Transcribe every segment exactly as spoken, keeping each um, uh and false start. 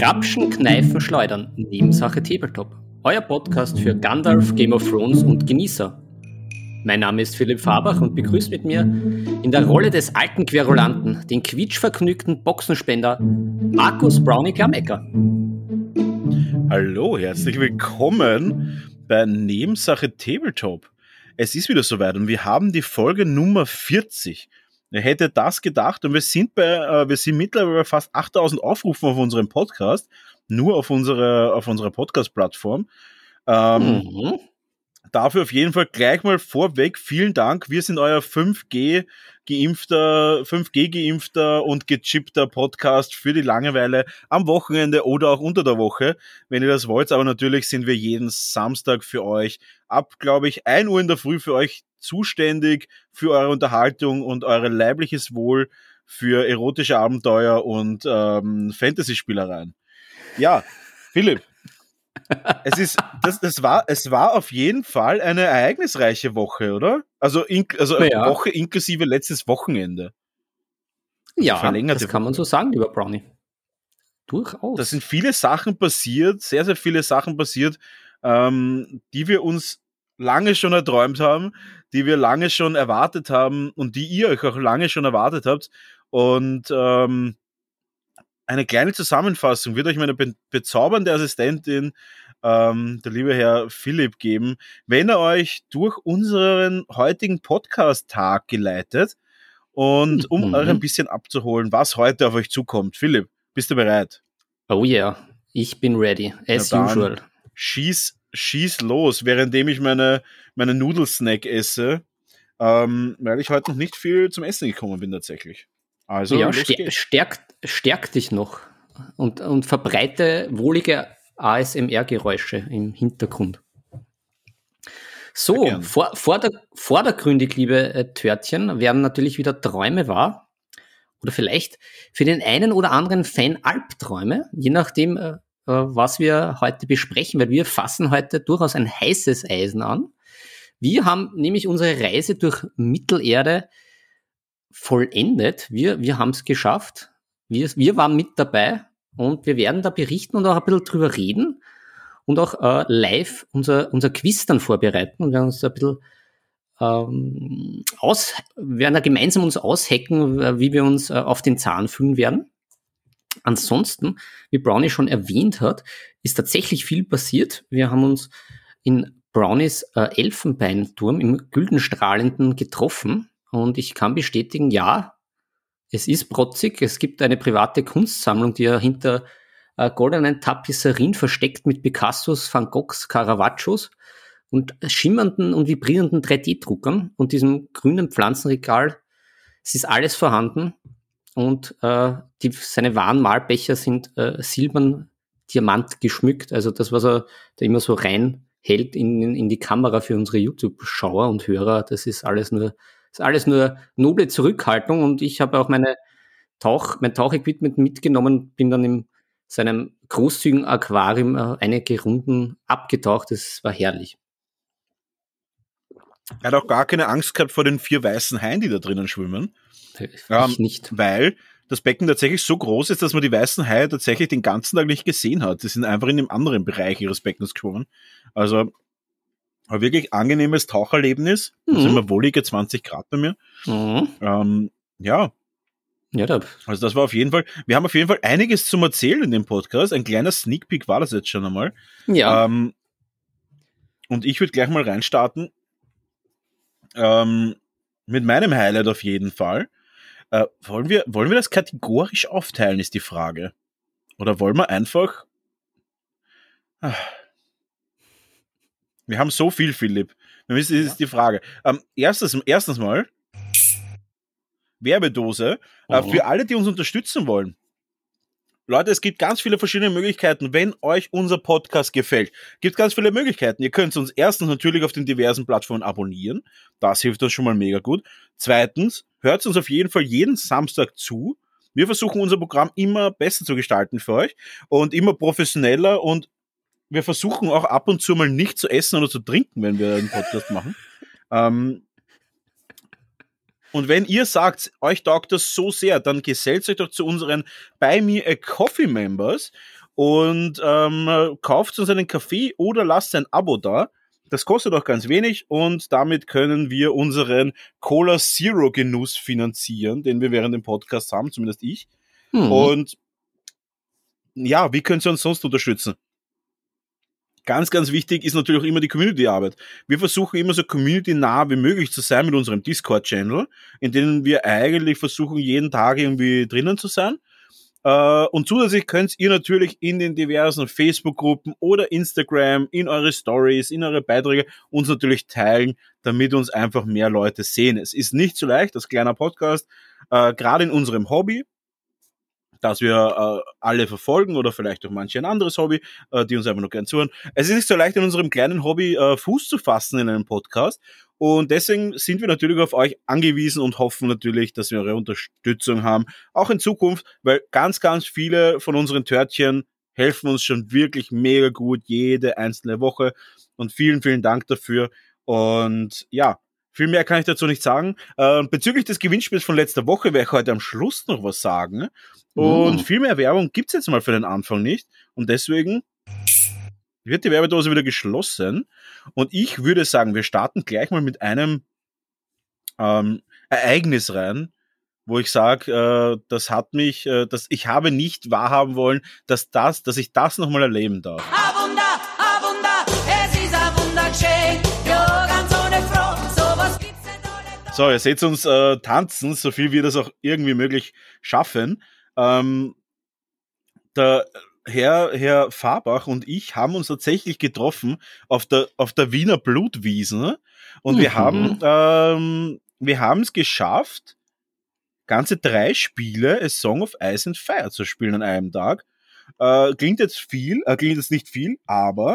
Grapschen, Kneifen, Schleudern, Nebensache Tabletop. Euer Podcast für Gandalf, Game of Thrones und Genießer. Mein Name ist Philipp Fabach und begrüßt mit mir in der Rolle des alten Querulanten den quietschvergnügten Boxenspender Markus Brownie Klamecker. Hallo, herzlich willkommen bei Nebensache Tabletop. Es ist wieder soweit und wir haben die Folge Nummer vierzig. Wer hätte das gedacht? Und wir sind bei, äh, wir sind mittlerweile bei fast achttausend Aufrufen auf unserem Podcast, nur auf unserer, auf unserer Podcast-Plattform. Ähm, mhm. Dafür auf jeden Fall gleich mal vorweg vielen Dank. Wir sind euer fünf G geimpfter, fünf G geimpfter und gechippter Podcast für die Langeweile am Wochenende oder auch unter der Woche, wenn ihr das wollt. Aber natürlich sind wir jeden Samstag für euch ab, glaube ich, ein Uhr in der Früh für euch zuständig für eure Unterhaltung und eure leibliches Wohl, für erotische Abenteuer und ähm, Fantasy-Spielereien. Ja, Philipp. Es ist, das, das war, es war auf jeden Fall eine ereignisreiche Woche, oder? Also, in, also eine ja. Woche inklusive letztes Wochenende. Also ja, das kann man so sagen, lieber Brownie. Durchaus. Da sind viele Sachen passiert, sehr, sehr viele Sachen passiert, ähm, die wir uns lange schon erträumt haben, die wir lange schon erwartet haben und die ihr euch auch lange schon erwartet habt. Und ähm, eine kleine Zusammenfassung wird euch meine be- bezaubernde Assistentin, ähm, der liebe Herr Philipp, geben, wenn er euch durch unseren heutigen Podcast-Tag geleitet und um mhm. euch ein bisschen abzuholen, was heute auf euch zukommt. Philipp, bist du bereit? Oh ja, yeah. Ich bin ready, as usual. Schieß, schieß los, währenddem ich meine, meine Nudelsnack esse, ähm, weil ich heute noch nicht viel zum Essen gekommen bin tatsächlich. Also, ja, stär, stärkt, stärkt dich noch und, und verbreite wohlige A S M R-Geräusche im Hintergrund. So, vor, vorder, vordergründig, liebe äh, Törtchen, werden natürlich wieder Träume wahr. Oder vielleicht für den einen oder anderen Fan Albträume, je nachdem, äh, was wir heute besprechen, weil wir fassen heute durchaus ein heißes Eisen an. Wir haben nämlich unsere Reise durch Mittelerde vollendet. Wir, wir haben es geschafft. Wir, wir waren mit dabei und wir werden da berichten und auch ein bisschen drüber reden und auch äh, live unser, unser Quiz dann vorbereiten und werden uns da ein bisschen ähm, aus, werden da gemeinsam uns aushacken, wie wir uns äh, auf den Zahn fühlen werden. Ansonsten, wie Brownie schon erwähnt hat, ist tatsächlich viel passiert. Wir haben uns in Brownies äh, Elfenbeinturm im Güldenstrahlenden getroffen. Und ich kann bestätigen, ja, es ist protzig. Es gibt eine private Kunstsammlung, die er hinter äh, goldenen Tapisserien versteckt mit Picassos, Van Goghs, Caravaggios und schimmernden und vibrierenden drei D-Druckern und diesem grünen Pflanzenregal. Es ist alles vorhanden und äh, die, seine Warnmalbecher sind äh, silbern Diamant geschmückt. Also das, was er da immer so reinhält in, in die Kamera für unsere YouTube-Schauer und Hörer, das ist alles nur Das ist alles nur noble Zurückhaltung und ich habe auch meine Tauch, mein Tauchequipment mitgenommen, bin dann in seinem großzügigen Aquarium äh, einige Runden abgetaucht. Das war herrlich. Er hat auch gar keine Angst gehabt vor den vier weißen Haien, die da drinnen schwimmen. Ich ähm, nicht. Weil das Becken tatsächlich so groß ist, dass man die weißen Haie tatsächlich den ganzen Tag nicht gesehen hat. Die sind einfach in einem anderen Bereich ihres Beckens geschwommen. Also ein wirklich angenehmes Taucherlebnis. Mhm. Da sind wir wohlige zwanzig Grad bei mir. Mhm. Ähm, ja. Ja, da. Also das war auf jeden Fall, wir haben auf jeden Fall einiges zum Erzählen in dem Podcast. Ein kleiner Sneak Peek war das jetzt schon einmal. Ja. Ähm, und ich würde gleich mal reinstarten ähm, mit meinem Highlight auf jeden Fall. Äh, wollen wir, wollen wir das kategorisch aufteilen, ist die Frage. Oder wollen wir einfach... Ah, wir haben so viel, Philipp. Das ist ja. die Frage. Ähm, erstes, erstens mal, Werbedose. Oh. Äh, für alle, die uns unterstützen wollen. Leute, es gibt ganz viele verschiedene Möglichkeiten, wenn euch unser Podcast gefällt. Gibt ganz viele Möglichkeiten. Ihr könnt uns erstens natürlich auf den diversen Plattformen abonnieren. Das hilft uns schon mal mega gut. Zweitens, hört uns auf jeden Fall jeden Samstag zu. Wir versuchen unser Programm immer besser zu gestalten für euch und immer professioneller und wir versuchen auch ab und zu mal nicht zu essen oder zu trinken, wenn wir einen Podcast machen. Ähm, und wenn ihr sagt, euch taugt das so sehr, dann gesellt euch doch zu unseren Buy Me a Coffee Members und ähm, kauft uns einen Kaffee oder lasst ein Abo da. Das kostet auch ganz wenig und damit können wir unseren Cola Zero Genuss finanzieren, den wir während dem Podcast haben, zumindest ich. Mhm. Und ja, wie könnt ihr uns sonst unterstützen? Ganz, ganz wichtig ist natürlich auch immer die Community-Arbeit. Wir versuchen immer so community-nah wie möglich zu sein mit unserem Discord-Channel, in dem wir eigentlich versuchen, jeden Tag irgendwie drinnen zu sein. Und zusätzlich könnt ihr natürlich in den diversen Facebook-Gruppen oder Instagram, in eure Stories, in eure Beiträge uns natürlich teilen, damit uns einfach mehr Leute sehen. Es ist nicht so leicht, als kleiner Podcast, äh, gerade in unserem Hobby, dass wir äh, alle verfolgen oder vielleicht auch manche ein anderes Hobby, äh, die uns einfach nur gern zuhören. Es ist nicht so leicht, in unserem kleinen Hobby äh, Fuß zu fassen in einem Podcast und deswegen sind wir natürlich auf euch angewiesen und hoffen natürlich, dass wir eure Unterstützung haben, auch in Zukunft, weil ganz, ganz viele von unseren Törtchen helfen uns schon wirklich mega gut jede einzelne Woche und vielen, vielen Dank dafür und ja, viel mehr kann ich dazu nicht sagen. Äh, bezüglich des Gewinnspiels von letzter Woche werde ich heute am Schluss noch was sagen. Und Mhm. viel mehr Werbung gibt's jetzt mal für den Anfang nicht. Und deswegen wird die Werbedose wieder geschlossen. Und ich würde sagen, wir starten gleich mal mit einem ähm, Ereignis rein, wo ich sage, äh, das hat mich, äh, dass ich habe nicht wahrhaben wollen, dass das, dass ich das nochmal erleben darf. A Wunder, a Wunder, es ist ein Wundergeschehen, ja, ganz ohne Frage, sowas gibt's nicht alle. So, ihr seht uns äh, tanzen, so viel wir das auch irgendwie möglich schaffen. Ähm, der Herr, Herr Farbach und ich haben uns tatsächlich getroffen auf der, auf der Wiener Blutwiese und Mhm. wir haben, ähm, wir haben es geschafft, ganze drei Spiele A Song of Ice and Fire zu spielen an einem Tag. Äh, klingt jetzt viel, äh, klingt jetzt nicht viel, aber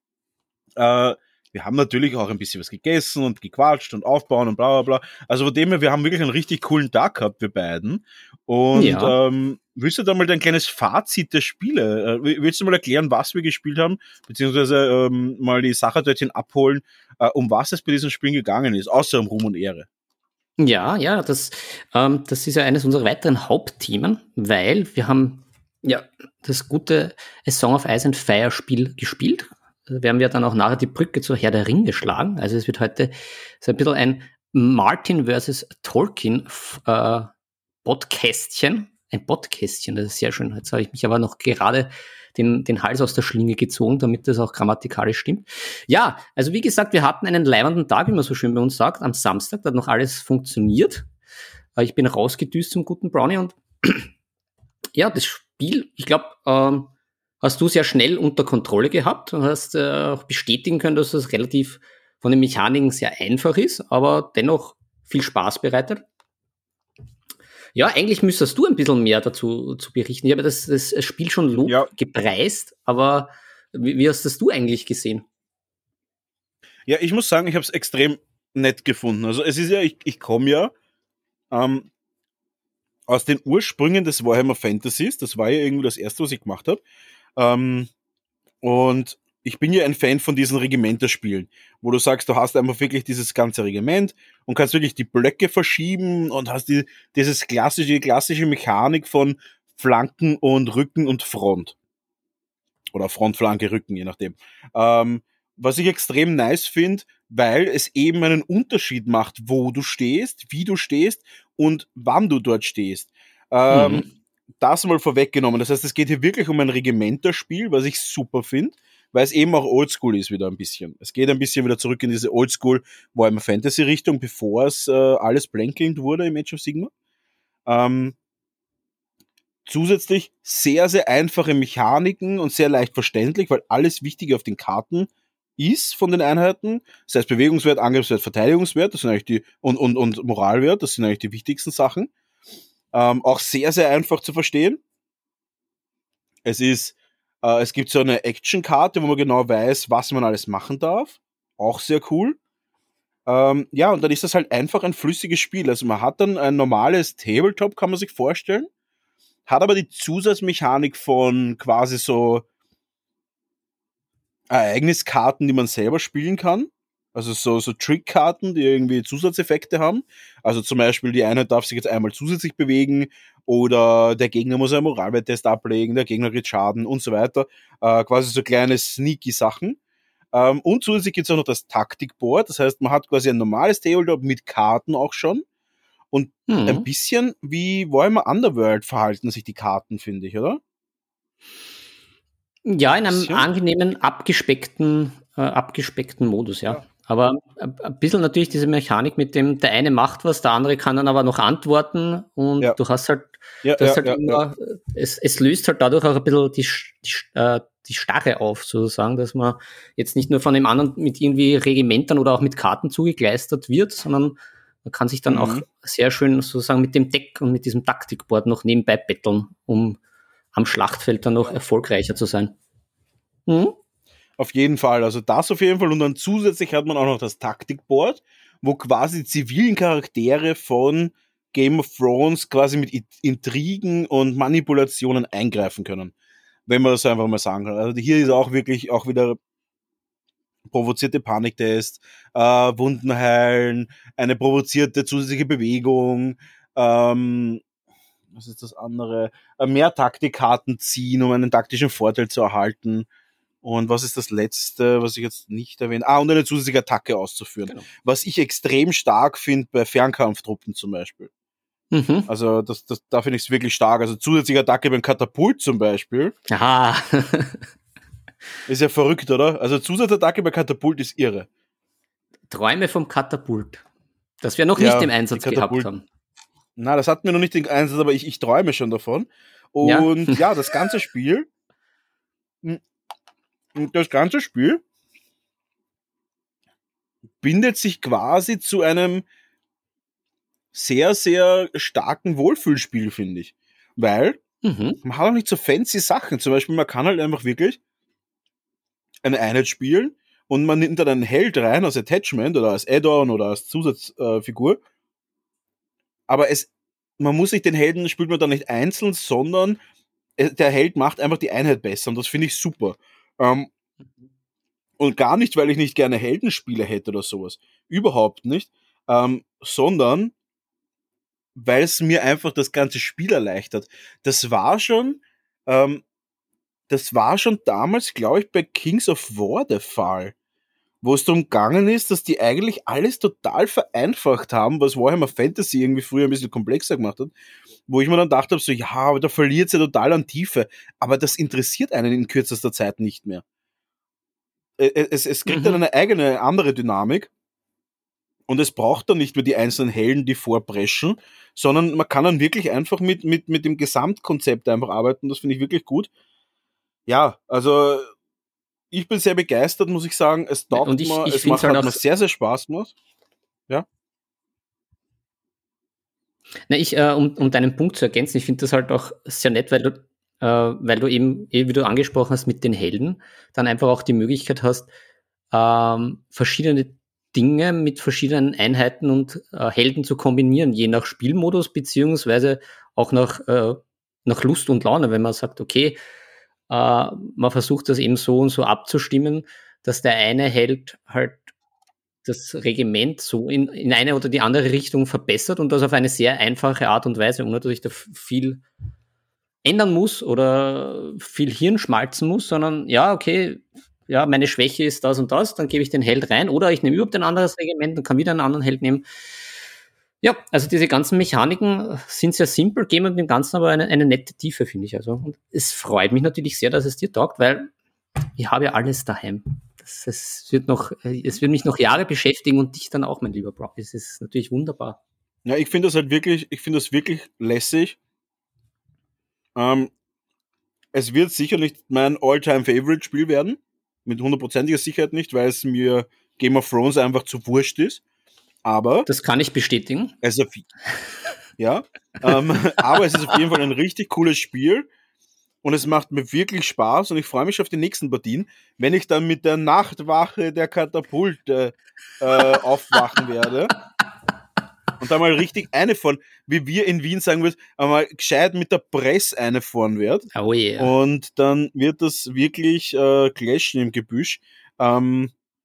äh, wir haben natürlich auch ein bisschen was gegessen und gequatscht und aufbauen und bla bla bla. Also von dem her, wir haben wirklich einen richtig coolen Tag gehabt, wir beiden. Und Ja. ähm, willst du da mal dein kleines Fazit der Spiele? Äh, willst du mal erklären, was wir gespielt haben? Beziehungsweise ähm, mal die Sachertörtchen abholen, äh, um was es bei diesen Spielen gegangen ist, außer um Ruhm und Ehre. Ja, ja, das, ähm, das ist ja eines unserer weiteren Hauptthemen, weil wir haben ja das gute A Song of Ice and Fire Spiel gespielt. Da werden wir dann auch nachher die Brücke zur Herr der Ringe schlagen. Also es wird heute so ein bisschen ein Martin versus Tolkien äh, Podcastchen. Ein Podcastchen, das ist sehr schön. Jetzt habe ich mich aber noch gerade den, den Hals aus der Schlinge gezogen, damit das auch grammatikalisch stimmt. Ja, also wie gesagt, wir hatten einen leibenden Tag, wie man so schön bei uns sagt, am Samstag, da hat noch alles funktioniert. Ich bin rausgedüst zum guten Brownie und ja, das Spiel, ich glaube, ähm, hast du sehr schnell unter Kontrolle gehabt und hast äh, auch bestätigen können, dass es relativ von den Mechaniken sehr einfach ist, aber dennoch viel Spaß bereitet. Ja, eigentlich müsstest du ein bisschen mehr dazu zu berichten. Ich habe das, das Spiel schon Lob Ja. gepreist, aber wie, wie hast das du eigentlich gesehen? Ja, ich muss sagen, ich habe es extrem nett gefunden. Also es ist ja, ich, ich komme ja ähm, aus den Ursprüngen des Warhammer Fantasies. Das war ja irgendwie das erste, was ich gemacht habe. Ähm, und ich bin ja ein Fan von diesen Regimenterspielen, wo du sagst, du hast einfach wirklich dieses ganze Regiment und kannst wirklich die Blöcke verschieben und hast die, dieses klassische, die klassische Mechanik von Flanken und Rücken und Front. Oder Frontflanke, Rücken, je nachdem. Ähm, was ich extrem nice finde, weil es eben einen Unterschied macht, wo du stehst, wie du stehst und wann du dort stehst. Ähm, Mhm. Das mal vorweggenommen. Das heißt, es geht hier wirklich um ein Regimenterspiel, was ich super finde, weil es eben auch Oldschool ist wieder ein bisschen. Es geht ein bisschen wieder zurück in diese Oldschool Warhammer Fantasy Richtung, bevor es äh, alles blanklinged wurde im Age of Sigmar. Ähm, zusätzlich sehr, sehr einfache Mechaniken und sehr leicht verständlich, weil alles Wichtige auf den Karten ist von den Einheiten. Das heißt Bewegungswert, Angriffswert, Verteidigungswert, das sind eigentlich die, und, und, und Moralwert, das sind eigentlich die wichtigsten Sachen. Ähm, auch sehr, sehr einfach zu verstehen. Es ist, äh, es gibt so eine Action-Karte, wo man genau weiß, was man alles machen darf. Auch sehr cool. Ähm, ja, und dann ist das halt einfach ein flüssiges Spiel. Also man hat dann ein normales Tabletop, kann man sich vorstellen, hat aber die Zusatzmechanik von quasi so Ereigniskarten, die man selber spielen kann. Also so, so Trickkarten, die irgendwie Zusatzeffekte haben. Also zum Beispiel die Einheit darf sich jetzt einmal zusätzlich bewegen oder der Gegner muss einen Moralwerttest ablegen, der Gegner kriegt Schaden und so weiter. Äh, quasi so kleine sneaky Sachen. Ähm, und zusätzlich gibt es auch noch das Taktikboard. Das heißt, man hat quasi ein normales Tabletop mit Karten auch schon. Und ein Mhm. bisschen wie Warhammer Underworld verhalten sich die Karten, finde ich, oder? Ja, in einem Bisschen? angenehmen, abgespeckten, äh, abgespeckten Modus, ja. Ja. Aber ein ein bisschen natürlich diese Mechanik mit dem, der eine macht was, der andere kann dann aber noch antworten und Ja. du hast halt, Ja, du hast ja, halt ja, ja. immer, es, es löst halt dadurch auch ein bisschen die, Sch- die, Sch- äh, die Starre auf, sozusagen, dass man jetzt nicht nur von dem anderen mit irgendwie Regimentern oder auch mit Karten zugekleistert wird, sondern man kann sich dann Mhm. auch sehr schön sozusagen mit dem Deck und mit diesem Taktikboard noch nebenbei betteln, um am Schlachtfeld dann noch Ja. erfolgreicher zu sein. Mhm. Auf jeden Fall, also das auf jeden Fall. Und dann zusätzlich hat man auch noch das Taktikboard, wo quasi die zivilen Charaktere von Game of Thrones quasi mit I- Intrigen und Manipulationen eingreifen können. Wenn man das einfach mal sagen kann. Also hier ist auch wirklich auch wieder provozierte Paniktest, äh, Wunden heilen, eine provozierte zusätzliche Bewegung, ähm, was ist das andere? Äh, mehr Taktikkarten ziehen, um einen taktischen Vorteil zu erhalten. Und was ist das letzte, was ich jetzt nicht erwähne? Ah, und eine zusätzliche Attacke auszuführen. Genau. Was ich extrem stark finde bei Fernkampftruppen zum Beispiel. Mhm. Also das, das, da finde ich es wirklich stark. Also zusätzliche Attacke beim Katapult zum Beispiel. Aha. Ist ja verrückt, oder? Also Zusatzattacke bei Katapult ist irre. Träume vom Katapult. Das wir noch Ja, nicht im die Einsatz gehabt Katapult. haben. Na, das hatten wir noch nicht den Einsatz, aber ich, ich träume schon davon. Ja. Und ja, das ganze Spiel, m- m- das ganze Spiel bindet sich quasi zu einem sehr, sehr starken Wohlfühlspiel, finde ich. Weil Mhm. man hat auch nicht so fancy Sachen. Zum Beispiel, man kann halt einfach wirklich eine Einheit spielen und man nimmt dann einen Held rein als Attachment oder als Add-on oder als Zusatzfigur. Aber es, man muss sich den Helden, spielt man dann nicht einzeln, sondern äh, der Held macht einfach die Einheit besser und das finde ich super. Ähm, und gar nicht, weil ich nicht gerne Heldenspiele hätte oder sowas. Überhaupt nicht. Ähm, sondern weil es mir einfach das ganze Spiel erleichtert. Das war schon, ähm, das war schon damals, glaube ich, bei Kings of War der Fall, wo es darum gegangen ist, dass die eigentlich alles total vereinfacht haben, was Warhammer Fantasy irgendwie früher ein bisschen komplexer gemacht hat, wo ich mir dann gedacht habe, so, ja, aber da verliert sie ja total an Tiefe, aber das interessiert einen in kürzester Zeit nicht mehr. Äh, Es, es kriegt dann Mhm. eine eigene, andere Dynamik und es braucht dann nicht mehr die einzelnen Helden, die vorpreschen, sondern man kann dann wirklich einfach mit, mit, mit dem Gesamtkonzept einfach arbeiten, das finde ich wirklich gut. Ja, also ich bin sehr begeistert, muss ich sagen. Es Und taugt ich, mir, ich es finde es macht, halt hat auch, mir sehr, sehr Spaß gemacht. Ja. ne, ich, äh, um, um deinen Punkt zu ergänzen, ich finde das halt auch sehr nett, weil du, äh, weil du eben, eh, wie du angesprochen hast, mit den Helden, dann einfach auch die Möglichkeit hast, ähm, verschiedene Dinge mit verschiedenen Einheiten und äh, Helden zu kombinieren, je nach Spielmodus, beziehungsweise auch nach, äh, nach Lust und Laune, wenn man sagt, okay, äh, man versucht das eben so und so abzustimmen, dass der eine Held halt das Regiment so in, in eine oder die andere Richtung verbessert und das auf eine sehr einfache Art und Weise, ohne dass ich da viel ändern muss oder viel Hirn schmalzen muss, sondern ja, okay, ja, meine Schwäche ist das und das, dann gebe ich den Held rein oder ich nehme überhaupt ein anderes Regiment und kann wieder einen anderen Held nehmen. Ja, also diese ganzen Mechaniken sind sehr simpel, geben dem Ganzen aber eine, eine nette Tiefe, finde ich. Also, und es freut mich natürlich sehr, dass es dir taugt, weil ich habe ja alles daheim. Das, es, wird noch, es wird mich noch Jahre beschäftigen und dich dann auch, mein lieber Brock. Es ist natürlich wunderbar. Ja, ich finde das halt wirklich, ich finde das wirklich lässig. Ähm, es wird sicher nicht mein All-Time-Favorite-Spiel werden. Mit hundertprozentiger Sicherheit nicht, weil es mir Game of Thrones einfach zu wurscht ist. Aber Das kann ich bestätigen. es ist auf, ja, ähm, aber es ist auf jeden Fall ein richtig cooles Spiel. Und es macht mir wirklich Spaß und ich freue mich auf die nächsten Partien, wenn ich dann mit der Nachtwache der Katapulte äh, aufwachen werde. Und da mal richtig eine von, wie wir in Wien sagen würden, einmal gescheit mit der Presse eine fahren wird. Oh yeah. Und dann wird das wirklich äh, clashen im Gebüsch. Ähm,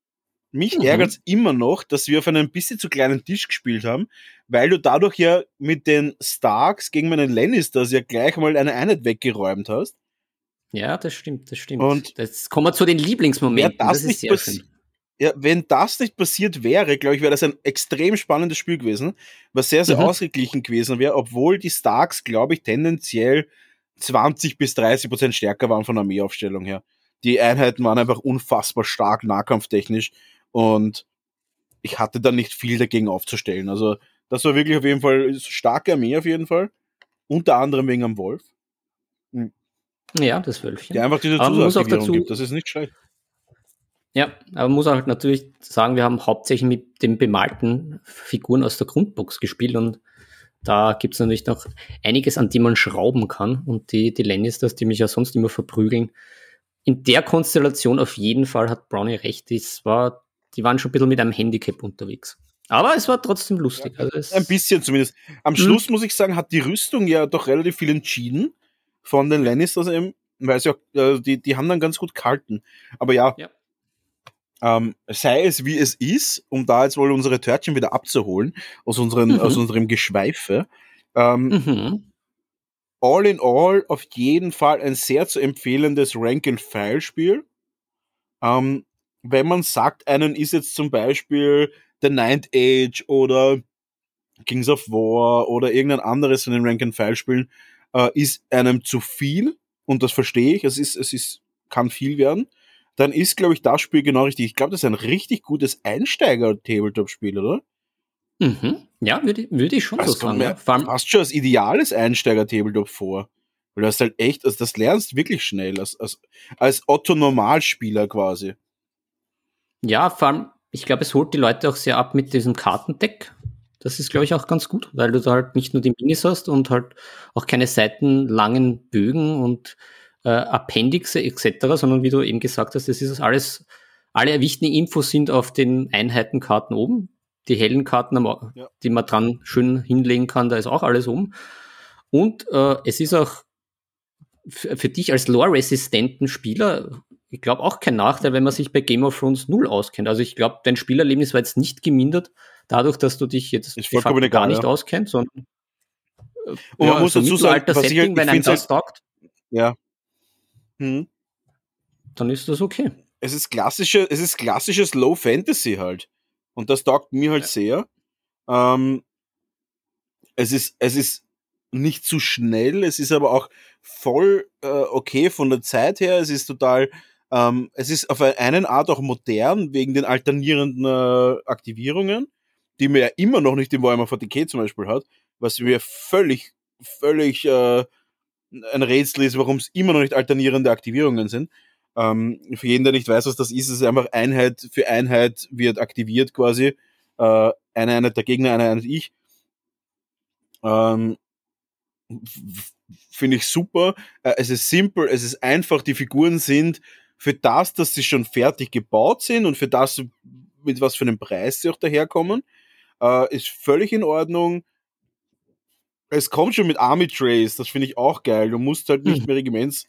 Mich Mhm. ärgert es immer noch, dass wir auf einem bisschen zu kleinen Tisch gespielt haben, weil du dadurch ja mit den Starks gegen meinen Lannisters ja gleich mal eine Einheit weggeräumt hast. Ja, das stimmt, das stimmt. Und Jetzt kommen wir zu den wäre Lieblingsmomenten. das Das ist nicht sehr passiert, schön. ja, wenn das nicht passiert wäre, glaube ich, wäre das ein extrem spannendes Spiel gewesen, was sehr, sehr Mhm. ausgeglichen gewesen wäre, obwohl die Starks, glaube ich, tendenziell zwanzig bis dreißig Prozent stärker waren von der Armeeaufstellung her. Die Einheiten waren einfach unfassbar stark nahkampftechnisch und ich hatte da nicht viel dagegen aufzustellen. Also das war wirklich auf jeden Fall starke Armee auf jeden Fall. Unter anderem wegen am Wolf, Ja, das Wölfchen. der einfach diese Aber man muss auch Zusatzaktivierung dazu, gibt. Das ist nicht schlecht. ja, aber man muss auch natürlich sagen, wir haben hauptsächlich mit den bemalten Figuren aus der Grundbox gespielt und da gibt es natürlich noch einiges, an dem man schrauben kann. Und die, die Lannisters, die mich ja sonst immer verprügeln, in der Konstellation auf jeden Fall hat Brownie recht. Das war, die waren schon ein bisschen mit einem Handicap unterwegs. Aber es war trotzdem lustig. Also es, Ein bisschen zumindest. Am Mhm. Schluss muss ich sagen, hat die Rüstung ja doch relativ viel entschieden von den Lannisters eben, weil sie auch, äh, die, die haben dann ganz gut gehalten. Aber ja, Ja. ähm, sei es wie es ist, um da jetzt wohl unsere Törtchen wieder abzuholen aus, unseren, Mhm. aus unserem Geschweife. Ähm, Mhm. All in all auf jeden Fall ein sehr zu empfehlendes Rank-and-File-Spiel. Ähm, wenn man sagt, einen ist jetzt zum Beispiel The Ninth Age oder Kings of War oder irgendein anderes von den Rank-and-File-Spielen, äh, ist einem zu viel, und das verstehe ich, es ist, es ist, kann viel werden, dann ist, glaube ich, das Spiel genau richtig. Ich glaube, das ist ein richtig gutes Einsteiger-Tabletop-Spiel, oder? Mhm. Ja, würde, würde ich schon so Das kommt sagen. mir Ja. Vor allem, fast schon als ideales Einsteiger-Tabletop vor. Weil du hast halt echt, also das lernst wirklich schnell, als, als, als Otto-Normalspieler quasi. ja, vor allem, ich glaube, es holt die Leute auch sehr ab mit diesem Kartendeck. Das ist, glaube ich, auch ganz gut, weil du da halt nicht nur die Minis hast und halt auch keine seitenlangen Bögen und äh, Appendixe et cetera, sondern wie du eben gesagt hast, das ist alles, alle wichtigen Infos sind auf den Einheitenkarten oben. Die hellen Karten, am- Ja. die man dran schön hinlegen kann, da ist auch alles oben. Und äh, es ist auch für, für dich als lore-resistenten Spieler, ich glaube, auch kein Nachteil, wenn man sich bei Game of Thrones null auskennt. Also ich glaube, dein Spielerlebnis war jetzt nicht gemindert, dadurch, dass du dich jetzt Ist de vollkommen facto egal, gar nicht ja. auskennst, sondern äh, Und ja, man muss so dazu sagen, was ich halt, Mittelalter-Setting, ich wenn einem finde das halt, taugt, ja, hm. dann ist das okay. es ist klassische, es ist klassisches Low Fantasy halt. Und das taugt mir halt Ja. sehr. Ähm, es ist, es ist nicht zu schnell, es ist aber auch voll äh, okay von der Zeit her. Es ist total, ähm, es ist auf einen Art auch modern wegen den alternierenden äh, Aktivierungen, die man ja immer noch nicht im Warhammer forty K zum Beispiel hat, was mir völlig, völlig äh, ein Rätsel ist, warum es immer noch nicht alternierende Aktivierungen sind. Ähm, für jeden, der nicht weiß, was das ist, ist es einfach Einheit für Einheit wird aktiviert quasi. Äh, eine Einheit der Gegner, eine Einheit ich. Ähm, Finde ich super. Äh, es ist simpel, es ist einfach. Die Figuren sind für das, dass sie schon fertig gebaut sind und für das, mit was für einem Preis sie auch daherkommen, äh, ist völlig in Ordnung. Es kommt schon mit Army Trays, das finde ich auch geil. Du musst halt nicht Mhm. mehr Regimentsschieber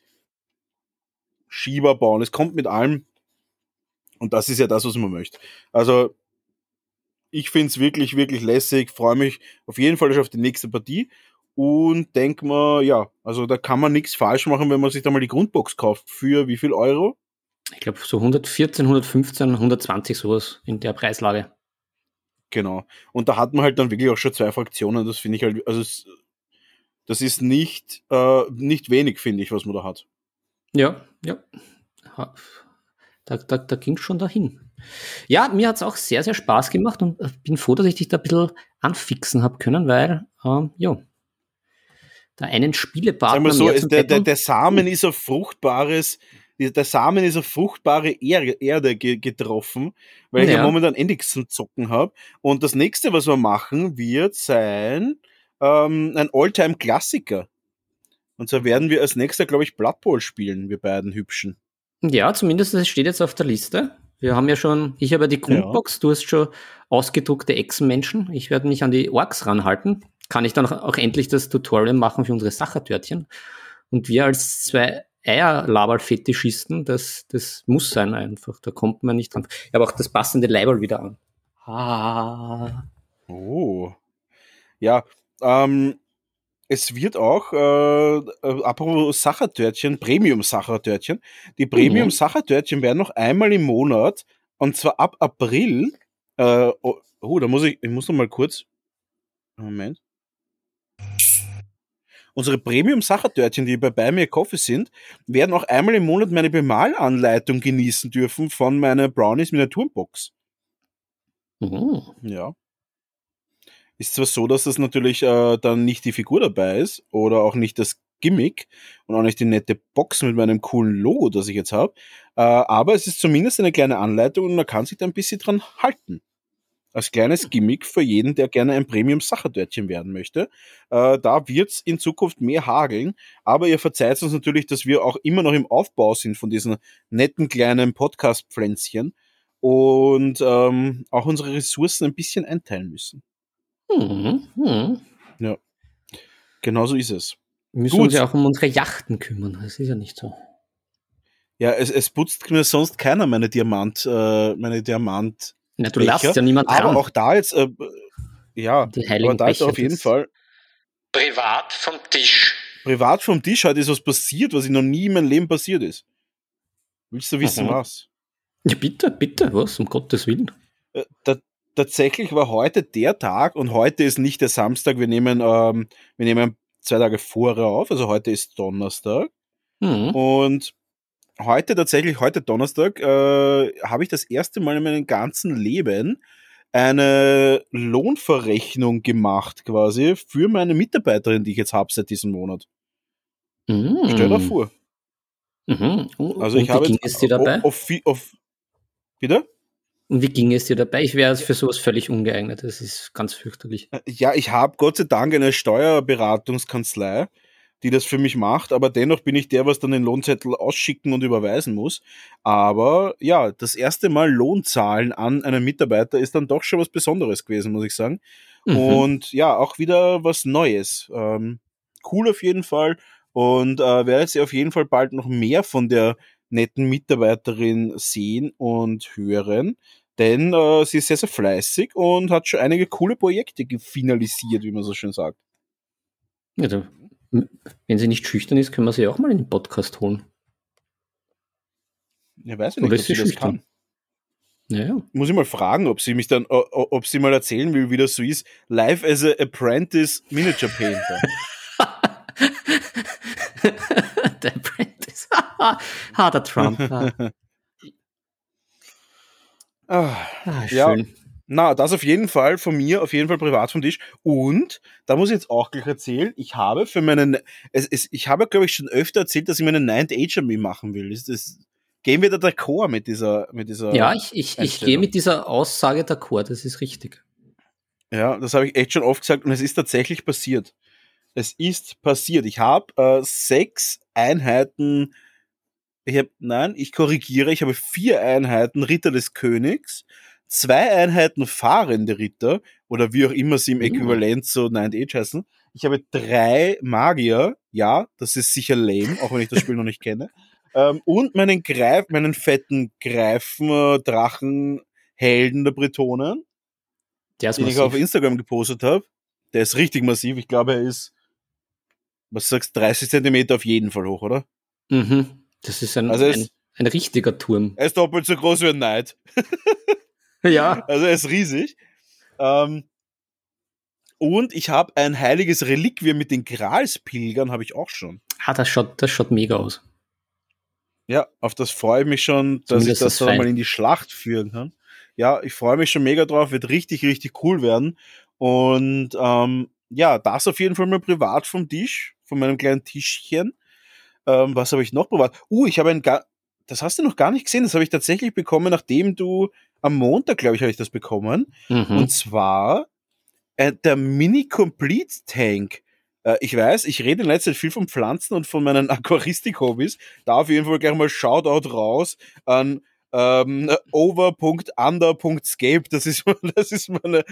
bauen. Es kommt mit allem. Und das ist ja das, was man möchte. Also, ich finde es wirklich, wirklich lässig. Freue mich auf jeden Fall schon auf die nächste Partie. Und denk mal, ja, also da kann man nichts falsch machen, wenn man sich da mal die Grundbox kauft. Für wie viel Euro? Ich glaube, so hundertvierzehn, hundertfünfzehn, hundertzwanzig sowas in der Preislage. Genau. Und da hat man halt dann wirklich auch schon zwei Fraktionen. Das finde ich halt, also es, das ist nicht, äh, nicht wenig, finde ich, was man da hat. Ja, ja. Ha- Da, da, da ging es schon dahin. Ja, mir hat es auch sehr, sehr Spaß gemacht und ich bin froh, dass ich dich da ein bisschen anfixen habe können, weil, ähm, ja, da einen Sagen Spielepartner wir so, mehr es, zum der, der, Betteln. der Samen ist auf fruchtbares, der Samen ist auf fruchtbare Er- Erde ge- getroffen, weil ich ja Ja. momentan eh nichts zum Zocken habe. Und das nächste, was wir machen, wird sein ähm, ein Alltime-Klassiker. Und zwar werden wir als nächster, glaube ich, Blood Bowl spielen, wir beiden Hübschen. Ja, zumindest es steht jetzt auf der Liste. Wir haben ja schon, ich habe ja die Grundbox, du hast schon ausgedruckte Echsenmenschen. Ich werde mich an die Orks ranhalten. Kann ich dann auch, auch endlich das Tutorial machen für unsere Sachertörtchen. Und wir als zwei Eierlaberl-Fetischisten, das, das muss sein einfach. Da kommt man nicht dran. Ich habe auch das passende Leiberl wieder an. Ah. Oh. Ja, ähm, es wird auch, äh, äh, apropos Sachertörtchen, Premium-Sachertörtchen. Die Premium-Sachertörtchen werden noch einmal im Monat, und zwar ab April. Äh, oh, oh, da muss ich, ich muss noch mal kurz. Moment. Unsere Premium-Sachertörtchen, die bei Buy Me a Coffee sind, werden auch einmal im Monat meine Bemalanleitung genießen dürfen von meiner Brownies Miniaturenbox. Mhm. Ja. Ist zwar so, dass das natürlich äh, dann nicht die Figur dabei ist oder auch nicht das Gimmick und auch nicht die nette Box mit meinem coolen Logo, das ich jetzt habe, äh, aber es ist zumindest eine kleine Anleitung und man kann sich da ein bisschen dran halten. Als kleines Gimmick für jeden, der gerne ein Premium-Sachertörtchen werden möchte. Äh, da wird's in Zukunft mehr hageln, aber ihr verzeiht uns natürlich, dass wir auch immer noch im Aufbau sind von diesen netten kleinen Podcast-Pflänzchen und ähm, auch unsere Ressourcen ein bisschen einteilen müssen. Mhm. Mhm. Ja, genau so ist es. Wir müssen Gut. uns ja auch um unsere Yachten kümmern. Das ist ja nicht so. Ja, es, es putzt mir sonst keiner meine Diamant, äh, meine Diamant. Ja, du Becher, lässt ja niemand dran. Aber auch da jetzt, äh, ja, Die aber heiligen da ist Becher, auf jeden das- Fall Privat vom Tisch. privat vom Tisch heute ist was passiert, was in noch nie in meinem Leben passiert ist. Willst du wissen, Mhm. was? Ja, bitte, bitte, was? Um Gottes Willen. Äh, ta- tatsächlich war heute der Tag, und heute ist nicht der Samstag, wir nehmen, ähm, wir nehmen zwei Tage vorher auf, also heute ist Donnerstag. Mhm. Und heute tatsächlich, heute Donnerstag, äh, habe ich das erste Mal in meinem ganzen Leben eine Lohnverrechnung gemacht, quasi, für meine Mitarbeiterin, die ich jetzt habe seit diesem Monat. Mhm. Stell dir vor. Mhm. Und, Also ich und habe wie ging jetzt es dir dabei? Auf, auf, auf, bitte? Und wie ging es dir dabei? Ich wäre für sowas völlig ungeeignet. Das ist ganz fürchterlich. Ja, ich habe Gott sei Dank eine Steuerberatungskanzlei, die das für mich macht, aber dennoch bin ich der, was dann den Lohnzettel ausschicken und überweisen muss. Aber ja, das erste Mal Lohnzahlen an einen Mitarbeiter ist dann doch schon was Besonderes gewesen, muss ich sagen. Mhm. Und ja, auch wieder was Neues. Ähm, cool auf jeden Fall. Und äh, werde jetzt auf jeden Fall bald noch mehr von der netten Mitarbeiterin sehen und hören. Denn äh, sie ist sehr, sehr fleißig und hat schon einige coole Projekte finalisiert, wie man so schön sagt. Ja, da, wenn sie nicht schüchtern ist, können wir sie auch mal in den Podcast holen. Ja, weiß ich nicht, Oder ob ist sie sie das schüchtern? kann. Ja, ja. Muss ich mal fragen, ob sie mich dann, o- o- ob sie mal erzählen will, wie das so ist. Live as a Apprentice Miniature Painter. Der Apprentice. ha, der Trump. Ah, Ah, ah, Ja. schön. na, das auf jeden Fall von mir, auf jeden Fall privat vom Tisch. Und da muss ich jetzt auch gleich erzählen, ich habe für meinen, es, es, ich habe, glaube ich, schon öfter erzählt, dass ich meinen Ninth Age Army machen will. Ist das, gehen wir da d'accord mit dieser, mit dieser. Ja, ich, ich, ich Einstellung. gehe mit dieser Aussage d'accord, das ist richtig. Ja, das habe ich echt schon oft gesagt und es ist tatsächlich passiert. Es ist passiert. Ich habe äh, sechs Einheiten, ich habe, nein, ich korrigiere, ich habe vier Einheiten Ritter des Königs, zwei Einheiten fahrende Ritter oder wie auch immer sie im Mhm. Äquivalent zu Ninth Age heißen. Ich habe drei Magier, ja, das ist sicher lame, auch wenn ich das Spiel noch nicht kenne. Ähm, und meinen Greif, meinen fetten Greifen, äh, Drachen, Helden der Bretonen, Der ist den ich auf massiv. Instagram gepostet habe. Der ist richtig massiv. Ich glaube, er ist, was sagst du, dreißig Zentimeter auf jeden Fall hoch, oder? Mhm. Das ist ein, Also es- ein, ein richtiger Turm. Er ist doppelt so groß wie ein Knight. Ja. Also er ist riesig. Ähm, und ich habe ein heiliges Reliquien mit den Gralspilgern, habe ich auch schon. Ah, das schaut, das schaut mega aus. Ja, auf das freue ich mich schon, dass Zumindest ich das das dann Fein. mal in die Schlacht führen kann. Ja, ich freue mich schon mega drauf, wird richtig, richtig cool werden. Und ähm, ja, das auf jeden Fall mal privat vom Tisch, von meinem kleinen Tischchen. Ähm, was habe ich noch privat? Uh, ich habe ein, ga- das hast du noch gar nicht gesehen, das habe ich tatsächlich bekommen, nachdem du, am Montag, glaube ich, habe ich das bekommen. Mhm. Und zwar äh, der Mini-Complete-Tank. Äh, ich weiß, ich rede in letzter Zeit viel von Pflanzen und von meinen Aquaristik-Hobbys. Da auf jeden Fall gleich mal Shoutout raus an ähm, over.under.scape. Das ist, das ist meine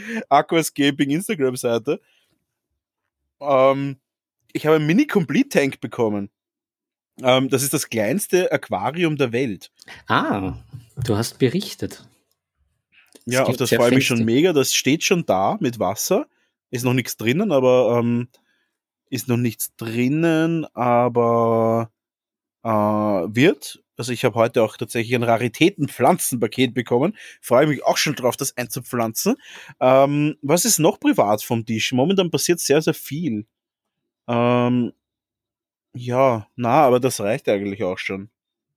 Aquascaping-Instagram-Seite. Ähm, ich habe einen Mini-Complete-Tank bekommen. Ähm, das ist das kleinste Aquarium der Welt. Ah, du hast berichtet. Ja, auf klingt das sehr freue ich mich schon fancy. mega. Das steht schon da mit Wasser. Ist noch nichts drinnen, aber ähm, ist noch nichts drinnen, aber äh, wird. Also ich habe heute auch tatsächlich ein Raritätenpflanzenpaket bekommen. Freue mich auch schon drauf, das einzupflanzen. Ähm, was ist noch privat vom Tisch? Momentan passiert sehr, sehr viel. Ähm, ja, na, aber das reicht eigentlich auch schon.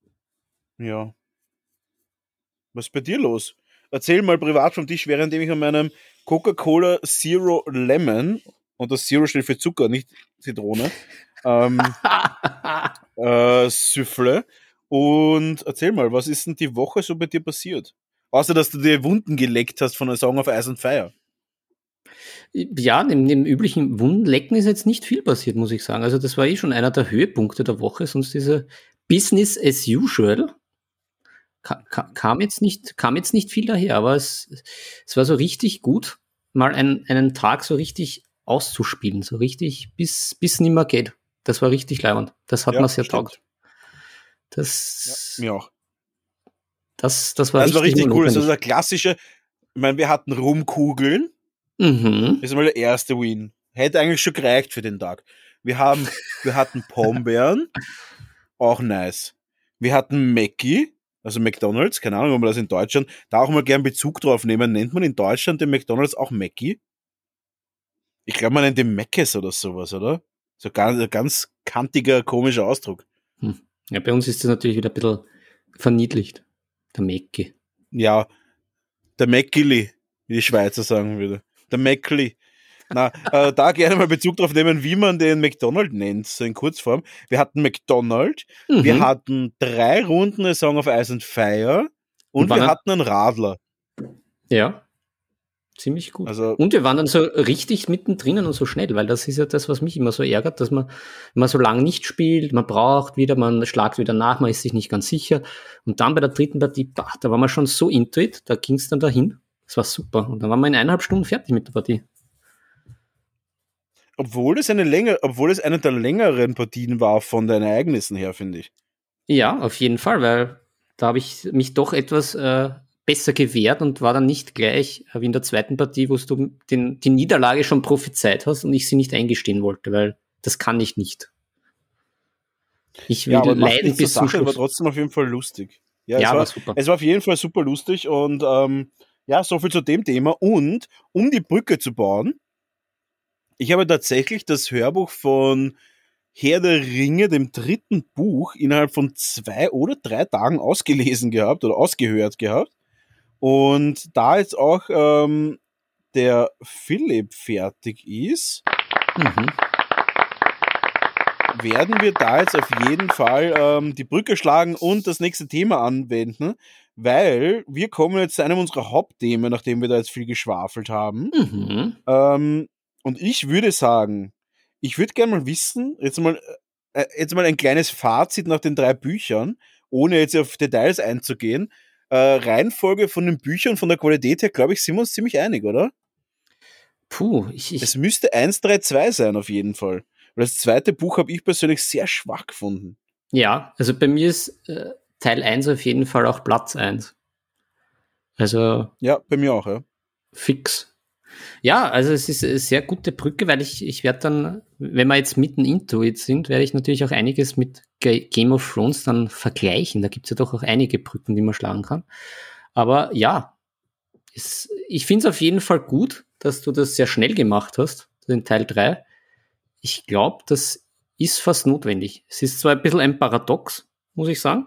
Ja. Was ist bei dir los? Erzähl mal privat vom Tisch, während ich an meinem Coca-Cola Zero Lemon, und das Zero steht für Zucker, nicht Zitrone, ähm, äh, Süffle. Und erzähl mal, was ist denn die Woche so bei dir passiert? Außer, dass du dir Wunden geleckt hast von A Song of Ice and Fire. Ja, neben dem üblichen Wundenlecken ist jetzt nicht viel passiert, muss ich sagen. Also das war eh schon einer der Höhepunkte der Woche, sonst diese Business as usual ka ka kam jetzt nicht kam jetzt nicht viel daher, aber es es war so richtig gut, mal einen einen Tag so richtig auszuspielen, so richtig bis bis nimmer geht. Das war richtig leibend. Das hat Ja, mir sehr stimmt. taugt. Das Mir auch. das das war Das war richtig richtig mal cool. Das ist notwendig. der klassische, ich meine, wir hatten Rumkugeln. Mhm. Das ist mal der erste Win. Hätte eigentlich schon gereicht für den Tag. Wir haben, wir hatten Pombeeren. Auch nice. Wir hatten Mackie, also McDonald's, keine Ahnung, ob man das in Deutschland, da auch mal gern Bezug drauf nehmen. Nennt man in Deutschland den McDonald's auch Mackie? Ich glaube, man nennt den Meckes oder sowas, oder? So ganz, ganz kantiger, komischer Ausdruck. Hm. Ja, bei uns ist das natürlich wieder ein bisschen verniedlicht. Der Mecki. Ja, der Mäckili, wie die Schweizer sagen würde. Der Mäckli. Na, äh, da gerne mal Bezug drauf nehmen, wie man den McDonald nennt, so in Kurzform. Wir hatten McDonald, wir Mhm. hatten drei Runden A Song of Ice and Fire und Und waren wir dann- hatten einen Radler. Ja, ziemlich gut. Also, Und wir waren dann so richtig mittendrin und so schnell, weil das ist ja das, was mich immer so ärgert, dass man, wenn man so lange nicht spielt, man braucht wieder, man schlagt wieder nach, man ist sich nicht ganz sicher. Und dann bei der dritten Partie, bah, da war man schon so into it, da ging es dann dahin. Das war super. Und dann waren wir in eineinhalb Stunden fertig mit der Partie. obwohl es eine längere, obwohl es eine der längeren Partien war von den Ereignissen her, finde ich. Ja, auf jeden Fall, weil da habe ich mich doch etwas äh, besser gewehrt und war dann nicht gleich äh, wie in der zweiten Partie, wo du den, die Niederlage schon prophezeit hast und ich sie nicht eingestehen wollte, weil das kann ich nicht. Ich will Ja, aber macht leiden nichts zur bis zum Sache, war Schluss. trotzdem auf jeden Fall lustig. Ja, Ja, es, war war, super. es war auf jeden Fall super lustig und ähm, ja, so viel zu dem Thema. Und um die Brücke zu bauen, ich habe tatsächlich das Hörbuch von Herr der Ringe, dem dritten Buch, innerhalb von zwei oder drei Tagen ausgelesen gehabt oder ausgehört gehabt. Und da jetzt auch ähm, der Philipp fertig ist, Mhm. werden wir da jetzt auf jeden Fall ähm, die Brücke schlagen und das nächste Thema anwenden, weil wir kommen jetzt zu einem unserer Hauptthemen, nachdem wir da jetzt viel geschwafelt haben. Mhm. Ähm, und ich würde sagen, ich würde gerne mal wissen, jetzt mal, äh, jetzt mal ein kleines Fazit nach den drei Büchern, ohne jetzt auf Details einzugehen. Äh, Reihenfolge von den Büchern, von der Qualität her, glaube ich, sind wir uns ziemlich einig, oder? Puh, ich, ich, Es müsste eins drei zwei sein, auf jeden Fall. Weil das zweite Buch habe ich persönlich sehr schwach gefunden. ja, also bei mir ist äh, Teil eins auf jeden Fall auch Platz eins. Also Ja, bei mir auch, ja. fix. Ja, also es ist eine sehr gute Brücke, weil ich, ich werde dann, wenn wir jetzt mitten into it sind, werde ich natürlich auch einiges mit Ga- Game of Thrones dann vergleichen. Da gibt es ja doch auch einige Brücken, die man schlagen kann. Aber ja, es, ich finde es auf jeden Fall gut, dass du das sehr schnell gemacht hast, den Teil drei. Ich glaube, das ist fast notwendig. Es ist zwar ein bisschen ein Paradox, muss ich sagen,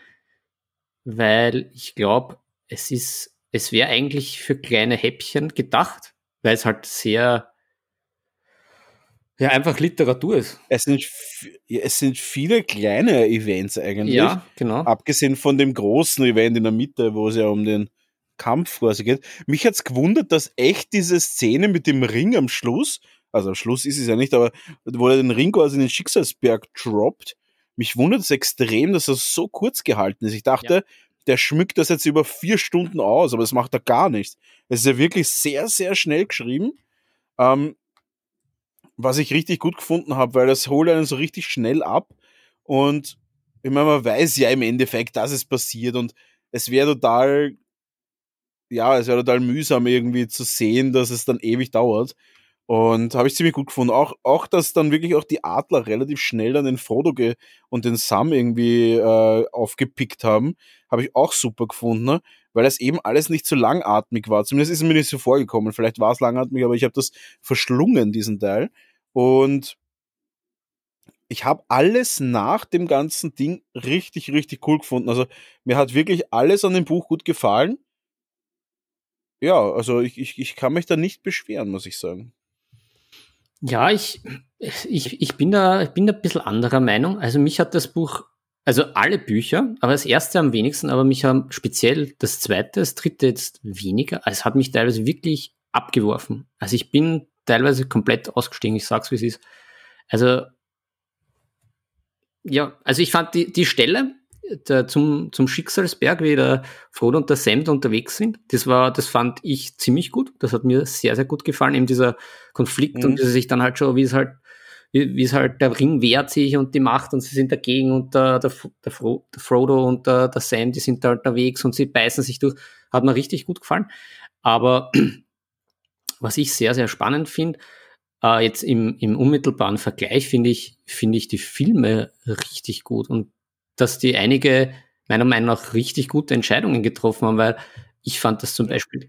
weil ich glaube, es ist, es wäre eigentlich für kleine Häppchen gedacht, weil es halt sehr, ja, einfach Literatur ist. Es sind, f- ja, es sind viele kleine Events eigentlich. Ja, genau. Abgesehen von dem großen Event in der Mitte, wo es ja um den Kampf quasi geht. Mich hat's gewundert, dass echt diese Szene mit dem Ring am Schluss, also am Schluss ist es ja nicht, aber wo er den Ring quasi in den Schicksalsberg droppt, mich wundert es extrem, dass das so kurz gehalten ist. Ich dachte, Ja. der schmückt das jetzt über vier Stunden aus, aber das macht er gar nicht. Es ist ja wirklich sehr, sehr schnell geschrieben. Ähm, was ich richtig gut gefunden habe, weil das holt einen so richtig schnell ab Und ich meine, man weiß ja im Endeffekt, dass es passiert und es wäre total, ja, es wäre total mühsam irgendwie zu sehen, dass es dann ewig dauert. Und habe ich ziemlich gut gefunden. Auch, auch, dass dann wirklich auch die Adler relativ schnell dann den Frodo ge und den Sam irgendwie äh, aufgepickt haben, habe ich auch super gefunden, ne? Weil das eben alles nicht so langatmig war. Zumindest ist es mir nicht so vorgekommen. Vielleicht war es langatmig, aber ich habe das verschlungen, diesen Teil. Und ich habe alles nach dem ganzen Ding richtig, richtig cool gefunden. Also mir hat wirklich alles an dem Buch gut gefallen. Ja, also ich, ich, ich kann mich da nicht beschweren, muss ich sagen. Ja, ich, ich, ich, bin da, ich bin da ein bisschen anderer Meinung. Also mich hat das Buch, also alle Bücher, aber das erste am wenigsten, aber mich haben speziell das zweite, das dritte jetzt weniger. Also es hat mich teilweise wirklich abgeworfen. Also ich bin teilweise komplett ausgestiegen, ich sag's wie es ist. Also ja, also ich fand die, die Stelle der, zum, zum Schicksalsberg, wie der Frodo und der Sam da unterwegs sind, das war, das fand ich ziemlich gut. Das hat mir sehr, sehr gut gefallen. Eben dieser Konflikt Mhm. und wie sie sich dann halt schon, wie es halt, wie, wie es halt der Ring wehrt sich und die Macht und sie sind dagegen und der, der, der, Fro, der Frodo und der, der Sam, die sind da unterwegs und sie beißen sich durch. Hat mir richtig gut gefallen. Aber was ich sehr, sehr spannend finde, äh, jetzt im, im unmittelbaren Vergleich finde ich, finde ich die Filme richtig gut und dass die einige meiner Meinung nach richtig gute Entscheidungen getroffen haben, weil ich fand das zum Beispiel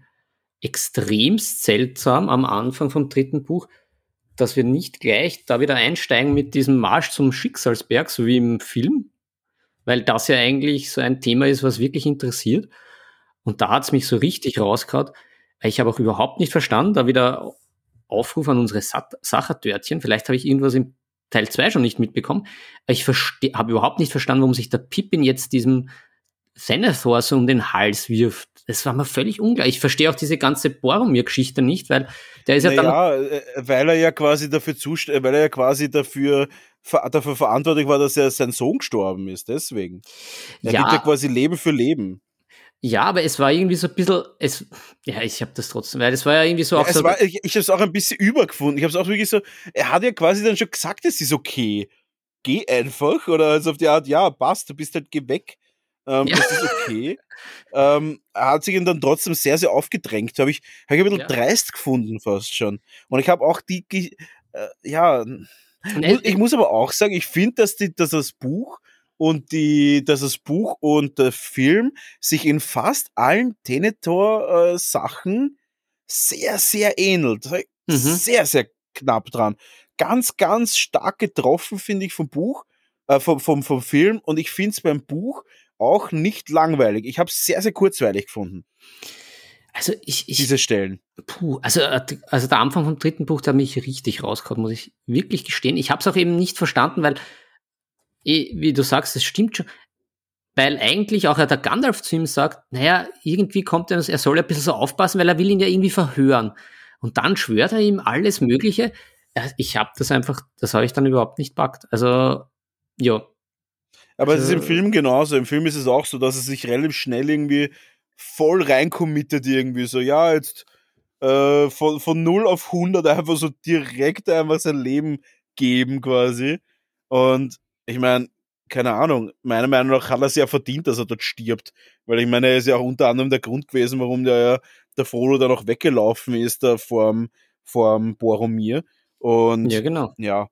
extremst seltsam am Anfang vom dritten Buch, dass wir nicht gleich da wieder einsteigen mit diesem Marsch zum Schicksalsberg, so wie im Film, weil das ja eigentlich so ein Thema ist, was wirklich interessiert. Und da hat's mich so richtig rausgehauen. Ich habe auch überhaupt nicht verstanden, da wieder Aufruf an unsere Sat- Sachertörtchen, vielleicht habe ich irgendwas im Teil zwei schon nicht mitbekommen. Ich verste- habe überhaupt nicht verstanden, warum sich der Pippin jetzt diesem Denethor so um den Hals wirft. Das war mir völlig unklar. Ich verstehe auch diese ganze Boromir-Geschichte nicht, weil der ist ja dann... Naja, äh, weil er ja quasi dafür zust äh, weil er ja quasi dafür, ver dafür verantwortlich war, dass er sein Sohn gestorben ist, deswegen. Er gibt ja Ja, quasi Leben für Leben. ja, aber es war irgendwie so ein bisschen... Es, ja, ich habe das trotzdem, weil es war ja irgendwie so Ja, auch es so... war, ich ich habe es auch ein bisschen übergefunden. Ich habe es auch wirklich so, er hat ja quasi dann schon gesagt, es ist okay. Geh einfach. Oder also auf die Art, ja, passt, du bist halt, geh weg. Ähm, Ja. Das ist okay. ähm, er hat sich ihn dann trotzdem sehr, sehr aufgedrängt. Habe ich, hab ich ein bisschen Ja. dreist gefunden fast schon. Und ich habe auch die, ge- äh, ja, Nee, ich muss aber auch sagen, ich finde, dass, die, dass das Buch und die, dass das Buch und der Film sich in fast allen Denethor-Sachen sehr, sehr ähnelt. Mhm. Sehr, sehr knapp dran. Ganz, ganz stark getroffen, finde ich, vom Buch, äh, vom, vom, vom Film. Und ich finde es beim Buch auch nicht langweilig. Ich habe es sehr, sehr kurzweilig gefunden, Also ich, ich, diese Stellen. puh, also, äh, also der Anfang vom dritten Buch, der hat mich richtig rausgehauen, muss ich wirklich gestehen. Ich habe es auch eben nicht verstanden, weil, eh, wie du sagst, das stimmt schon, weil eigentlich auch der Gandalf zu ihm sagt, naja, irgendwie kommt er, er soll ja ein bisschen so aufpassen, weil er will ihn ja irgendwie verhören. Und dann schwört er ihm alles Mögliche. Ja, ich habe das einfach, das habe ich dann überhaupt nicht packt. Also, ja. Aber es Also- ist im Film genauso. Im Film ist es auch so, dass er sich relativ schnell irgendwie voll reinkommittet irgendwie. So, ja, jetzt äh, von, von null auf hundert einfach so direkt einfach sein Leben geben quasi. Und ich meine, keine Ahnung, meiner Meinung nach hat er es ja verdient, dass er dort stirbt. Weil ich meine, er ist ja auch unter anderem der Grund gewesen, warum der, ja, der Frodo dann auch weggelaufen ist, da vorm, vorm Boromir. Und Ja, genau. ja,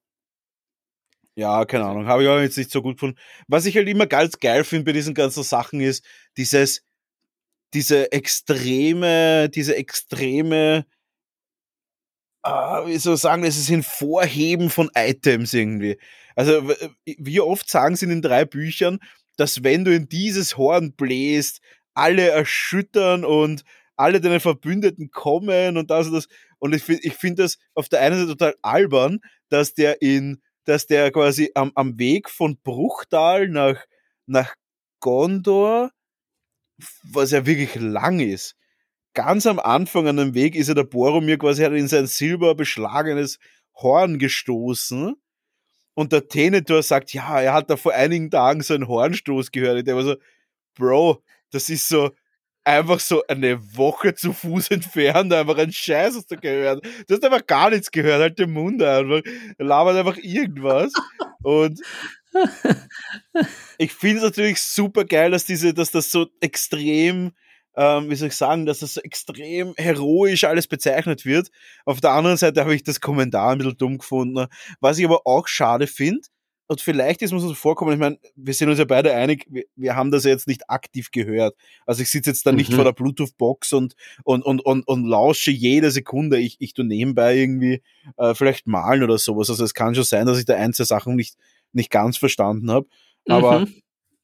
ja, keine Ahnung, habe ich auch jetzt nicht so gut gefunden. Was ich halt immer ganz geil finde bei diesen ganzen Sachen ist, dieses, diese extreme, diese extreme, ah, wie soll ich sagen, das ist Hervorheben von Items irgendwie. Also, w- wie oft sagen sie in den drei Büchern, dass wenn du in dieses Horn bläst, alle erschüttern und alle deine Verbündeten kommen und das und das. Und ich finde ich find das auf der einen Seite total albern, dass der in, dass der quasi am, am Weg von Bruchtal nach, nach Gondor, was ja wirklich lang ist, ganz am Anfang an dem Weg ist ja der Boromir quasi hat in sein silber beschlagenes Horn gestoßen und der Denethor sagt, ja, er hat da vor einigen Tagen so einen Hornstoß gehört. Und der war so, Bro, das ist so einfach so eine Woche zu Fuß entfernt, einfach ein Scheiß hast du gehört. Du hast einfach gar nichts gehört, halt den Mund einfach, labert einfach irgendwas. Und Ich finde es natürlich super geil, dass diese, dass das so extrem, ähm, wie soll ich sagen, dass das so extrem heroisch alles bezeichnet wird. Auf der anderen Seite habe ich das Kommentar ein bisschen dumm gefunden. Was ich aber auch schade finde, und vielleicht ist mir so vorkommen, ich meine, wir sind uns ja beide einig, wir, wir haben das ja jetzt nicht aktiv gehört. Also ich sitze jetzt da nicht Mhm. vor der Bluetooth-Box und, und, und, und, und lausche jede Sekunde. Ich, ich tu nebenbei irgendwie äh, vielleicht malen oder sowas. Also es kann schon sein, dass ich da ein, zwei Sachen nicht, nicht ganz verstanden habe. Aber Mhm.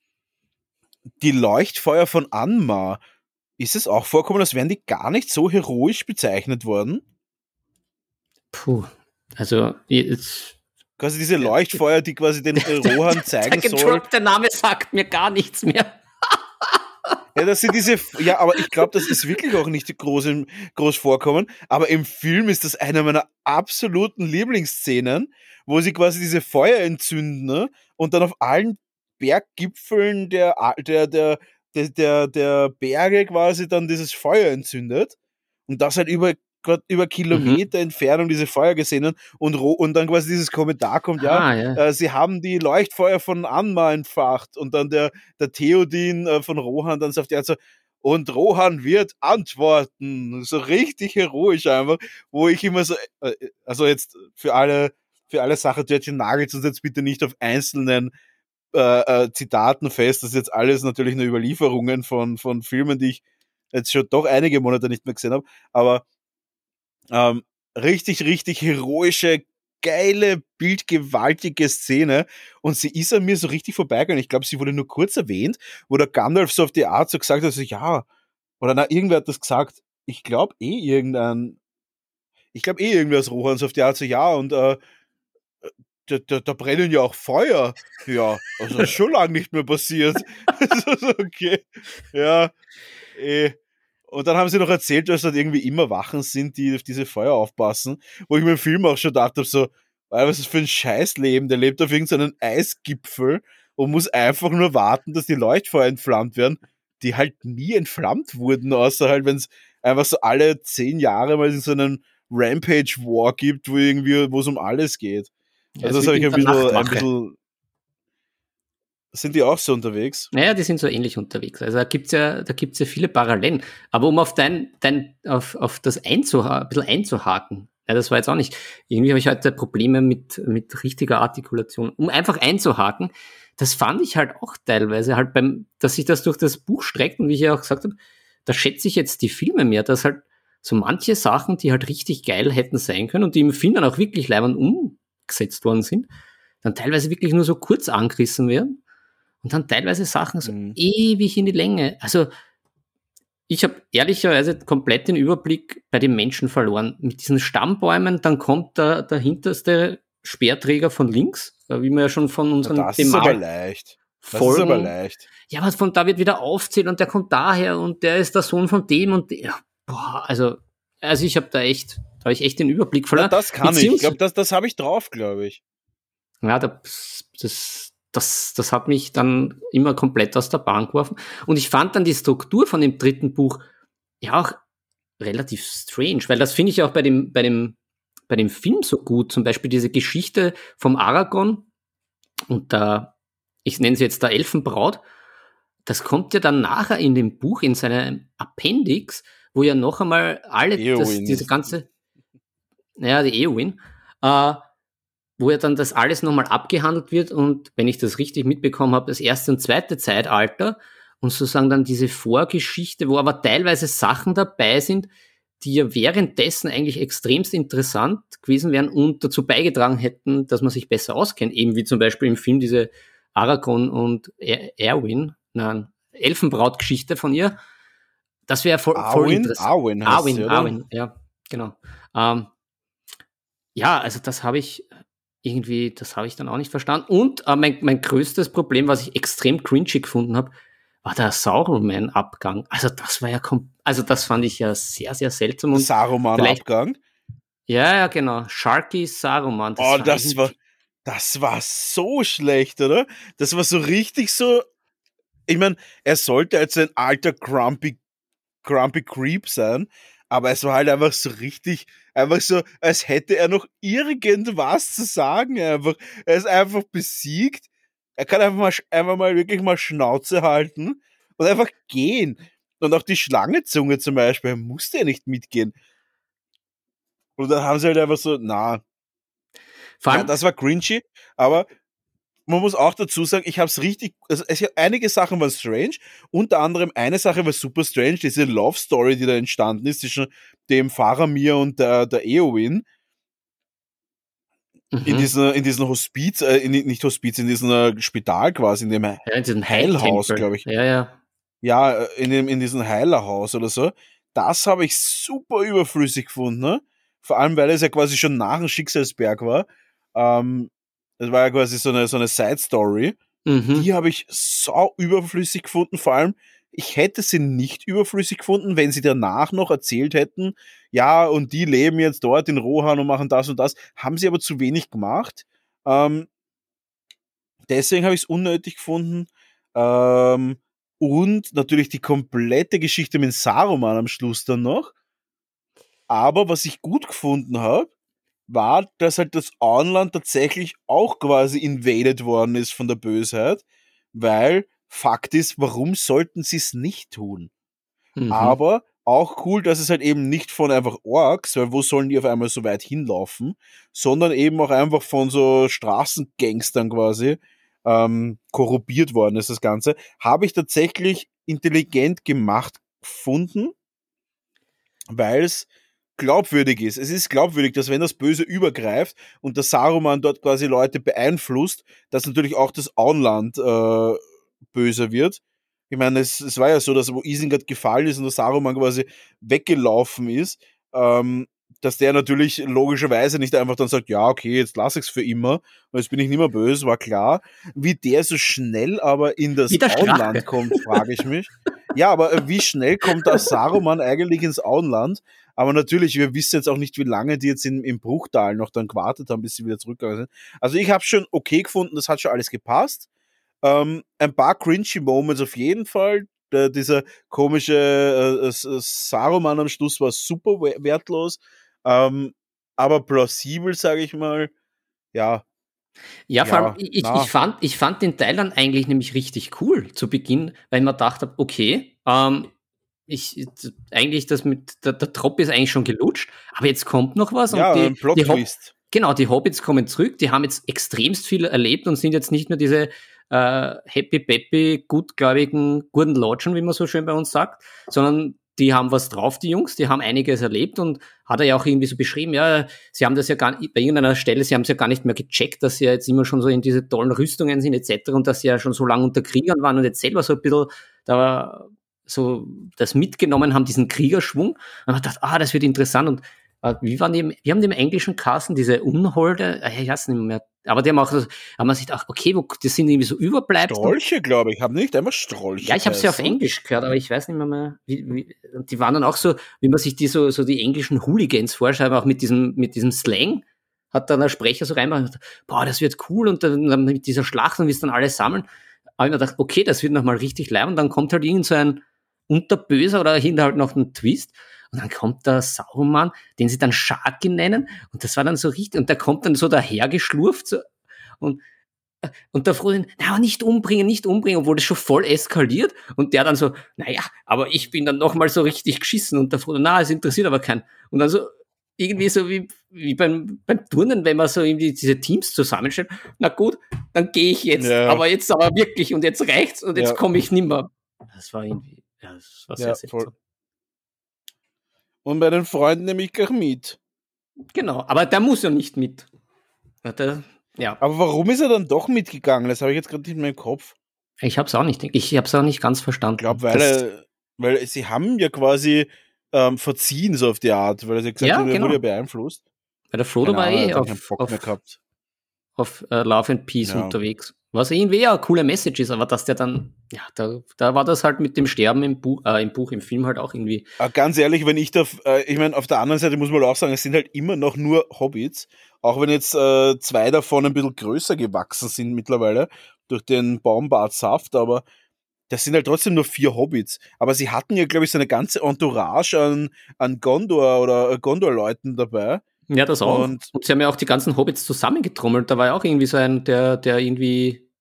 die Leuchtfeuer von Anmar, ist es auch vorkommen, als wären die gar nicht so heroisch bezeichnet worden? Puh. Also, jetzt. Quasi diese Leuchtfeuer, die quasi den äh, Rohan zeigen Der soll. gedroppte Name sagt mir gar nichts mehr. Ja, das sind diese, ja, aber ich glaube, das ist wirklich auch nicht groß, im, groß vorkommen. Aber im Film ist das eine meiner absoluten Lieblingsszenen, wo sie quasi diese Feuer entzünden, ne? Und dann auf allen Berggipfeln der, A- der, der, der, der, der Berge quasi dann dieses Feuer entzündet. Und das halt über, Gott, über Mhm. Kilometer Entfernung diese Feuer gesehen haben. und, ro- und dann quasi dieses Kommentar kommt, ja, Ah, ja. äh, sie haben die Leuchtfeuer von Anma entfacht. Und dann der, der Theodin äh, von Rohan dann sagt, ja, so, und Rohan wird antworten. So richtig heroisch einfach, wo ich immer so, äh, also jetzt für alle, für alle Sachertörtchen nagelt uns jetzt bitte nicht auf einzelnen äh, äh, Zitaten fest. Das ist jetzt alles natürlich nur Überlieferungen von, von Filmen, die ich jetzt schon doch einige Monate nicht mehr gesehen habe. Aber ähm, richtig, richtig heroische, geile, bildgewaltige Szene. Und sie ist an mir so richtig vorbeigegangen. Ich glaube, sie wurde nur kurz erwähnt, wo der Gandalf so auf die Art so gesagt hat, so, ja, oder na, irgendwer hat das gesagt. Ich glaube eh irgendein, ich glaube eh irgendwer aus Rohan so auf die Art so, ja, und äh, da, da, da brennen ja auch Feuer. Ja, also ist schon lange nicht mehr passiert. So, so, okay, ja, eh. Und dann haben sie noch erzählt, dass dort irgendwie immer Wachen sind, die auf diese Feuer aufpassen, wo ich mir im Film auch schon dachte, so, was ist das für ein Scheißleben? Der lebt auf irgendeinem Eisgipfel und muss einfach nur warten, dass die Leuchtfeuer entflammt werden, die halt nie entflammt wurden, außer halt, wenn es einfach so alle zehn Jahre mal so einen Rampage-War gibt, wo irgendwie, wo es um alles geht. Ja, Also es das wird habe ich in ein der bisschen, ein Nachtwache. bisschen, sind die auch so unterwegs? Naja, die sind so ähnlich unterwegs. Also da gibt's ja, da gibt's ja viele Parallelen. Aber um auf dein, dein, auf, auf das einzuha ein bisschen einzuhaken, ja, das war jetzt auch nicht. Irgendwie habe ich heute Probleme mit, mit richtiger Artikulation. Um einfach einzuhaken, das fand ich halt auch teilweise halt beim, dass sich das durch das Buch streckt und wie ich ja auch gesagt habe, da schätze ich jetzt die Filme mehr, dass halt so manche Sachen, die halt richtig geil hätten sein können und die im Film dann auch wirklich leibend umgesetzt worden sind, dann teilweise wirklich nur so kurz angerissen werden. Und dann teilweise Sachen so Mhm. ewig in die Länge. Also ich habe ehrlicherweise komplett den Überblick bei den Menschen verloren. Mit diesen Stammbäumen, dann kommt der, der hinterste Speerträger von links, wie wir ja schon von Na, unseren das ist aber Bemal leicht. Das ist aber Folgen. leicht. Ja, was von da wird wieder aufzählen und der kommt daher und der ist der Sohn von dem und der. Boah, also, also ich habe da echt, da habe ich echt den Überblick Na, verloren. das kann ich. Ich Beziehungs- glaube, das, das habe ich drauf, glaube ich. Ja, das, das, das, das hat mich dann immer komplett aus der Bahn geworfen. Und ich fand dann die Struktur von dem dritten Buch ja auch relativ strange, weil das finde ich auch bei dem, bei dem, bei dem Film so gut. Zum Beispiel diese Geschichte vom Aragorn und der, ich nenne sie jetzt der Elfenbraut. Das kommt ja dann nachher in dem Buch, in seinem Appendix, wo ja noch einmal alle, das, Eowyn diese ist- ganze, naja, die Eowyn, äh, wo ja dann das alles nochmal abgehandelt wird und wenn ich das richtig mitbekommen habe, das erste und zweite Zeitalter und sozusagen dann diese Vorgeschichte, wo aber teilweise Sachen dabei sind, die ja währenddessen eigentlich extremst interessant gewesen wären und dazu beigetragen hätten, dass man sich besser auskennt, eben wie zum Beispiel im Film diese Aragorn und er Erwin, nein, Elfenbraut-Geschichte von ihr. Das wäre voll, voll Arwen? interessant. Arwen heißt Arwen, sie, oder? Arwen, ja, genau. Ähm, ja, also das habe ich irgendwie, das habe ich dann auch nicht verstanden. Und äh, mein, mein größtes Problem, was ich extrem cringy gefunden habe, war der Sauron-Abgang. Also das war ja, kom also das fand ich ja sehr, sehr seltsam. Der Und vielleicht, Saruman-Abgang. ja, ja, genau. Sharky Saruman. Das Oh, war das irgendwie- war, das war so schlecht, oder? Das war so richtig so. Ich meine, er sollte als ein alter Grumpy, Grumpy Creep sein, aber es war halt einfach so richtig, einfach so, als hätte er noch irgendwas zu sagen. Einfach, er ist einfach besiegt. Er kann einfach mal, einfach mal wirklich mal Schnauze halten und einfach gehen. Und auch die Schlangenzunge zum Beispiel musste ja nicht mitgehen. Und dann haben sie halt einfach so, na, Vor ja, allem, das war cringy, aber man muss auch dazu sagen, ich habe es richtig, also es, einige Sachen waren strange, unter anderem eine Sache war super strange, diese Love Story, die da entstanden ist zwischen dem Faramir und der, der Eowyn in mhm. diesem in diesem Hospiz, äh, in, nicht Hospiz, in diesem äh, Spital quasi, in dem Ja, in diesem Heilhaus, Heiltempel. glaube ich. Ja, ja. Ja, äh, in dem in diesem Heilerhaus oder so. Das habe ich super überflüssig gefunden, ne? Vor allem, weil es ja quasi schon nach dem Schicksalsberg war. Ähm, das war ja quasi so eine so eine Side Story. Mhm. Die habe ich sau überflüssig gefunden. Vor allem, ich hätte sie nicht überflüssig gefunden, wenn sie danach noch erzählt hätten, ja, und die leben jetzt dort in Rohan und machen das und das. Haben sie aber zu wenig gemacht. Ähm, deswegen habe ich es unnötig gefunden. Ähm, und natürlich die komplette Geschichte mit Saruman am Schluss dann noch. Aber was ich gut gefunden habe, war, dass halt das Auenland tatsächlich auch quasi invaded worden ist von der Bösheit, weil Fakt ist, warum sollten sie es nicht tun? Mhm. Aber auch cool, dass es halt eben nicht von einfach Orks, weil wo sollen die auf einmal so weit hinlaufen, sondern eben auch einfach von so Straßengangstern quasi ähm, korrumpiert worden ist das Ganze. Habe ich tatsächlich intelligent gemacht gefunden, weil es glaubwürdig ist. Es ist glaubwürdig, dass wenn das Böse übergreift und der Saruman dort quasi Leute beeinflusst, dass natürlich auch das Auenland äh, böser wird. Ich meine, es, es war ja so, dass wo Isengard gefallen ist und der Saruman quasi weggelaufen ist, ähm, dass der natürlich logischerweise nicht einfach dann sagt, ja, okay, jetzt lasse ich es für immer, weil jetzt bin ich nicht mehr böse, war klar. Wie der so schnell aber in das Wie der Auenland Strache. kommt, frage ich mich. Ja, aber äh, wie schnell kommt der Saruman eigentlich ins Auenland? Aber natürlich, wir wissen jetzt auch nicht, wie lange die jetzt in, im Bruchtal noch dann gewartet haben, bis sie wieder zurückgegangen sind. Also ich habe schon okay gefunden, das hat schon alles gepasst. Ähm, ein paar cringy Moments auf jeden Fall. Der, dieser komische äh, äh, Saruman am Schluss war super we- wertlos. Ähm, aber plausibel, sage ich mal. Ja, Ja, vor allem, ja, ich, ich, na, fand, ich fand den Teil dann eigentlich nämlich richtig cool zu Beginn, weil man dachte, okay, ähm, ich, eigentlich das mit, der, der Trop ist eigentlich schon gelutscht, aber jetzt kommt noch was und ja, die, ein die Hob Plot-Twist. genau, die Hobbits kommen zurück, die haben jetzt extremst viel erlebt und sind jetzt nicht mehr diese äh, happy, peppy, gutgläubigen Gurdenlotschen, wie man so schön bei uns sagt, sondern die haben was drauf, die Jungs, die haben einiges erlebt und hat er ja auch irgendwie so beschrieben, ja, sie haben das ja gar nicht, bei irgendeiner Stelle, sie haben es ja gar nicht mehr gecheckt, dass sie ja jetzt immer schon so in diese tollen Rüstungen sind et cetera und dass sie ja schon so lange unter Kriegern waren und jetzt selber so ein bisschen da so das mitgenommen haben, diesen Kriegerschwung. Und man dachte, ah, das wird interessant. Und äh, wie waren die, wir haben dem englischen Casten diese Unholde, äh, ich weiß nicht mehr, aber die haben auch, so- haben man sich gedacht, okay, wo, das sind irgendwie so Überbleibsel. Strolche, glaube ich. Haben nicht einfach Strolche. Ja, ich habe sie auf geheißen. Englisch gehört, aber ich weiß nicht mehr, mehr wie, wie, und die waren dann auch so, wie man sich die so, so die englischen Hooligans vorstellt, auch mit diesem, mit diesem Slang, hat dann der Sprecher so reinmacht, boah, das wird cool und dann, dann mit dieser Schlacht und wie es dann alle sammeln, habe ich mir gedacht, okay, das wird nochmal richtig leid und dann kommt halt irgend so ein Unterböser oder hinter halt noch ein Twist und dann kommt der Sauron, den sie dann Sharky nennen und das war dann so richtig und der kommt dann so dahergeschlurft so, und und der Frodo, na, nicht umbringen, nicht umbringen, obwohl das schon voll eskaliert. Und der dann so, naja, aber ich bin dann nochmal so richtig geschissen. Und der Frodo, na, es interessiert aber keinen. Und dann so, irgendwie so wie, wie beim, beim Turnen, wenn man so irgendwie diese Teams zusammenstellt. Na gut, dann gehe ich jetzt. Ja. Aber jetzt aber wirklich. Und jetzt reicht's. Und jetzt Ja. komme ich nimmer. Das war irgendwie, ja, das war sehr Ja, seltsam. voll. Und bei den Freunden nehme ich gleich mit. Genau, aber der muss ja nicht mit. Ja, der, ja. Aber warum ist er dann doch mitgegangen? Das habe ich jetzt gerade nicht mehr im Kopf. Ich habe es auch nicht, ich habe es auch nicht ganz verstanden. Ich glaube, weil, Das- er, weil sie haben ja quasi ähm, verziehen, so auf die Art, weil er gesagt Ja, hat, er genau. wurde ja beeinflusst. Weil der Frodo Keine war Ahnung, eh er hat auf, keinen Bock mehr auf, gehabt. auf uh, Love and Peace Ja. unterwegs. Was irgendwie ja eine coole Message ist, aber dass der dann, ja, da, da war das halt mit dem Sterben im Buch, äh, im Buch, im Film halt auch irgendwie. Aber ganz ehrlich, wenn ich da, äh, ich meine, auf der anderen Seite muss man auch sagen, es sind halt immer noch nur Hobbits, auch wenn jetzt äh, zwei davon ein bisschen größer gewachsen sind mittlerweile durch den Baumbartsaft, aber das sind halt trotzdem nur vier Hobbits. Aber sie hatten ja, glaube ich, so eine ganze Entourage an, an Gondor oder äh, Gondor-Leuten dabei. Ja, das auch. Und- Und sie haben ja auch die ganzen Hobbits zusammengetrommelt. Da war ja auch irgendwie so ein, der, der irgendwie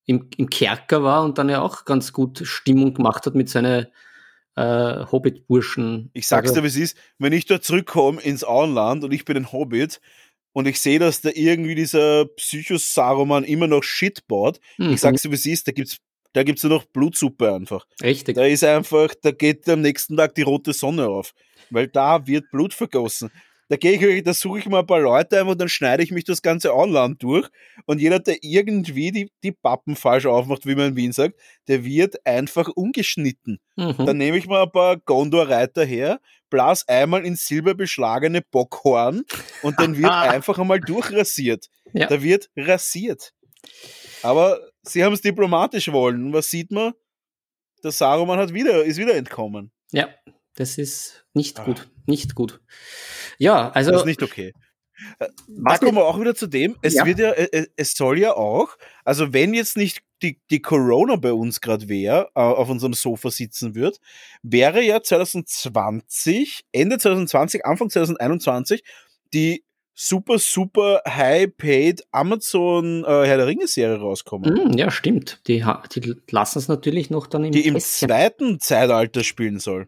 im, im Kerker war und dann ja auch ganz gut Stimmung gemacht hat mit seinen äh, Hobbit-Burschen. Ich sag's Also, dir, wie es ist, wenn ich da zurückkomme ins Auenland und ich bin ein Hobbit und ich sehe, dass da irgendwie dieser Psychosaruman immer noch Shit baut, mhm, ich sag's dir, wie es ist, da gibt's, da gibt's nur noch Blutsuppe einfach. richtig. Da ist einfach, da geht am nächsten Tag die rote Sonne auf, weil da wird Blut vergossen. Da gehe ich, da suche ich mal ein paar Leute ein und dann schneide ich mich das ganze Auenland durch und jeder, der irgendwie die, die Pappen falsch aufmacht, wie man in Wien sagt, der wird einfach umgeschnitten. Mhm. Dann nehme ich mal ein paar Gondor-Reiter her, blas einmal ins Silber beschlagene Bockhorn und dann wird einfach einmal durchrasiert. Ja. Da wird rasiert. Aber sie haben es diplomatisch wollen. Und was sieht man? Der Saruman hat wieder, ist wieder entkommen. Ja, das ist nicht Ah. gut. Nicht gut. Ja, also. Das ist nicht okay. Da was kommen mit- wir auch wieder zu dem, es Ja. wird ja, äh, es soll ja auch, also wenn jetzt nicht die, die Corona bei uns gerade wäre, äh, auf unserem Sofa sitzen wird, wäre ja zwanzig zwanzig, Ende zwanzig zwanzig, Anfang zwanzig einundzwanzig die super, super high-paid Amazon äh, Herr der Ringe-Serie rauskommen, Mm, ja, stimmt. Die, ha- die lassen es natürlich noch dann im die im Kästchen. zweiten Zeitalter spielen soll.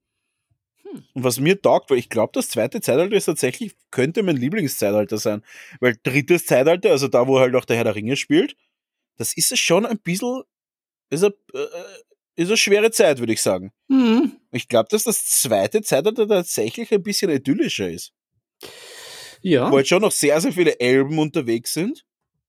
Und was mir taugt, weil ich glaube, das zweite Zeitalter ist tatsächlich, könnte mein Lieblingszeitalter sein. Weil drittes Zeitalter, also da, wo halt auch der Herr der Ringe spielt, das ist es schon ein bisschen, ist eine, äh, ist eine schwere Zeit, würde ich sagen. Mhm. Ich glaube, dass das zweite Zeitalter tatsächlich ein bisschen idyllischer ist. Ja. Wo halt schon noch sehr, sehr viele Elben unterwegs sind.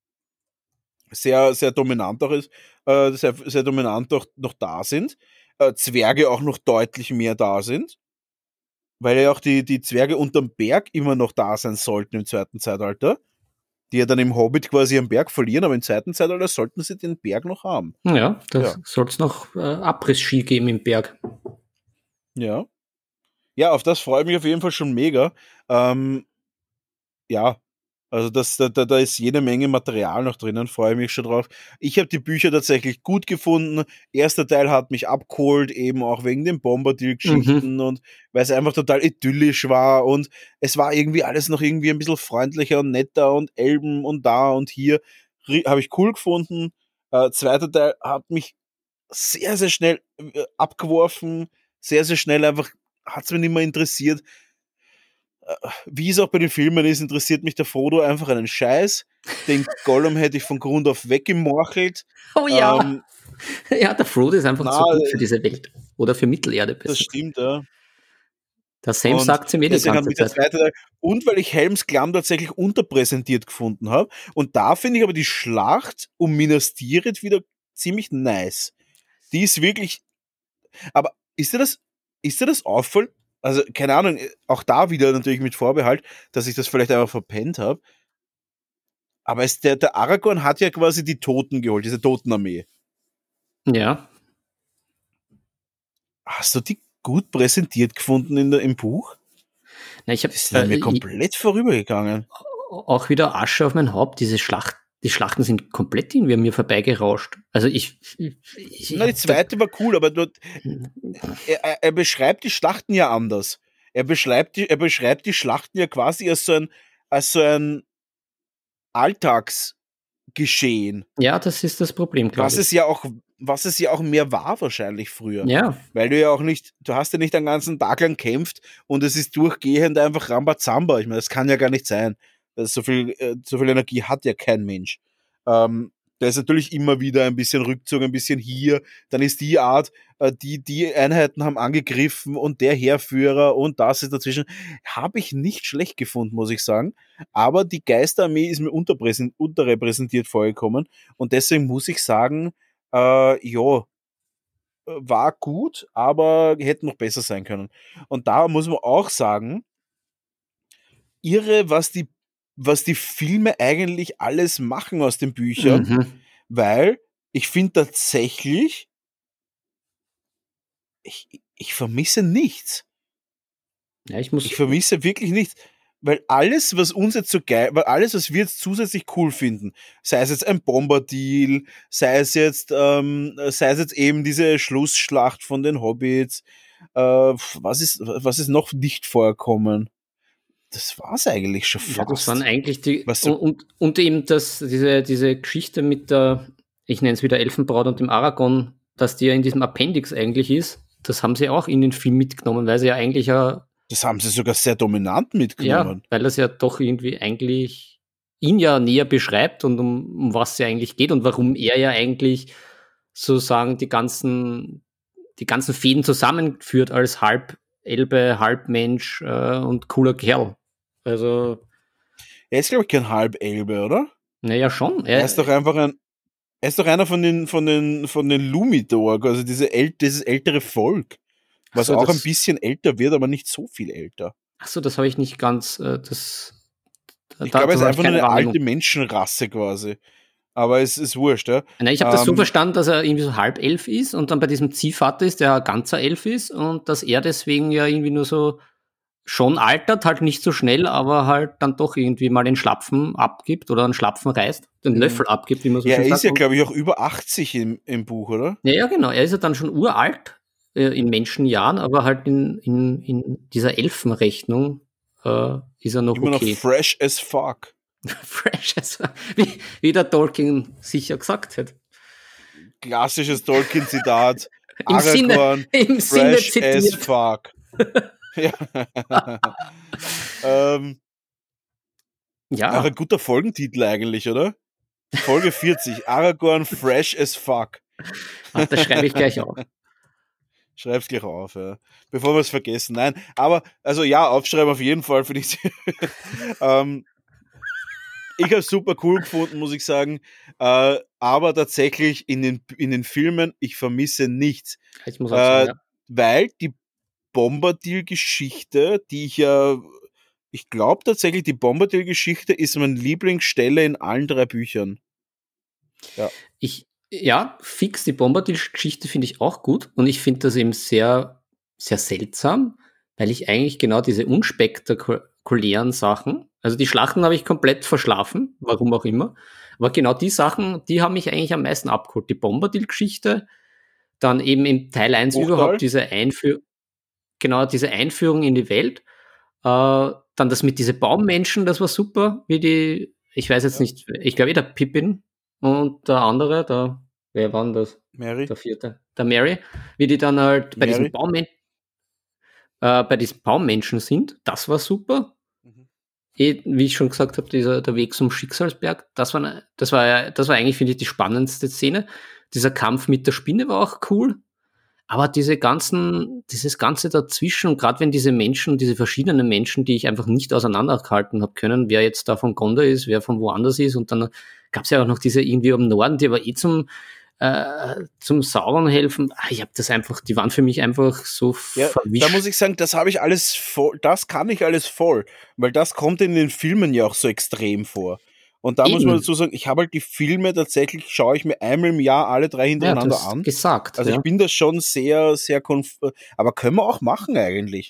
Sehr, sehr dominant auch ist, äh, sehr, sehr dominant auch noch da sind. Äh, Zwerge auch noch deutlich mehr da sind. Weil ja auch die, die Zwerge unterm Berg immer noch da sein sollten im zweiten Zeitalter, die ja dann im Hobbit quasi am Berg verlieren, aber im zweiten Zeitalter sollten sie den Berg noch haben. Ja, da Ja. soll es noch äh, Abriss-Ski geben im Berg. Ja. Ja, auf das freue ich mich auf jeden Fall schon mega. Ähm, ja, also das, da, da da ist jede Menge Material noch drinnen, freue ich mich schon drauf. Ich habe die Bücher tatsächlich gut gefunden. Erster Teil hat mich abgeholt, eben auch wegen den Bombadil-Geschichten und weil es einfach total idyllisch war und es war irgendwie alles noch irgendwie ein bisschen freundlicher und netter und Elben und da und hier. Ri- Habe ich cool gefunden. Äh, zweiter Teil hat mich sehr, sehr schnell äh, abgeworfen, sehr, sehr schnell einfach, hat es mich nicht mehr interessiert. Äh, Wie es auch bei den Filmen ist, interessiert mich der Frodo einfach einen Scheiß. Den Gollum hätte ich von Grund auf weggemorchelt. Oh ja. Ähm, Ja, der Frodo ist einfach na, zu gut äh, für diese Welt. Oder für Mittelerde besser. das stimmt, ja. Der Sam Und sagt sie mir die deswegen hat ganze mich der Zeit. zweite Teil, und weil ich Helms Klamm tatsächlich unterpräsentiert gefunden habe. Und da finde ich aber die Schlacht um Minas Tirith wieder ziemlich nice. Die ist wirklich, aber ist dir das, ist dir das auffallend? Also, keine Ahnung, auch da wieder natürlich mit Vorbehalt, dass ich das vielleicht einfach verpennt habe. Aber es, der, der Aragorn hat ja quasi die Toten geholt, diese Totenarmee. Ja. Hast du die gut präsentiert gefunden in der, im Buch? Na, ich habe Das ist an mir äh, komplett vorübergegangen. auch wieder Asche auf mein Haupt. Diese Schlacht, die Schlachten sind komplett irgendwie an mir vorbeigerauscht. Also ich. ich, ich Na, die hab zweite war cool, aber dort, er, er, er beschreibt die Schlachten ja anders. Er beschreibt die, er beschreibt die Schlachten ja quasi als so ein, als so ein Alltagsgeschehen. Da, ja, das ist das Problem, glaube Was ich. es ja auch, was es ja auch mehr war wahrscheinlich früher. Ja, Weil du ja auch nicht, du hast ja nicht den ganzen Tag lang kämpft und es ist durchgehend einfach Rambazamba. Ich meine, das kann ja gar nicht sein. Das so viel, äh, so viel Energie hat ja kein Mensch. Ähm, da ist natürlich immer wieder ein bisschen Rückzug, ein bisschen hier. Dann ist die Art, äh, die, die Einheiten haben angegriffen und der Heerführer und das ist dazwischen. Habe ich nicht schlecht gefunden, muss ich sagen. Aber die Geisterarmee ist mir unterpräsent, unterrepräsentiert vorgekommen und deswegen muss ich sagen, äh, ja, war gut, aber hätte noch besser sein können. Und da muss man auch sagen, irre, was die, was die Filme eigentlich alles machen aus den Büchern, mhm. weil ich finde tatsächlich, ich, ich vermisse nichts. Ja, ich muss. Ich vermisse wirklich nichts. Weil alles, was uns jetzt so geil, weil alles, was wir jetzt zusätzlich cool finden, sei es jetzt ein Bombadil, sei es jetzt, ähm, sei es jetzt eben diese Schlussschlacht von den Hobbits, äh, was ist, was ist noch nicht vorkommen? Das war's eigentlich schon Ja, das fast. waren eigentlich die. Was Und, so- und, und eben das, diese, diese Geschichte mit der, ich nenne es wieder Elfenbraut und dem Aragorn, dass die ja in diesem Appendix eigentlich ist, das haben sie auch in den Film mitgenommen, weil sie ja eigentlich ja, Das haben sie sogar sehr dominant ja, mitgenommen. weil das ja doch irgendwie eigentlich ihn ja näher beschreibt und um, um was es ja eigentlich geht und warum er ja eigentlich sozusagen die ganzen, die ganzen Fäden zusammenführt als halb Elbe, halb Mensch äh, und cooler Kerl. Also, Er ist, glaube ich, kein Halbelbe, oder? naja, schon. Er ist doch einfach ein. Er ist doch einer von den, von den, von den Lumidorg, also diese äl dieses ältere Volk. Was so, auch das- ein bisschen älter wird, aber nicht so viel älter. Achso, das habe ich nicht ganz, äh, das, Ich da- glaube, er das ist hab einfach nur keine eine Wahrnehmung. alte Menschenrasse quasi. Aber es ist wurscht, ja. Nein, ich habe das so Ähm, verstanden, dass er irgendwie so halb Elf ist und dann bei diesem Ziehvater ist, der ein ganzer Elf ist und dass er deswegen ja irgendwie nur so schon altert, halt nicht so schnell, aber halt dann doch irgendwie mal den Schlapfen abgibt oder einen Schlapfen reißt, den Mhm. Löffel abgibt, wie man so Ja, schön er sagt. ist ja, Und- glaube ich, auch über achtzig im, im Buch, oder? ja, ja, genau. Er ist ja dann schon uralt äh, in Menschenjahren, aber halt in, in, in dieser Elfenrechnung äh, ist er noch Immer okay. noch fresh as fuck. Fresh, also, wie, wie der Tolkien sicher gesagt hat. Klassisches Tolkien-Zitat. Im Sinne, Aragorn, im Sinne fresh as zitiert. fuck. ja. ähm, Ja, Auch ein guter Folgentitel eigentlich, oder? Folge vierzig. Aragorn, fresh as fuck. ach, das schreibe ich gleich auf. Schreib's gleich auf, ja. Bevor wir es vergessen. Nein, aber, also ja, aufschreiben auf jeden Fall, finde ich. ähm, ich habe es super cool gefunden, muss ich sagen. Äh, aber tatsächlich in den, in den Filmen, ich vermisse nichts. Ich muss auch sagen, Äh, ja. Weil die Bombadil-Geschichte, die ich ja, ich glaube tatsächlich, die Bombadil-Geschichte ist meine Lieblingsstelle in allen drei Büchern. Ich, ja, fix, die Bombadil-Geschichte finde ich auch gut und ich finde das eben sehr, sehr seltsam, weil ich eigentlich genau diese unspektakulären Sachen, also die Schlachten habe ich komplett verschlafen, warum auch immer, aber genau die Sachen, die haben mich eigentlich am meisten abgeholt. Die Bombadil-Geschichte, dann eben im Teil eins Hochdal? überhaupt diese Einführung, genau diese Einführung in die Welt, äh, dann das mit diese Baummenschen, das war super, wie die, ich weiß jetzt Ja. nicht, ich glaube eh der Pippin und der andere, der, wer war denn das? Mary? Der vierte, der Mary, wie die dann halt bei Mary? diesen Baummen äh, bei diesen Baummenschen sind, das war super. Mhm. Eh, wie ich schon gesagt habe, dieser der Weg zum Schicksalsberg, das war, ne- das war, ja- das war eigentlich, finde ich, die spannendste Szene. Dieser Kampf mit der Spinne war auch cool. Aber diese ganzen, dieses Ganze dazwischen, und gerade wenn diese Menschen, diese verschiedenen Menschen, die ich einfach nicht auseinanderhalten habe können, wer jetzt da von Gondor ist, wer von woanders ist, und dann gab es ja auch noch diese irgendwie am Norden, die aber eh zum, äh, zum Sauron helfen. Ah, ich habe das einfach, die waren für mich einfach so Ja, verwischt. da muss ich sagen, das habe ich alles voll, das kann ich alles voll, weil das kommt in den Filmen ja auch so extrem vor. Und da muss Eben. man dazu sagen, ich habe halt die Filme tatsächlich, schaue ich mir einmal im Jahr alle drei ja, hintereinander das an. gesagt. Also ja. ich bin da schon sehr, sehr konf aber können wir auch machen eigentlich.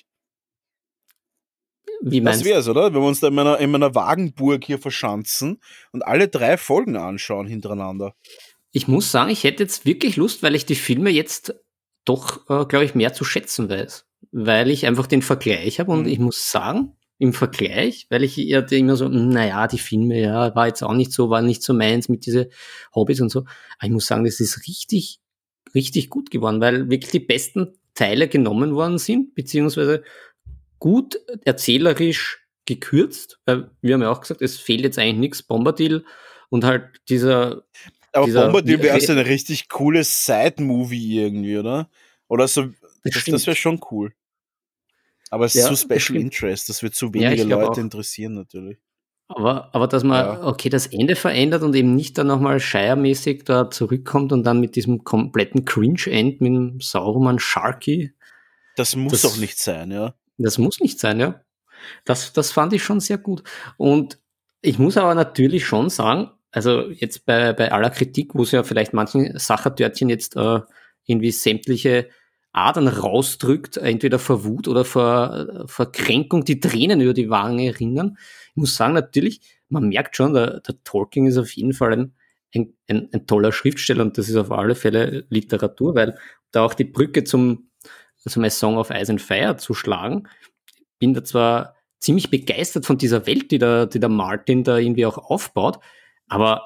Wie Das meinst du? wär's, oder? Wenn wir uns da in meiner, in meiner Wagenburg hier verschanzen und alle drei Folgen anschauen hintereinander. Ich muss sagen, ich hätte jetzt wirklich Lust, weil ich die Filme jetzt doch, äh, glaube ich, mehr zu schätzen weiß. Weil ich einfach den Vergleich habe und Mhm. ich muss sagen, im Vergleich, weil ich ja immer so, hm, naja, die Filme, ja, war jetzt auch nicht so, war nicht so meins mit diese Hobbys und so. Aber ich muss sagen, das ist richtig, richtig gut geworden, weil wirklich die besten Teile genommen worden sind, beziehungsweise gut erzählerisch gekürzt, weil wir haben ja auch gesagt, es fehlt jetzt eigentlich nichts, Bombadil und halt dieser, Aber Dieser- Bombadil wäre Re- so eine richtig coole Side-Movie irgendwie, oder? Oder so, das, stimmt. das wäre schon cool. Aber es Ja, ist so das Special stimmt. Interest, das wird zu Ja, wenige ich glaub Leute auch. interessieren natürlich. Aber, aber dass man, Ja. okay, das Ende verändert und eben nicht dann nochmal Shire-mäßig da zurückkommt und dann mit diesem kompletten Cringe-End mit dem Sauruman Sharky, Das muss Das- doch nicht sein, ja. das muss nicht sein, ja. Das, das fand ich schon sehr gut. Und ich muss aber natürlich schon sagen, also jetzt bei, bei aller Kritik, wo es ja vielleicht manchen Sachertörtchen jetzt äh, irgendwie sämtliche Adern rausdrückt, entweder vor Wut oder vor, äh, vor Kränkung, die Tränen über die Wange rinnen. Ich muss sagen, natürlich, man merkt schon, der, der Tolkien ist auf jeden Fall ein, ein, ein, ein toller Schriftsteller und das ist auf alle Fälle Literatur, weil da auch die Brücke zum, zum A Song of Ice and Fire zu schlagen, bin da zwar ziemlich begeistert von dieser Welt, die der, die der Martin da irgendwie auch aufbaut, aber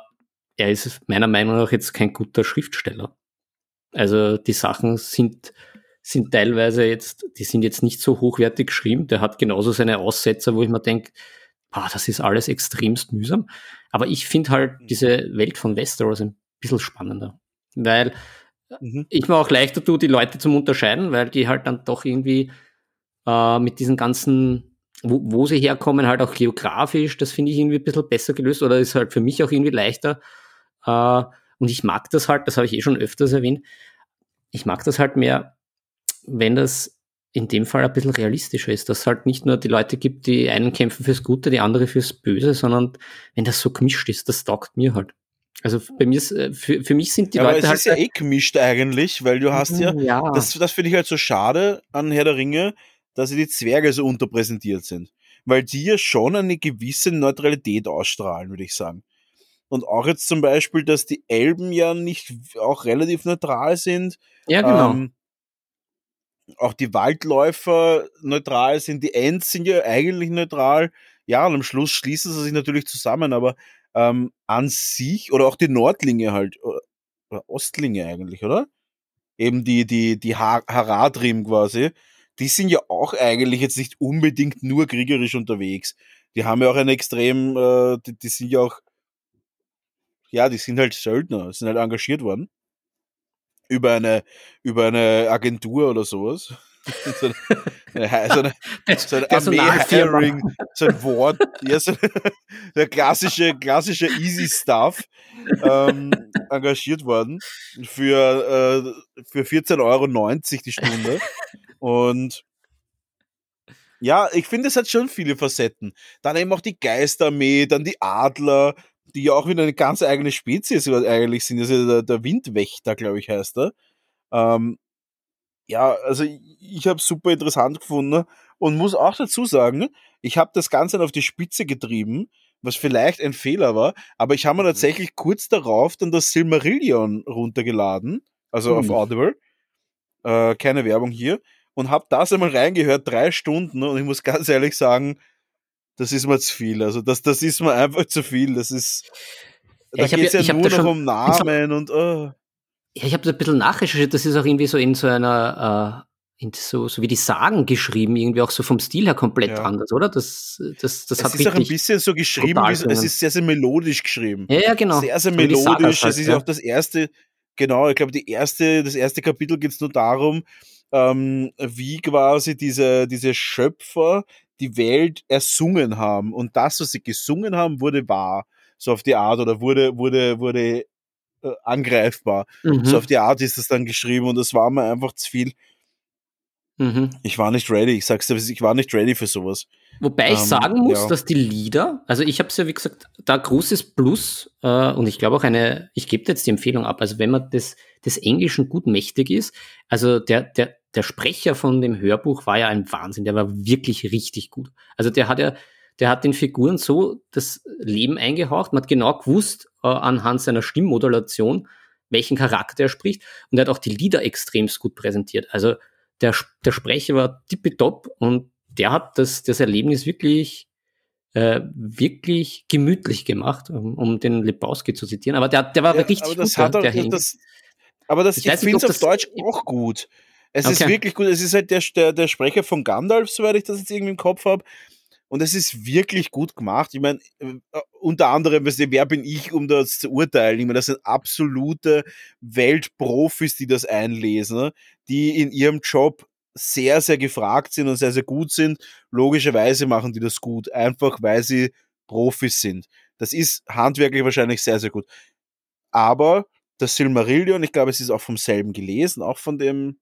er ist meiner Meinung nach jetzt kein guter Schriftsteller. Also die Sachen sind, sind teilweise jetzt, die sind jetzt nicht so hochwertig geschrieben. Der hat genauso seine Aussetzer, wo ich mir denke, ah, das ist alles extremst mühsam. Aber ich finde halt diese Welt von Westeros ein bisschen spannender. Weil Mhm. ich mir auch leichter tue, die Leute zum Unterscheiden, weil die halt dann doch irgendwie äh, mit diesen ganzen, wo, wo sie herkommen, halt auch geografisch, das finde ich irgendwie ein bisschen besser gelöst oder ist halt für mich auch irgendwie leichter. Äh, und ich mag das halt, das habe ich eh schon öfters erwähnt, ich mag das halt mehr, wenn das in dem Fall ein bisschen realistischer ist, dass es halt nicht nur die Leute gibt, die einen kämpfen fürs Gute, die andere fürs Böse, sondern wenn das so gemischt ist, das taugt mir halt. Also bei mir ist, äh, für, für mich sind die Ja, aber Leute es halt. ist ja eh gemischt eigentlich, weil du hast ja, ja, das, das finde ich halt so schade an Herr der Ringe, dass die Zwerge so unterpräsentiert sind. Weil die ja schon eine gewisse Neutralität ausstrahlen, würde ich sagen. Und auch jetzt zum Beispiel, dass die Elben ja nicht auch relativ neutral sind. ja, genau. Ähm, auch die Waldläufer neutral sind, die Ents sind ja eigentlich neutral. Ja, und am Schluss schließen sie sich natürlich zusammen, aber ähm, an sich, oder auch die Nordlinge halt, oder, oder Ostlinge eigentlich, oder? Eben die, die, die ha Haradrim quasi, die sind ja auch eigentlich jetzt nicht unbedingt nur kriegerisch unterwegs. Die haben ja auch eine extrem, äh, die, die sind ja auch, ja, die sind halt Söldner, sind halt engagiert worden. Über eine, über eine Agentur oder sowas. so eine, so eine, so ein Personalfirma. Armee-Hiring, so ein Wort, ja, so der klassische, klassische Easy Stuff, ähm, engagiert worden für, äh, für vierzehn Euro neunzig die Stunde. Und ja, ich finde, es hat schon viele Facetten. Dann eben auch die Geisterarmee, dann die Adler, die ja auch wieder eine ganz eigene Spezies eigentlich sind. Also der, der Windwächter, glaube ich, heißt er. Ähm, ja, also ich, ich habe es super interessant gefunden und muss auch dazu sagen, ich habe das Ganze auf die Spitze getrieben, was vielleicht ein Fehler war, aber ich habe mir Mhm. tatsächlich kurz darauf dann das Silmarillion runtergeladen, also auf Ui. Audible, äh, keine Werbung hier, und habe das einmal reingehört, drei Stunden, und ich muss ganz ehrlich sagen, das ist mir zu viel. Also das, das ist mir einfach zu viel. Das ist, Ja, da ich habe geht's ja, ja ich hab nur da noch schon um ein bisschen, Namen und oh. ja, ich habe da ein bisschen nachrecherchiert, das ist auch irgendwie so in so einer, äh, in so, so wie die Sagen geschrieben, irgendwie auch so vom Stil her komplett Ja. anders, oder? Das, das, das Es hat ist auch ein richtig bisschen so geschrieben, brutal wie so, es klingen. ist sehr, sehr melodisch geschrieben. Ja, ja, genau. Sehr, sehr So wie die Sagas melodisch. halt, Es ist ja ja. auch das erste, genau, ich glaube, die erste, das erste Kapitel geht es nur darum, ähm, wie quasi diese, diese Schöpfer die Welt ersungen haben. Und das, was sie gesungen haben, wurde wahr. So auf die Art, oder wurde, wurde, wurde äh, angreifbar. So auf Mhm. die Art ist das dann geschrieben, und das war mir einfach zu viel. Mhm. Ich war nicht ready. Ich sag's dir, ich war nicht ready für sowas. Wobei ich Ähm, sagen muss, ja. dass die Lieder, also ich habe es ja wie gesagt, da großes Plus äh, und ich glaube auch eine, ich gebe jetzt die Empfehlung ab, also wenn man des, des Englischen gut mächtig ist, also der, der, der Sprecher von dem Hörbuch war ja ein Wahnsinn, der war wirklich richtig gut. Also der hat ja, der hat den Figuren so das Leben eingehaucht, man hat genau gewusst äh, anhand seiner Stimmmodulation, welchen Charakter er spricht, und er hat auch die Lieder extremst gut präsentiert. Also der, der Sprecher war tippitopp und der hat das, das Erlebnis wirklich, äh, wirklich gemütlich gemacht, um, um den Lebowski zu zitieren. Aber der, der war Ja, richtig aber gut, das der, hat er, der das, Henry. das, aber das, Ich ich weiß nicht, finde ob es auf das. Deutsch auch gut. Es ist Okay. wirklich gut. Es ist halt der, der, der Sprecher von Gandalf, soweit ich das jetzt irgendwie im Kopf habe. Und es ist wirklich gut gemacht. Ich meine, äh, unter anderem, weißt du, wer bin ich, um das zu urteilen? Ich meine, das sind absolute Weltprofis, die das einlesen, ne? Die in ihrem Job sehr, sehr gefragt sind und sehr, sehr gut sind. Logischerweise machen die das gut, einfach weil sie Profis sind. Das ist handwerklich wahrscheinlich sehr, sehr gut. Aber das Silmarillion, ich glaube, es ist auch vom selben gelesen, auch von dem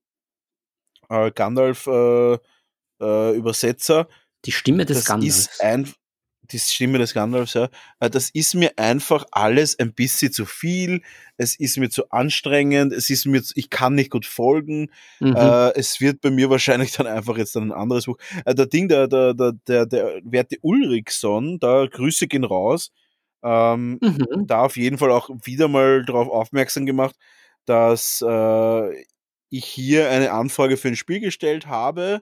äh, Gandalf äh, äh, Übersetzer. Die Stimme des Das ist Gandalfs. ein, die Stimme des Gandalfs, ja. Äh, Das ist mir einfach alles ein bisschen zu viel. Es ist mir zu anstrengend. Es ist mir, zu, ich kann nicht gut folgen. Mhm. Äh, es wird bei mir wahrscheinlich dann einfach jetzt dann ein anderes Buch. Äh, der Ding, der, der, der, der, der werte Ulrichson, da Grüße gehen raus. Ähm, Mhm. da auf jeden Fall auch wieder mal darauf aufmerksam gemacht, dass äh, ich hier eine Anfrage für ein Spiel gestellt habe,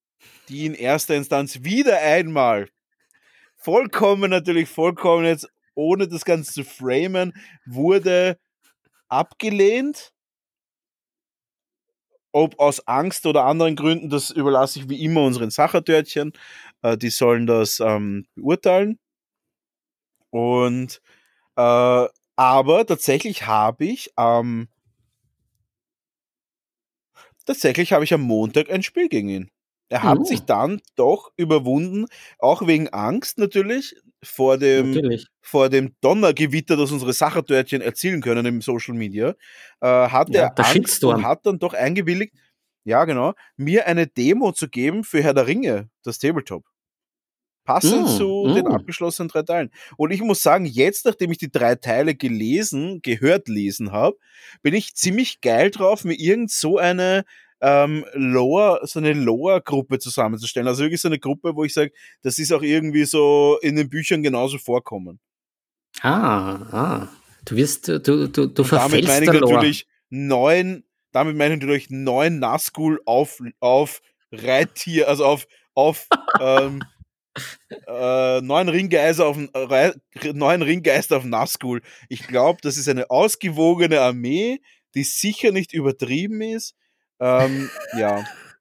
die in erster Instanz wieder einmal vollkommen, natürlich vollkommen jetzt ohne das Ganze zu framen, wurde abgelehnt. Ob aus Angst oder anderen Gründen, das überlasse ich wie immer unseren Sachertörtchen. Äh, die sollen das ähm, beurteilen. Und äh, aber tatsächlich habe ich ähm, tatsächlich habe ich am Montag ein Spiel gegen ihn. Er hat Mhm. sich dann doch überwunden, auch wegen Angst natürlich, vor dem, Natürlich. vor dem Donnergewitter, das unsere Sachertörtchen erzielen können im Social Media, äh, hatte Ja, er der Angst Shitstorm. und hat dann doch eingewilligt, ja genau, mir eine Demo zu geben für Herr der Ringe, das Tabletop. Passend Mm, zu mm. den abgeschlossenen drei Teilen. Und ich muss sagen, jetzt, nachdem ich die drei Teile gelesen, gehört lesen habe, bin ich ziemlich geil drauf, mir irgend so eine ähm, Lore, so eine Lore-Gruppe zusammenzustellen. Also wirklich so eine Gruppe, wo ich sage, das ist auch irgendwie so in den Büchern genauso vorkommen. Ah, ah. Du wirst, du, du, du Und damit verfällst meine ich der Lore. natürlich neun, damit meine ich natürlich neun Nazgul auf, auf Reittier, also auf, auf, ähm, Äh, neun Ringgeister auf äh, neun Ringgeister auf Nazgul. Ich glaube, das ist eine ausgewogene Armee, die sicher nicht übertrieben ist. Ähm, ja.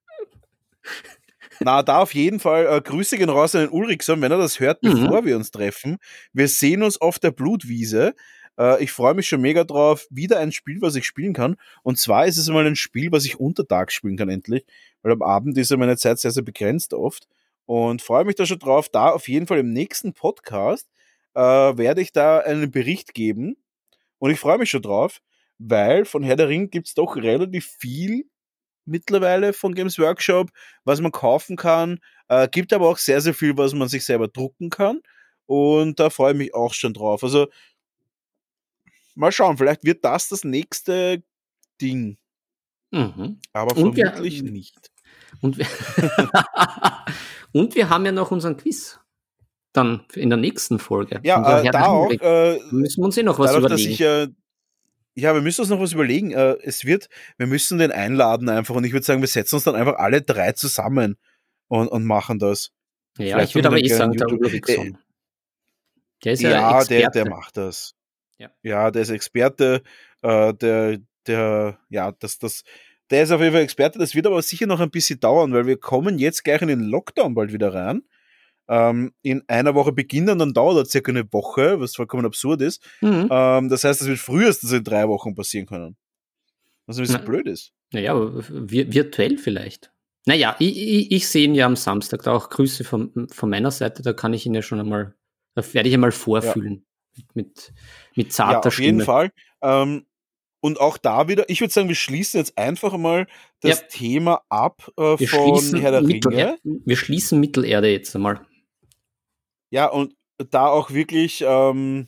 Na, da auf jeden Fall äh, Grüße gehen raus an den Ulrichson, wenn er das hört, Mhm. bevor wir uns treffen. Wir sehen uns auf der Blutwiese. Äh, ich freue mich schon mega drauf. Wieder ein Spiel, was ich spielen kann. Und zwar ist es mal ein Spiel, was ich untertags spielen kann, endlich. Weil am Abend ist ja meine Zeit sehr, sehr begrenzt oft. Und freue mich da schon drauf. Da auf jeden Fall im nächsten Podcast äh, werde ich da einen Bericht geben. Und ich freue mich schon drauf, weil von Herr der Ring gibt es doch relativ viel mittlerweile von Games Workshop, was man kaufen kann. Äh, gibt aber auch sehr, sehr viel, was man sich selber drucken kann. Und da freue ich mich auch schon drauf. Also mal schauen, vielleicht wird das das nächste Ding. Mhm. Aber Und wir- vermutlich nicht. Und wir, und wir haben ja noch unseren Quiz. Dann in der nächsten Folge. Ja, Unser äh, Herr da der auch. Ringe. Äh, Da müssen wir uns eh noch was dadurch, dass überlegen. ich äh, ja, wir müssen uns noch was überlegen. Äh, es wird, wir müssen den einladen einfach und ich würde sagen, wir setzen uns dann einfach alle drei zusammen und, und machen das. ja, vielleicht ich würde noch aber mit eh einem sagen, der YouTube- Ulrichson. Der ist ja, Ja, der, Experte. der macht das. Ja. Ja, der ist Experte. Äh, der, der, ja, das, das, der ist auf jeden Fall Experte. Das wird aber sicher noch ein bisschen dauern, weil wir kommen jetzt gleich in den Lockdown bald wieder rein. Ähm, in einer Woche beginnen, dann dauert das circa eine Woche, was vollkommen absurd ist. Mhm. Ähm, das heißt, es wird frühestens in drei Wochen passieren können. Was ein bisschen Na. blöd ist. Naja, aber vi- virtuell vielleicht. Naja, ich, ich, ich sehe ihn ja am Samstag. Da auch Grüße von, von meiner Seite. Da kann ich ihn ja schon einmal, da werde ich einmal vorfühlen. Mit, mit zarter Ja, auf Stimme. jeden Fall. Ähm, und auch da wieder, ich würde sagen, wir schließen jetzt einfach mal das Ja. Thema ab äh, Wir von schließen, Herr der Mittelerde, Ringe. wir schließen Mittelerde jetzt einmal. Ja, und da auch wirklich, ähm,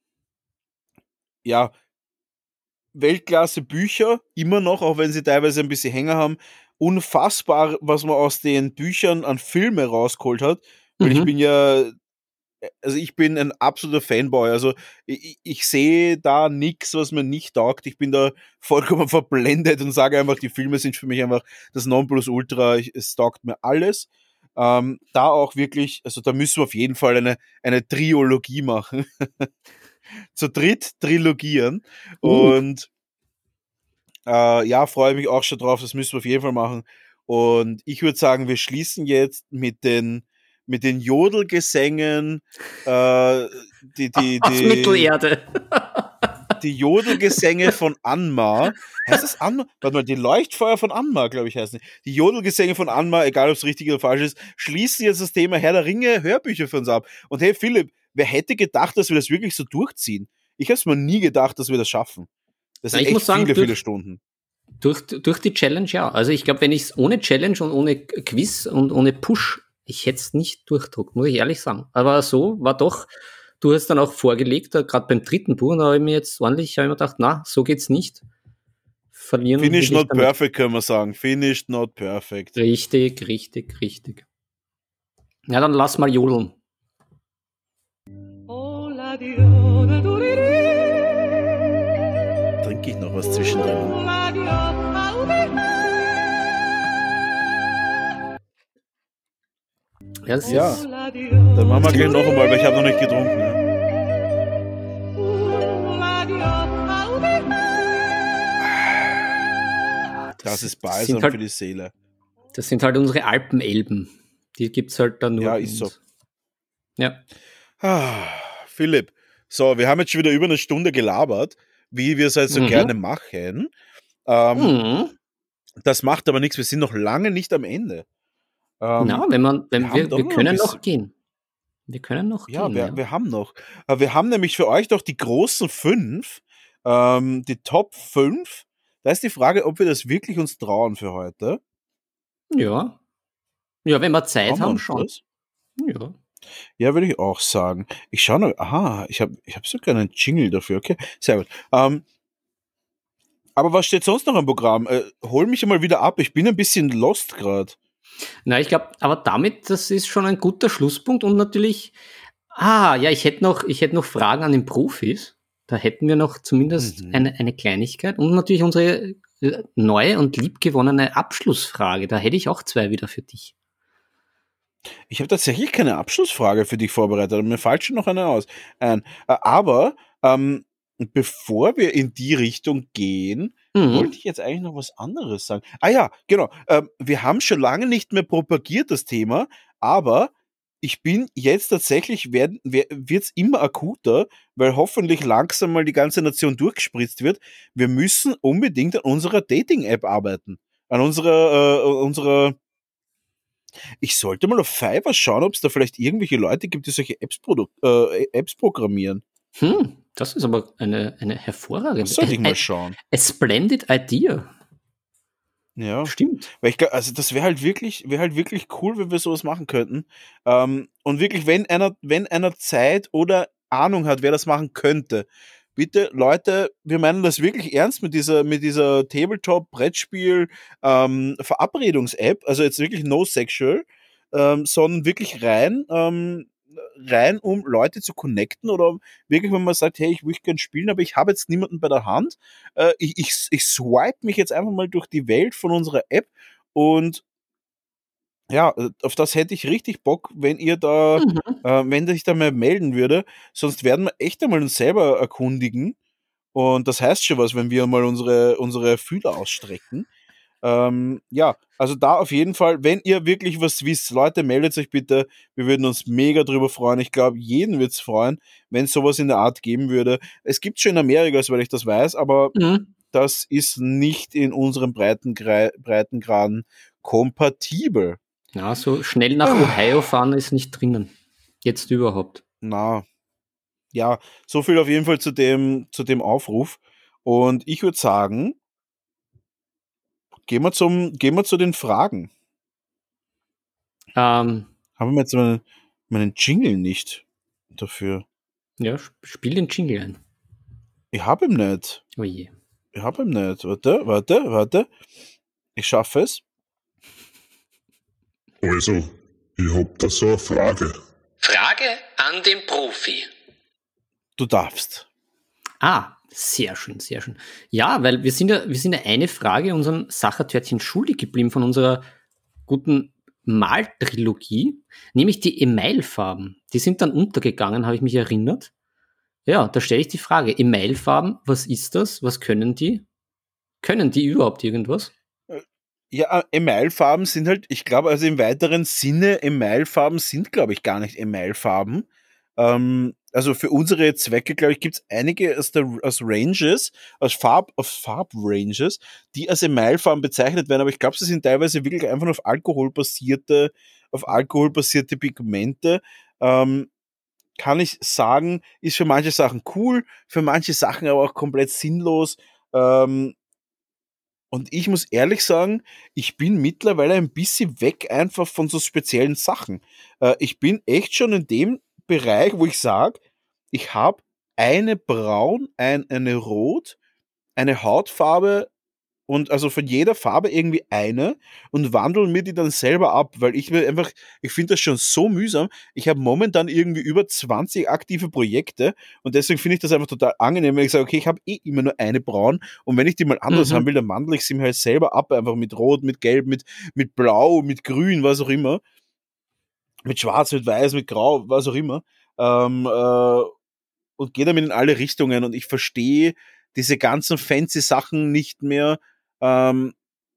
ja, Weltklasse Bücher, immer noch, auch wenn sie teilweise ein bisschen Hänger haben. Unfassbar, was man aus den Büchern an Filme rausgeholt hat. Weil ich Mhm. bin ja, also ich bin ein absoluter Fanboy. Also ich, ich sehe da nichts, was mir nicht taugt. Ich bin da vollkommen verblendet und sage einfach, die Filme sind für mich einfach das Nonplusultra. Ich, es taugt mir alles. Ähm, da auch wirklich, also da müssen wir auf jeden Fall eine, eine Triologie machen. Zu dritt trilogieren. Uh. Und äh, ja, freue mich auch schon drauf. Das müssen wir auf jeden Fall machen. Und ich würde sagen, wir schließen jetzt mit den mit den Jodelgesängen, äh, die, die, Aus die, Mittelerde. die Jodelgesänge von Anmar. Heißt das Anmar? Warte mal, die Leuchtfeuer von Anmar, glaube ich, heißen die. Die Jodelgesänge von Anmar, egal ob es richtig oder falsch ist, schließen jetzt das Thema Herr der Ringe Hörbücher für uns ab. Und hey, Philipp, wer hätte gedacht, dass wir das wirklich so durchziehen? Ich habe es mir nie gedacht, dass wir das schaffen. Das Na, sind ich echt muss sagen, viele, durch- viele Stunden. Durch, durch die Challenge, ja. Also ich glaube, wenn ich es ohne Challenge und ohne Quiz und ohne Push, ich hätte es nicht durchdruckt, muss ich ehrlich sagen. Aber so war doch, du hast dann auch vorgelegt, gerade beim dritten Buch, und da habe ich mir jetzt ordentlich, habe ich mir gedacht, na, so geht's nicht. Verlieren Finish will ich not damit. perfect, können wir sagen. Finished not perfect. Richtig, richtig, richtig. Ja, dann lass mal jodeln. Trinke ich noch was zwischendrin? Ja, das Ja. ist, Dann machen wir gleich noch einmal, weil ich habe noch nicht getrunken. Ne? Das ist das balsam sind halt, für die Seele. das sind halt unsere Alpenelben. Die gibt's halt dann nur Ja, bei ist so. uns. Ja. Ah, Philipp, so, wir haben jetzt schon wieder über eine Stunde gelabert, wie wir es halt so Mhm. gerne machen. Ähm, Mhm. Das macht aber nichts, wir sind noch lange nicht am Ende. Ähm, Na, wenn man, wir wenn haben wir, doch wir noch ein können bisschen. noch gehen. Wir können noch Ja, gehen, wir, ja. wir haben noch. Äh, Wir haben nämlich für euch doch die großen fünf, ähm, die Top fünf. Da ist die Frage, ob wir das wirklich uns trauen für heute. Ja. Ja, wenn wir Zeit Trauen wir haben, uns schon. das? Ja. Ja, würde ich auch sagen. Ich schaue noch. Aha, ich habe ich hab sogar einen Jingle dafür. Okay, sehr gut. Ähm, aber was steht sonst noch im Programm? Äh, hol mich mal wieder ab. Ich bin ein bisschen lost gerade. Na, ich glaube, aber damit, das ist schon ein guter Schlusspunkt und natürlich, ah, ja, ich hätte noch, ich hätte noch Fragen an den Profis. Da hätten wir noch zumindest Mhm. eine, eine Kleinigkeit und natürlich unsere äh, neue und liebgewonnene Abschlussfrage. Da hätte ich auch zwei wieder für dich. Ich habe tatsächlich keine Abschlussfrage für dich vorbereitet, aber mir fällt schon noch eine aus. Ein. Äh, aber ähm, bevor wir in die Richtung gehen, wollte Mhm. ich jetzt eigentlich noch was anderes sagen. Ah ja, genau. Ähm, wir haben schon lange nicht mehr propagiert, das Thema, aber ich bin jetzt tatsächlich, wird es immer akuter, weil hoffentlich langsam mal die ganze Nation durchgespritzt wird. Wir müssen unbedingt an unserer Dating-App arbeiten. An unserer, äh, unserer ich sollte mal auf Fiverr schauen, ob es da vielleicht irgendwelche Leute gibt, die solche Apps, produ- äh, Apps programmieren. Hm, das ist aber eine, eine Das hervorragende, sollte ich a, mal a, schauen. a splendid idea. Ja. Stimmt. Weil ich glaub, also das wäre halt wirklich, wäre halt wirklich cool, wenn wir sowas machen könnten. Ähm, und wirklich, wenn einer, wenn einer Zeit oder Ahnung hat, wer das machen könnte, bitte, Leute, wir meinen das wirklich ernst mit dieser, mit dieser Tabletop-Brettspiel ähm, Verabredungs-App, also jetzt wirklich no sexual, ähm, sondern wirklich rein, ähm, rein, um Leute zu connecten oder wirklich, wenn man sagt, hey, ich möchte gerne spielen, aber ich habe jetzt niemanden bei der Hand. Äh, ich, ich, ich swipe mich jetzt einfach mal durch die Welt von unserer App und ja, äh, auf das hätte ich richtig Bock, wenn ihr da, Mhm. äh, wenn sich da mal melden würde. Sonst werden wir echt einmal uns selber erkundigen. Und das heißt schon was, wenn wir mal unsere, unsere Fühler ausstrecken. Ähm, ja, also da auf jeden Fall, wenn ihr wirklich was wisst, Leute, meldet euch bitte. Wir würden uns mega drüber freuen. Ich glaube, jeden würde es freuen, wenn es sowas in der Art geben würde. Es gibt schon in Amerika, soweit ich das weiß, aber Mhm. das ist nicht in unseren Breitengra- Breitengraden kompatibel. Ja, so schnell nach Ohio fahren ist nicht drinnen. Jetzt überhaupt. Na, ja, so viel auf jeden Fall zu dem, zu dem Aufruf. Und ich würde sagen, gehen wir, zum, gehen wir zu den Fragen. Ähm, Haben wir jetzt meinen, meinen Jingle nicht dafür? ja, sp- spiel den Jingle ein. Ich habe ihn nicht. Oh je. Ich habe ihn nicht. Warte, warte, warte. Ich schaffe es. Also, ich hab da so eine Frage. Frage an den Profi. Du darfst. Ah, sehr schön, sehr schön. Ja, weil wir sind ja, wir sind ja eine Frage unserem Sachertörtchen schuldig geblieben von unserer guten Maltrilogie, nämlich die Emailfarben. Die sind dann untergegangen, habe ich mich erinnert. Ja, da stelle ich die Frage, Emailfarben, was ist das? Was können die? Können die überhaupt irgendwas? Ja, Emailfarben sind halt, ich glaube, also im weiteren Sinne, Emailfarben sind, glaube ich, gar nicht Emailfarben. Ähm, also für unsere Zwecke, glaube ich, gibt es einige aus, der, aus Ranges, aus, Farb, aus Farbranges, die als Emailfarben bezeichnet werden, aber ich glaube, sie sind teilweise wirklich einfach nur auf alkoholbasierte, auf alkoholbasierte Pigmente. Ähm, kann ich sagen, ist für manche Sachen cool, für manche Sachen aber auch komplett sinnlos. Ähm, und ich muss ehrlich sagen, ich bin mittlerweile ein bisschen weg einfach von so speziellen Sachen. Äh, ich bin echt schon in dem Bereich, wo ich sage, ich habe eine Braun, ein, eine Rot, eine Hautfarbe und also von jeder Farbe irgendwie eine und wandle mir die dann selber ab, weil ich mir einfach, ich finde das schon so mühsam. Ich habe momentan irgendwie über zwanzig aktive Projekte und deswegen finde ich das einfach total angenehm, wenn ich sage, okay, ich habe eh immer nur eine Braun und wenn ich die mal anders Mhm. haben will, dann wandle ich sie mir halt selber ab, einfach mit Rot, mit Gelb, mit, mit Blau, mit Grün, was auch immer. Mit Schwarz, mit Weiß, mit Grau, was auch immer. Ähm, äh, und gehe damit in alle Richtungen und ich verstehe diese ganzen fancy Sachen nicht mehr. Ähm,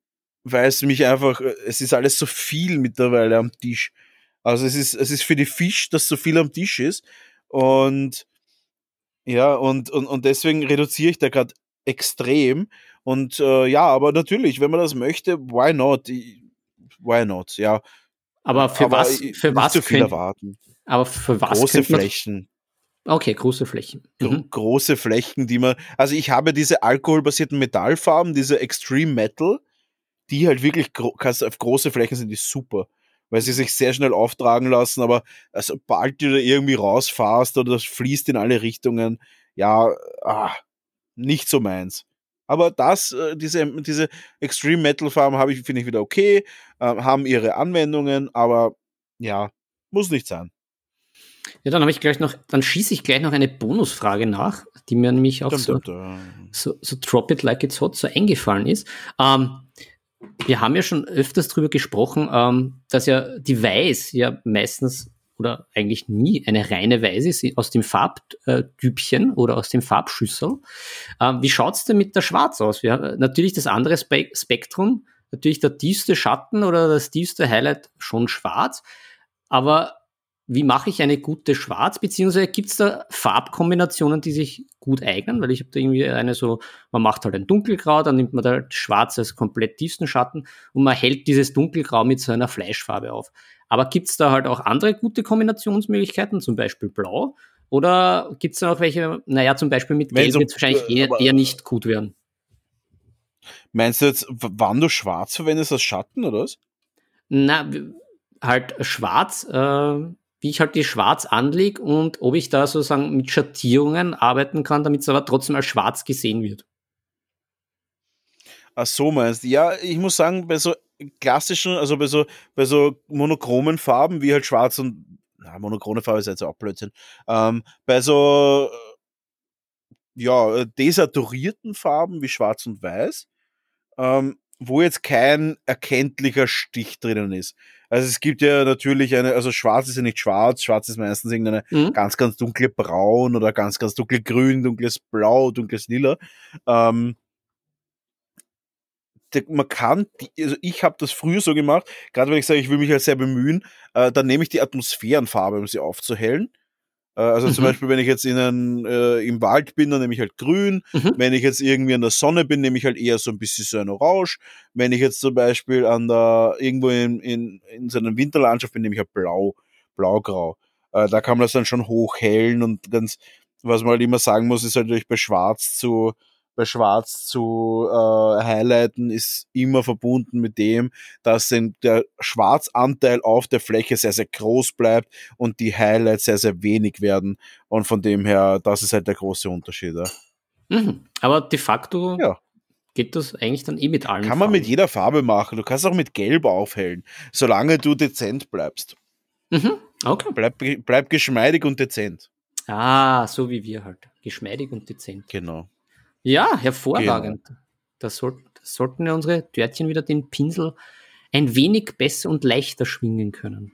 weil es mich einfach, es ist alles so viel mittlerweile am Tisch. Also es ist, es ist für die Fisch, dass so viel am Tisch ist. Und ja, und, und, und deswegen reduziere ich da gerade extrem. Und äh, ja, aber natürlich, wenn man das möchte, why not? Why not, ja. Aber für aber was, für nicht was so viel könnt, erwarten. aber für was Große könnte man- Flächen. Okay, große Flächen. Gro Mhm. große Flächen, die man, also ich habe diese alkoholbasierten Metallfarben, diese Extreme Metal, die halt wirklich gro kannst du auf große Flächen sind die super, weil sie sich sehr schnell auftragen lassen, aber also, sobald du da irgendwie rausfährst oder das fließt in alle Richtungen, ja, ah, nicht so meins. Aber das, äh, diese, diese Extreme Metal Farben habe ich, finde ich wieder okay, äh, haben ihre Anwendungen, aber ja, muss nicht sein. Ja, dann habe ich gleich noch, dann schieße ich gleich noch eine Bonusfrage nach, die mir nämlich auch Dum, so, dum, dum. so, so Drop It Like It's Hot so eingefallen ist. Ähm, wir haben ja schon öfters drüber gesprochen, ähm, dass ja die Weiß ja meistens oder eigentlich nie eine reine Weiß ist aus dem Farbtübchen oder aus dem Farbschüssel. Ähm, wie schaut's denn mit der Schwarz aus? Wir haben natürlich das andere Spe Spektrum, natürlich der tiefste Schatten oder das tiefste Highlight schon schwarz, aber wie mache ich eine gute Schwarz, beziehungsweise gibt es da Farbkombinationen, die sich gut eignen, weil ich habe da irgendwie eine so, man macht halt ein Dunkelgrau, dann nimmt man da Schwarz als komplett tiefsten Schatten und man hält dieses Dunkelgrau mit so einer Fleischfarbe auf. Aber gibt es da halt auch andere gute Kombinationsmöglichkeiten, zum Beispiel Blau, oder gibt es da auch welche, naja, zum Beispiel mit Gelb Wenn's um- wird es wahrscheinlich äh, eher, aber- eher nicht gut werden. Meinst du jetzt, w- wann du schwarz verwendest als Schatten, oder was? Na, w- halt schwarz, äh, wie ich halt die schwarz anlege und ob ich da sozusagen mit Schattierungen arbeiten kann, damit es aber trotzdem als schwarz gesehen wird. Ach so meinst du? Ja, ich muss sagen, bei so klassischen, also bei so, bei so monochromen Farben wie halt schwarz und, na, monochrome Farbe ist jetzt auch Blödsinn, ähm, bei so, äh, ja, äh, desaturierten Farben wie schwarz und weiß, ähm, wo jetzt kein erkenntlicher Stich drinnen ist. Also es gibt ja natürlich eine, also schwarz ist ja nicht schwarz, schwarz ist meistens irgendeine Mhm. ganz, ganz dunkle Braun oder ganz, ganz dunkle Grün, dunkles Blau, dunkles Lila. Ähm, der- man kann, die, also ich habe das früher so gemacht, gerade wenn ich sage, ich will mich halt sehr bemühen, äh, dann nehme ich die Atmosphärenfarbe, um sie aufzuhellen. Äh, also zum Mhm. Beispiel, wenn ich jetzt in einen, äh, im Wald bin, dann nehme ich halt grün. Mhm. Wenn ich jetzt irgendwie an der Sonne bin, nehme ich halt eher so ein bisschen so ein Orange. Wenn ich jetzt zum Beispiel an der, irgendwo in, in, in so einer Winterlandschaft bin, nehme ich halt blau, blaugrau. Äh, da kann man das dann schon hochhellen und ganz, was man halt immer sagen muss, ist halt natürlich bei Schwarz zu, bei Schwarz zu äh, highlighten, ist immer verbunden mit dem, dass den, der Schwarzanteil auf der Fläche sehr, sehr groß bleibt und die Highlights sehr, sehr wenig werden. Und von dem her, das ist halt der große Unterschied. Ja. Mhm. Aber de facto Ja. geht das eigentlich dann eh mit allen Kann man mit Farben. jeder Farbe machen. Du kannst auch mit Gelb aufhellen, solange du dezent bleibst. Mhm. Okay. Bleib, bleib geschmeidig und dezent. Ah, so wie wir halt. Geschmeidig und dezent. Genau. Ja, hervorragend. Genau. Das, soll, das sollten ja unsere Törtchen wieder den Pinsel ein wenig besser und leichter schwingen können.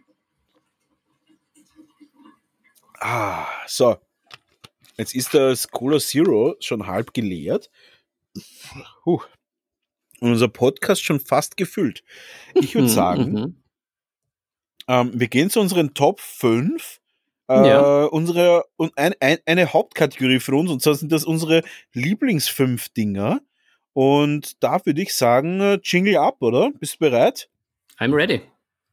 Ah, so. Jetzt ist das Cola Zero schon halb geleert. Huh. Und unser Podcast schon fast gefüllt. Ich würde Mhm, sagen, mhm. ähm, wir gehen zu unseren Top fünf. Äh, Ja. unsere, und ein, ein, eine Hauptkategorie für uns, und zwar sind das unsere Lieblingsfünf Dinger. Und da würde ich sagen, äh, Jingle ab, oder? Bist du bereit? I'm ready.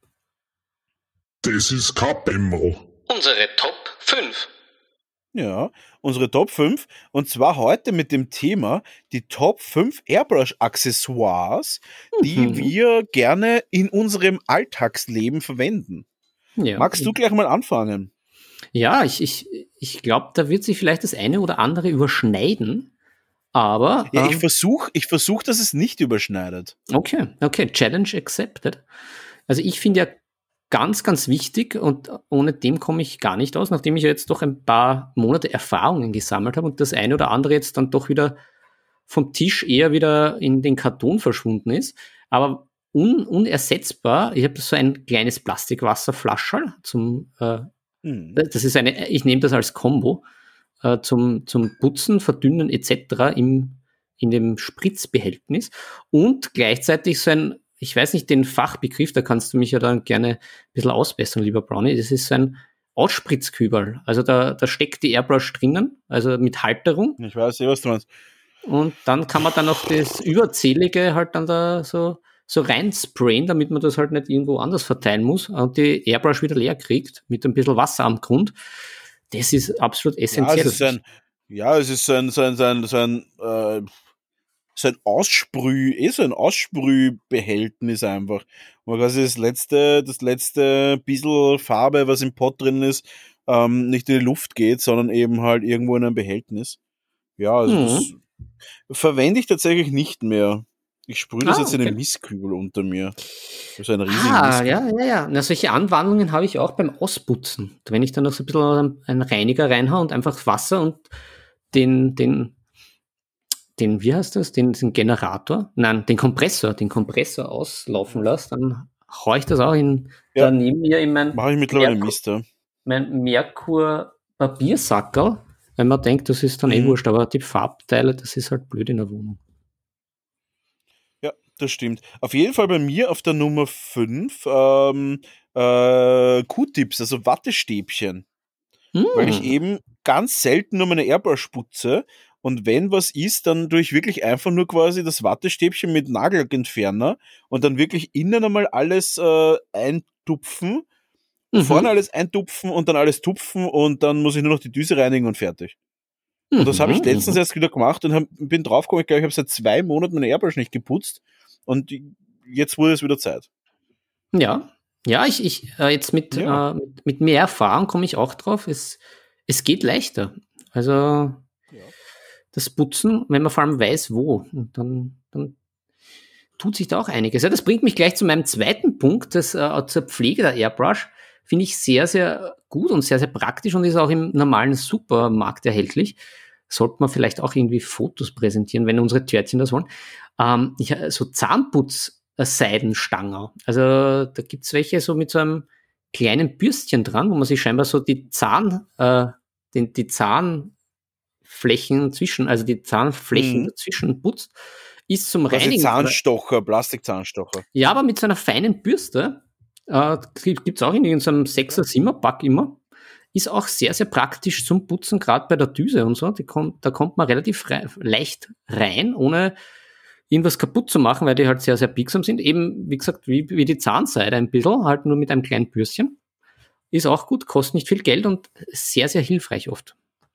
Das ist kein Bemmel. Unsere Top fünf. Ja, unsere Top fünf. Und zwar heute mit dem Thema die Top fünf Airbrush-Accessoires, die Mhm. wir gerne in unserem Alltagsleben verwenden. Ja. Magst du gleich mal anfangen? Ja, ich, ich, ich glaube, da wird sich vielleicht das eine oder andere überschneiden. Aber. Ja, ich ähm, versuche, ich versuch, dass es nicht überschneidet. Okay, okay, Challenge accepted. Also ich finde ja ganz, ganz wichtig und ohne dem komme ich gar nicht aus, nachdem ich ja jetzt doch ein paar Monate Erfahrungen gesammelt habe und das eine oder andere jetzt dann doch wieder vom Tisch eher wieder in den Karton verschwunden ist. Aber un, unersetzbar, ich habe so ein kleines Plastikwasserflascherl zum, äh, Hm. das ist eine, ich nehme das als Combo, äh, zum, zum Putzen, Verdünnen et cetera im, in dem Spritzbehältnis und gleichzeitig so ein ich weiß nicht den Fachbegriff, da kannst du mich ja dann gerne ein bisschen ausbessern, lieber Brownie. Das ist so ein Ausspritzkübel. Also da, da steckt die Airbrush drinnen, also mit Halterung. Ich weiß eh, was du meinst. Und dann kann man dann noch das Überzählige halt dann da so, so reinsprayen, damit man das halt nicht irgendwo anders verteilen muss und die Airbrush wieder leer kriegt mit ein bisschen Wasser am Grund. Das ist absolut Ja, essentiell. es ist ein, ja, es ist so ein, so ein, so ein, so ein, äh, so ein Aussprüh, eh so ein Aussprühbehältnis einfach. Wo quasi das letzte, das letzte bisschen Farbe, was im Pot drin ist, ähm, nicht in die Luft geht, sondern eben halt irgendwo in einem Behältnis. Ja, also Mhm. das verwende ich tatsächlich nicht mehr. Ich sprühe das Ah, jetzt in okay. den Mistkübel unter mir. So einen riesigen Ah, Mistkübel. ja, ja, ja. Na, solche Anwandlungen habe ich auch beim Ausputzen. Wenn ich dann noch so ein bisschen einen Reiniger reinhaue und einfach Wasser und den, den, den, wie heißt das? Den, den Generator? Nein, den Kompressor, den Kompressor auslaufen lasse, dann haue ich das auch in, Ja. da neben mir in mein Mache ich mittlerweile Merkur, Mist, ja. mein Merkur Papiersackerl, weil man denkt, das ist dann eh Mhm. wurscht, aber die Farbteile, das ist halt blöd in der Wohnung. Ja, das stimmt. Auf jeden Fall bei mir auf der Nummer fünf ähm, äh, Q-Tips, also Wattestäbchen. Weil ich Hm. eben ganz selten nur meine Airbrush putze und wenn was ist, dann tue ich wirklich einfach nur quasi das Wattestäbchen mit Nagellackentferner und dann wirklich innen einmal alles äh, eintupfen, vorne Mhm. alles eintupfen und dann alles tupfen und dann muss ich nur noch die Düse reinigen und fertig. Und das habe ich Mhm. letztens Mhm. erst wieder gemacht und hab, bin draufgekommen, ich glaube, ich habe seit zwei Monaten meine Airbrush nicht geputzt und jetzt wurde es wieder Zeit. Ja, ja, ich, ich äh, jetzt mit, Ja. äh, mit, mit mehr Erfahrung komme ich auch drauf. Es, es geht leichter. Also Ja. das Putzen, wenn man vor allem weiß, wo, und dann, dann tut sich da auch einiges. Ja, das bringt mich gleich zu meinem zweiten Punkt, das äh, zur Pflege der Airbrush. Finde ich sehr, sehr gut und sehr, sehr praktisch und ist auch im normalen Supermarkt erhältlich. Sollte man vielleicht auch irgendwie Fotos präsentieren, wenn unsere Törtchen das wollen. Ähm, ich, so Zahnputz-Seidenstangen. Also da gibt's welche so mit so einem kleinen Bürstchen dran, wo man sich scheinbar so die Zahn, äh, den, die Zahnflächen zwischen, also die Zahnflächen Mhm. dazwischen putzt, ist zum Quasi Reinigen. Zahnstocher, Plastikzahnstocher. Ja, aber mit so einer feinen Bürste, äh, gibt es auch in irgendeinem sechser siebener Pack immer, ist auch sehr, sehr praktisch zum Putzen, gerade bei der Düse und so. Die kommt, da kommt man relativ rei- leicht rein, ohne irgendwas kaputt zu machen, weil die halt sehr, sehr biegsam sind. Eben, wie gesagt, wie, wie die Zahnseide ein bisschen, halt nur mit einem kleinen Bürstchen. Ist auch gut, kostet nicht viel Geld und sehr, sehr hilfreich oft.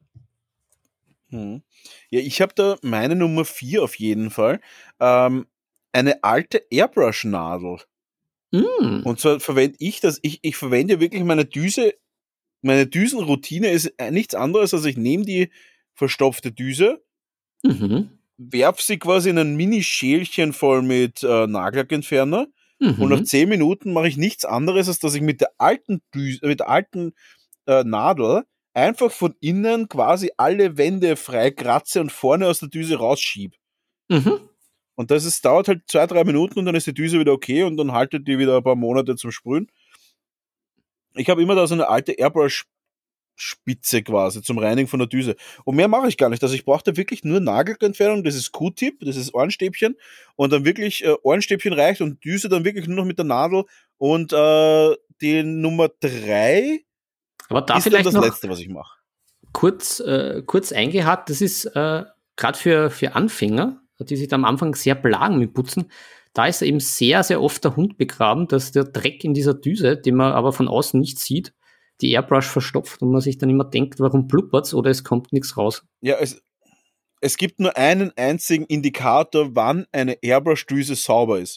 Hm. Ja, ich habe da meine Nummer vier auf jeden Fall. Ähm, eine alte Airbrush-Nadel. Mm. Und zwar verwende ich das, ich, ich verwende wirklich meine Düse, meine Düsenroutine ist nichts anderes, als ich nehme die verstopfte Düse, Mhm. werf sie quasi in ein Mini-Schälchen voll mit äh, Nagellackentferner und nach Mhm. zehn Minuten mache ich nichts anderes, als dass ich mit der alten Düse, mit der alten äh, Nadel einfach von innen quasi alle Wände frei kratze und vorne aus der Düse rausschiebe. Mhm. Und das ist, dauert halt zwei, drei Minuten und dann ist die Düse wieder okay und dann haltet die wieder ein paar Monate zum Sprühen. Ich habe immer da so eine alte Airbrush-Spitze quasi zum Reinigen von der Düse. Und mehr mache ich gar nicht. Also ich brauche da wirklich nur Nagelentfernung, das ist Q-Tip, das ist Ohrenstäbchen und dann wirklich äh, Ohrenstäbchen reicht und Düse dann wirklich nur noch mit der Nadel und äh, die Nummer drei Aber da ist dann vielleicht das noch Letzte, was ich mache. kurz, äh, kurz eingehakt, das ist äh, gerade für, für Anfänger, die sich da am Anfang sehr plagen mit Putzen, da ist eben sehr, sehr oft der Hund begraben, dass der Dreck in dieser Düse, den man aber von außen nicht sieht, die Airbrush verstopft und man sich dann immer denkt, warum blubbert's oder es kommt nichts raus. Ja, es, es gibt nur einen einzigen Indikator, wann eine Airbrush-Düse sauber ist.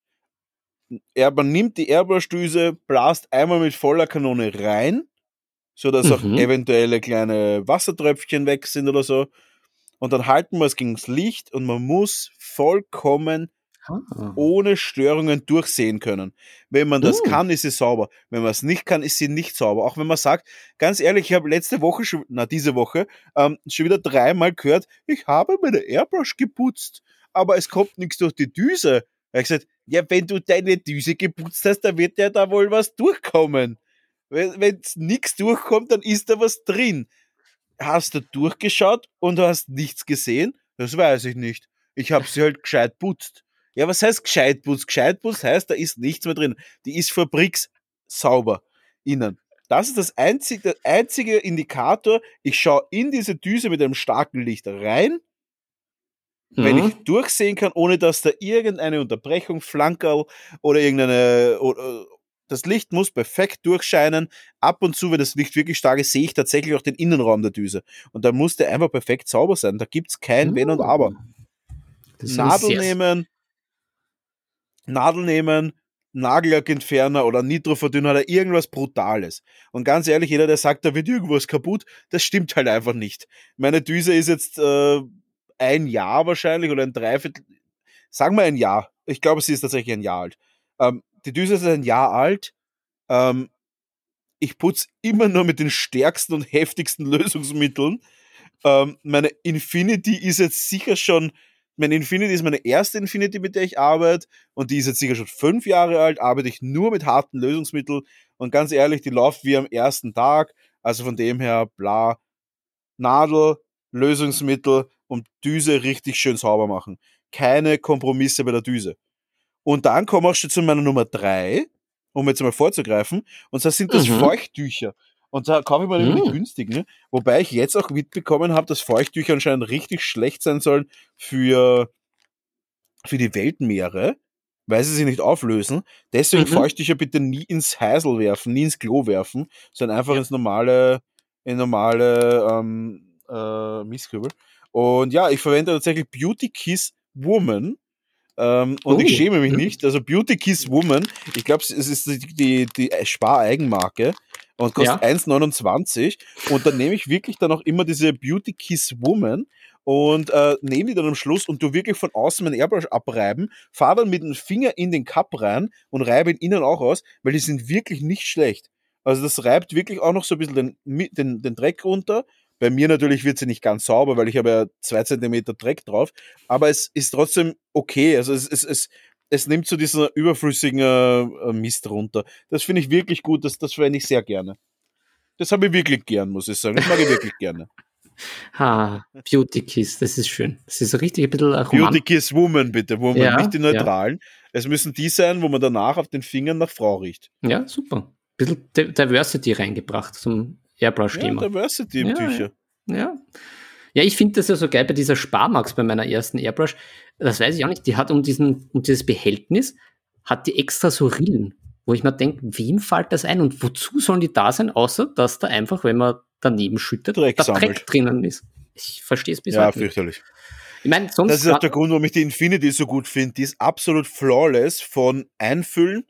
Er, man nimmt die Airbrush-Düse, blast einmal mit voller Kanone rein, sodass auch Mhm. eventuelle kleine Wassertröpfchen weg sind oder so. Und dann halten wir es gegen das Licht und man muss vollkommen Ah. ohne Störungen durchsehen können. Wenn man das Mm. kann, ist sie sauber. Wenn man es nicht kann, ist sie nicht sauber. Auch wenn man sagt, ganz ehrlich, ich habe letzte Woche, schon, na diese Woche, ähm, schon wieder dreimal gehört, ich habe meine Airbrush geputzt, aber es kommt nichts durch die Düse. Da hab ich gesagt, ja, wenn du deine Düse geputzt hast, dann wird ja da wohl was durchkommen. Wenn es nichts durchkommt, dann ist da was drin. Hast du durchgeschaut und hast nichts gesehen? Das weiß ich nicht. Ich habe sie halt gescheit putzt. Ja, was heißt Gescheitputz? Gescheitputz heißt, da ist nichts mehr drin. Die ist fabrikssauber innen. Das ist das einzige, der einzige Indikator. Ich schaue in diese Düse mit einem starken Licht rein, mhm. wenn ich durchsehen kann, ohne dass da irgendeine Unterbrechung, Flankerl oder irgendeine... Oder, das Licht muss perfekt durchscheinen. Ab und zu, wenn das Licht wirklich stark ist, sehe ich tatsächlich auch den Innenraum der Düse. Und da muss der einfach perfekt sauber sein. Da gibt es kein mhm. Wenn und Aber. Nadel nehmen, Nadel nehmen, Nagellackentferner oder Nitroverdünner oder irgendwas Brutales. Und ganz ehrlich, jeder, der sagt, da wird irgendwas kaputt, das stimmt halt einfach nicht. Meine Düse ist jetzt äh, ein Jahr wahrscheinlich oder ein Dreiviertel, sagen wir ein Jahr. Ich glaube, sie ist tatsächlich ein Jahr alt. Ähm, die Düse ist ein Jahr alt. Ähm, ich putze immer nur mit den stärksten und heftigsten Lösungsmitteln. Ähm, meine Infinity ist jetzt sicher schon, meine Infinity ist meine erste Infinity, mit der ich arbeite, und die ist jetzt sicher schon fünf Jahre alt, arbeite ich nur mit harten Lösungsmitteln, und ganz ehrlich, die läuft wie am ersten Tag, also von dem her, bla, Nadel, Lösungsmittel und Düse richtig schön sauber machen. Keine Kompromisse bei der Düse. Und dann kommen wir schon zu meiner Nummer drei, um jetzt mal vorzugreifen, und das sind das mhm. Feuchttücher. Und da kaufe ich mal mhm. die günstigen, wobei ich jetzt auch mitbekommen habe, dass Feuchttücher anscheinend richtig schlecht sein sollen für, für die Weltmeere, weil sie sich nicht auflösen. Deswegen mhm. Feuchttücher bitte nie ins Heisel werfen, nie ins Klo werfen, sondern einfach ja. ins normale, in normale ähm, äh, Mistkübel. Und ja, ich verwende tatsächlich Beauty Kiss Woman. Ähm, und oh. ich schäme mich nicht. Also Beauty Kiss Woman, ich glaube, es ist die, die, die Spar-Eigenmarke und kostet ja. eins neunundzwanzig. Und dann nehme ich wirklich dann auch immer diese Beauty Kiss Woman und äh, nehme die dann am Schluss und tu wirklich von außen meinen Airbrush abreiben, fahre dann mit dem Finger in den Cup rein und reibe ihn innen auch aus, weil die sind wirklich nicht schlecht. Also das reibt wirklich auch noch so ein bisschen den, den, den Dreck runter. Bei mir natürlich wird sie nicht ganz sauber, weil ich habe ja zwei Zentimeter Dreck drauf, aber es ist trotzdem okay. Also es, es, es, es nimmt so diesen überflüssigen äh, Mist runter. Das finde ich wirklich gut, das, das verwende ich sehr gerne. Das habe ich wirklich gern, muss ich sagen. Das mag ich wirklich gerne. Ha, Beauty Kiss, das ist schön. Das ist so richtig ein bisschen Roman. Beauty Kiss Woman, bitte, Woman, ja, nicht die neutralen. Ja. Es müssen die sein, wo man danach auf den Fingern nach Frau riecht. Ja, super. Ein bisschen Diversity reingebracht zum Airbrush-Thema. Ja, Diversity im ja, Tücher. Ja, ja. ja ich finde das ja so geil bei dieser Sparmax, bei meiner ersten Airbrush. Das weiß ich auch nicht. Die hat um, diesen, um dieses Behältnis, hat die extra so Rillen, wo ich mir denke, wem fällt das ein und wozu sollen die da sein, außer dass da einfach, wenn man daneben schüttet, Dreck der sammelt. Dreck drinnen ist. Ich verstehe es bis ja, heute nicht. Ja, fürchterlich. Ich mein, sonst das ist auch der Grund, warum ich die Infinity so gut finde. Die ist absolut flawless. Von Einfüllen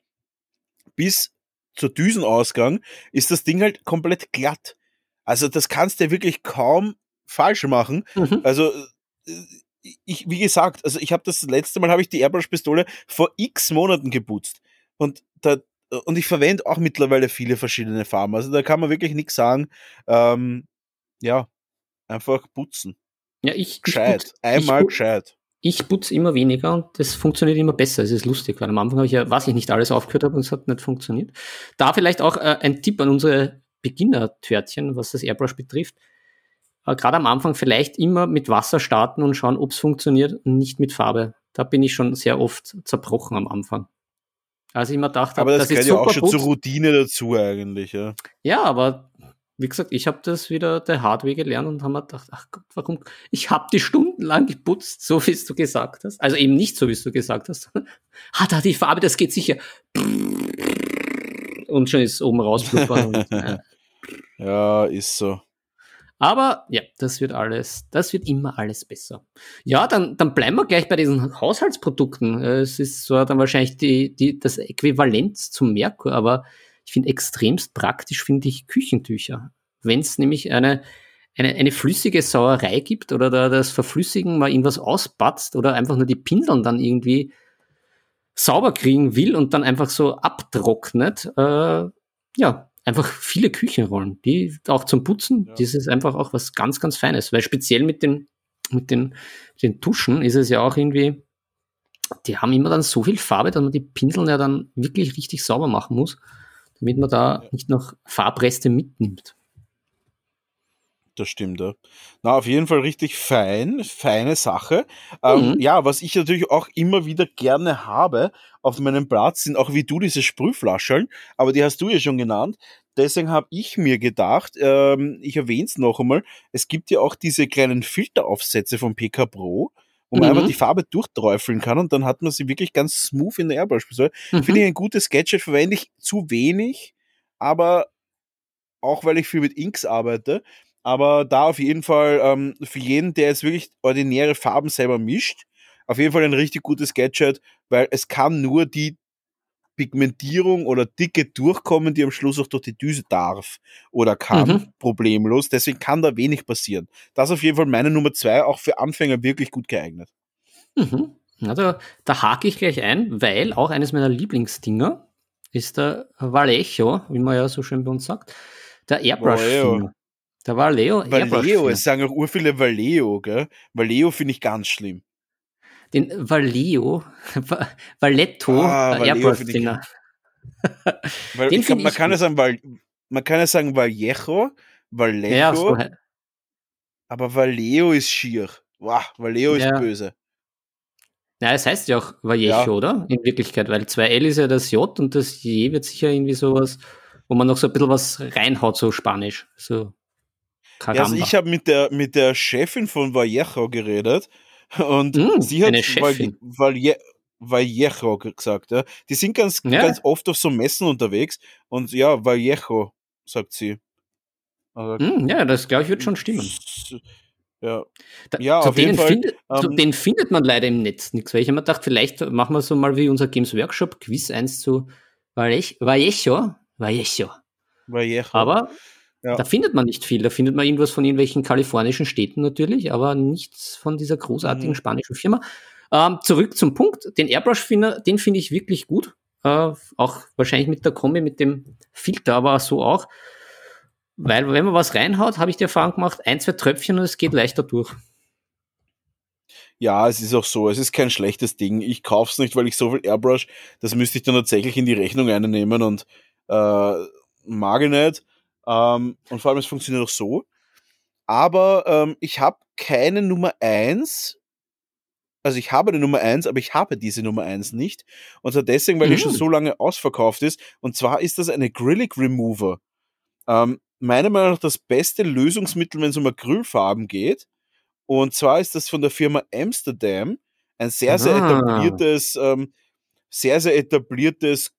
bis zur Düsenausgang ist das Ding halt komplett glatt. Also das kannst du wirklich kaum falsch machen. Mhm. Also ich, wie gesagt, also ich habe das letzte Mal habe ich die Airbrush-Pistole vor x Monaten geputzt. Und da, und ich verwende auch mittlerweile viele verschiedene Farben. Also da kann man wirklich nichts sagen. Ähm, ja, einfach putzen. Ja, ich gescheit. Ich putz, Einmal ich gescheit. Ich putze immer weniger und das funktioniert immer besser. Es ist lustig, weil am Anfang habe ich ja, was ich nicht alles aufgehört habe und es hat nicht funktioniert. Da vielleicht auch äh, ein Tipp an unsere Beginner-Törtchen, was das Airbrush betrifft. Äh, Gerade am Anfang vielleicht immer mit Wasser starten und schauen, ob es funktioniert und nicht mit Farbe. Da bin ich schon sehr oft zerbrochen am Anfang. Also ich mir gedacht habe, aber das, das gehört ja auch schon putzt. zur Routine dazu eigentlich. Ja, ja, aber wie gesagt, ich habe das wieder der Hardware gelernt und habe mir gedacht, ach Gott, warum? Ich habe die stundenlang geputzt, so wie du gesagt hast. Also eben nicht so, wie du gesagt hast. Ah, da die Farbe, das geht sicher. Und schon ist oben rausblubbern. ja. ja, ist so. Aber ja, das wird alles, das wird immer alles besser. Ja, dann, dann bleiben wir gleich bei diesen Haushaltsprodukten. Es ist zwar dann wahrscheinlich die, die, das Äquivalent zum Merkur, aber ich finde extremst praktisch, finde ich Küchentücher. Wenn es nämlich eine, eine, eine flüssige Sauerei gibt oder da das Verflüssigen mal irgendwas auspatzt oder einfach nur die Pinseln dann irgendwie sauber kriegen will und dann einfach so abtrocknet, äh, ja, einfach viele Küchenrollen, die auch zum Putzen, ja. Das ist einfach auch was ganz, ganz Feines, weil speziell mit den, mit den, den Tuschen ist es ja auch irgendwie, die haben immer dann so viel Farbe, dass man die Pinseln ja dann wirklich richtig sauber machen muss, damit man da nicht noch Farbreste mitnimmt. Das stimmt, ja. Na, auf jeden Fall richtig fein, feine Sache. Ähm, Mhm. ja, was ich natürlich auch immer wieder gerne habe auf meinem Platz, sind auch wie du diese Sprühflaschen, aber die hast du ja schon genannt. Deswegen habe ich mir gedacht, ähm, ich erwähne es noch einmal, es gibt ja auch diese kleinen Filteraufsätze von P K Pro, wo man einfach die Mhm. Farbe durchträufeln kann und dann hat man sie wirklich ganz smooth in der Airbrush-Pistole. Finde ich Mhm. ein gutes Gadget, verwende ich zu wenig, aber auch weil ich viel mit Inks arbeite, aber da auf jeden Fall ähm, für jeden, der jetzt wirklich ordinäre Farben selber mischt, auf jeden Fall ein richtig gutes Gadget, weil es kann nur die Pigmentierung oder Dicke durchkommen, die am Schluss auch durch die Düse darf oder kann, Mhm. problemlos. Deswegen kann da wenig passieren. Das ist auf jeden Fall meine Nummer zwei, auch für Anfänger wirklich gut geeignet. Mhm. Also, da hake ich gleich ein, weil auch eines meiner Lieblingsdinger ist der Vallejo, wie man ja so schön bei uns sagt, der Vallejo. Airbrush-Finger. Der Vallejo Vallejo, Airbrush-Finger. es sagen auch urviele Vallejo, gell? Vallejo finde ich ganz schlimm. Den Vallejo, Va- Valletto Ah, äh, Vallejo finde ich. Airbrush-Finger. Weil Den ich glaube, finde man ich kann ja gut. sagen, Val, man kann ja sagen Vallejo, Ja, so, Vallejo, he- aber Vallejo ist schier. Wow, Vallejo ist ja. böse. Ja, es heißt ja auch Ja, Vallejo, oder? In Wirklichkeit, weil zwei L ist ja das J und das J wird sicher irgendwie sowas, wo man noch so ein bisschen was reinhaut, so Spanisch. So ja, also ich Caramba. habe mit der, mit der Chefin von Vallejo geredet und Mm, sie eine hat Valle, Chefin. Valle, Vallejo gesagt. Ja. Die sind ganz, ganz Ja, oft auf so Messen unterwegs und ja, Vallejo, sagt sie. Also, mm, ja, das glaube ich wird schon stimmen. ja. Da, Ja, zu auf jeden denen Fall. findet, zu Ähm, denen findet man leider im Netz nichts, weil ich habe mir gedacht, vielleicht machen wir so mal wie unser Games Workshop Quiz eins zu Vallejo, Vallejo, Vallejo. Vallejo. Aber Ja. da findet man nicht viel. Da findet man irgendwas von irgendwelchen kalifornischen Städten natürlich, aber nichts von dieser großartigen Mhm. spanischen Firma. Ähm, zurück zum Punkt. Den Airbrush-Finder, den finde ich wirklich gut. Äh, auch wahrscheinlich mit der Kombi, mit dem Filter, aber so auch. Weil, wenn man was reinhaut, habe ich die Erfahrung gemacht, ein, zwei Tröpfchen und es geht leichter durch. Ja, es ist auch so, es ist kein schlechtes Ding. Ich kauf's nicht, weil ich so viel Airbrush, das müsste ich dann tatsächlich in die Rechnung einnehmen und äh, mag ich nicht. Ähm, und vor allem, es funktioniert auch so. Aber ähm, ich habe keine Nummer eins. Also ich habe eine Nummer eins, aber ich habe diese Nummer eins nicht. Und zwar deswegen, weil die schon Mhm. so lange ausverkauft ist. Und zwar ist das eine Acrylic Remover. Ähm, meiner Meinung nach das beste Lösungsmittel, wenn es um Acrylfarben geht. Und zwar ist das von der Firma Amsterdam ein sehr, sehr Ah. etabliertes, ähm, sehr, sehr etabliertes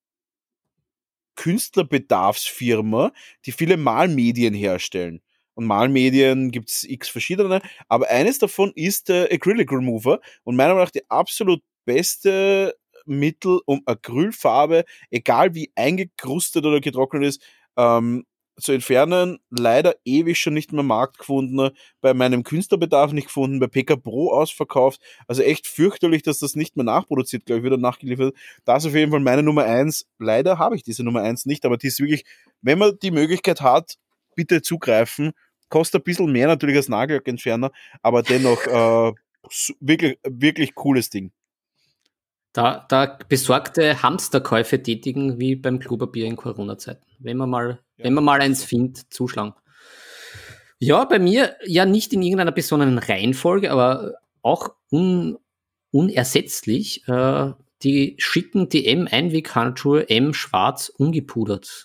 Künstlerbedarfsfirma, die viele Malmedien herstellen. Und Malmedien gibt's x verschiedene, aber eines davon ist der Acrylic Remover und meiner Meinung nach die absolut beste Mittel, um Acrylfarbe, egal wie eingekrustet oder getrocknet ist, ähm, zu entfernen. Leider ewig schon nicht mehr am Markt gefunden, bei meinem Künstlerbedarf nicht gefunden, bei P K Pro ausverkauft. Also echt fürchterlich, dass das nicht mehr nachproduziert, glaube ich, wieder nachgeliefert. Das ist auf jeden Fall meine Nummer eins. Leider habe ich diese Nummer eins nicht, aber die ist wirklich, wenn man die Möglichkeit hat, bitte zugreifen. Kostet ein bisschen mehr natürlich als Nagellackentferner, aber dennoch äh, su- wirklich, wirklich cooles Ding. Da, da besorgte Hamsterkäufe tätigen, wie beim Klopapier in Corona-Zeiten. Wenn man mal, Ja, wenn man mal das ist eins so. findet, zuschlagen. Ja, bei mir ja nicht in irgendeiner besonderen Reihenfolge, aber auch un, unersetzlich. Äh, die schicken die M-Einweghandschuhe M schwarz ungepudert,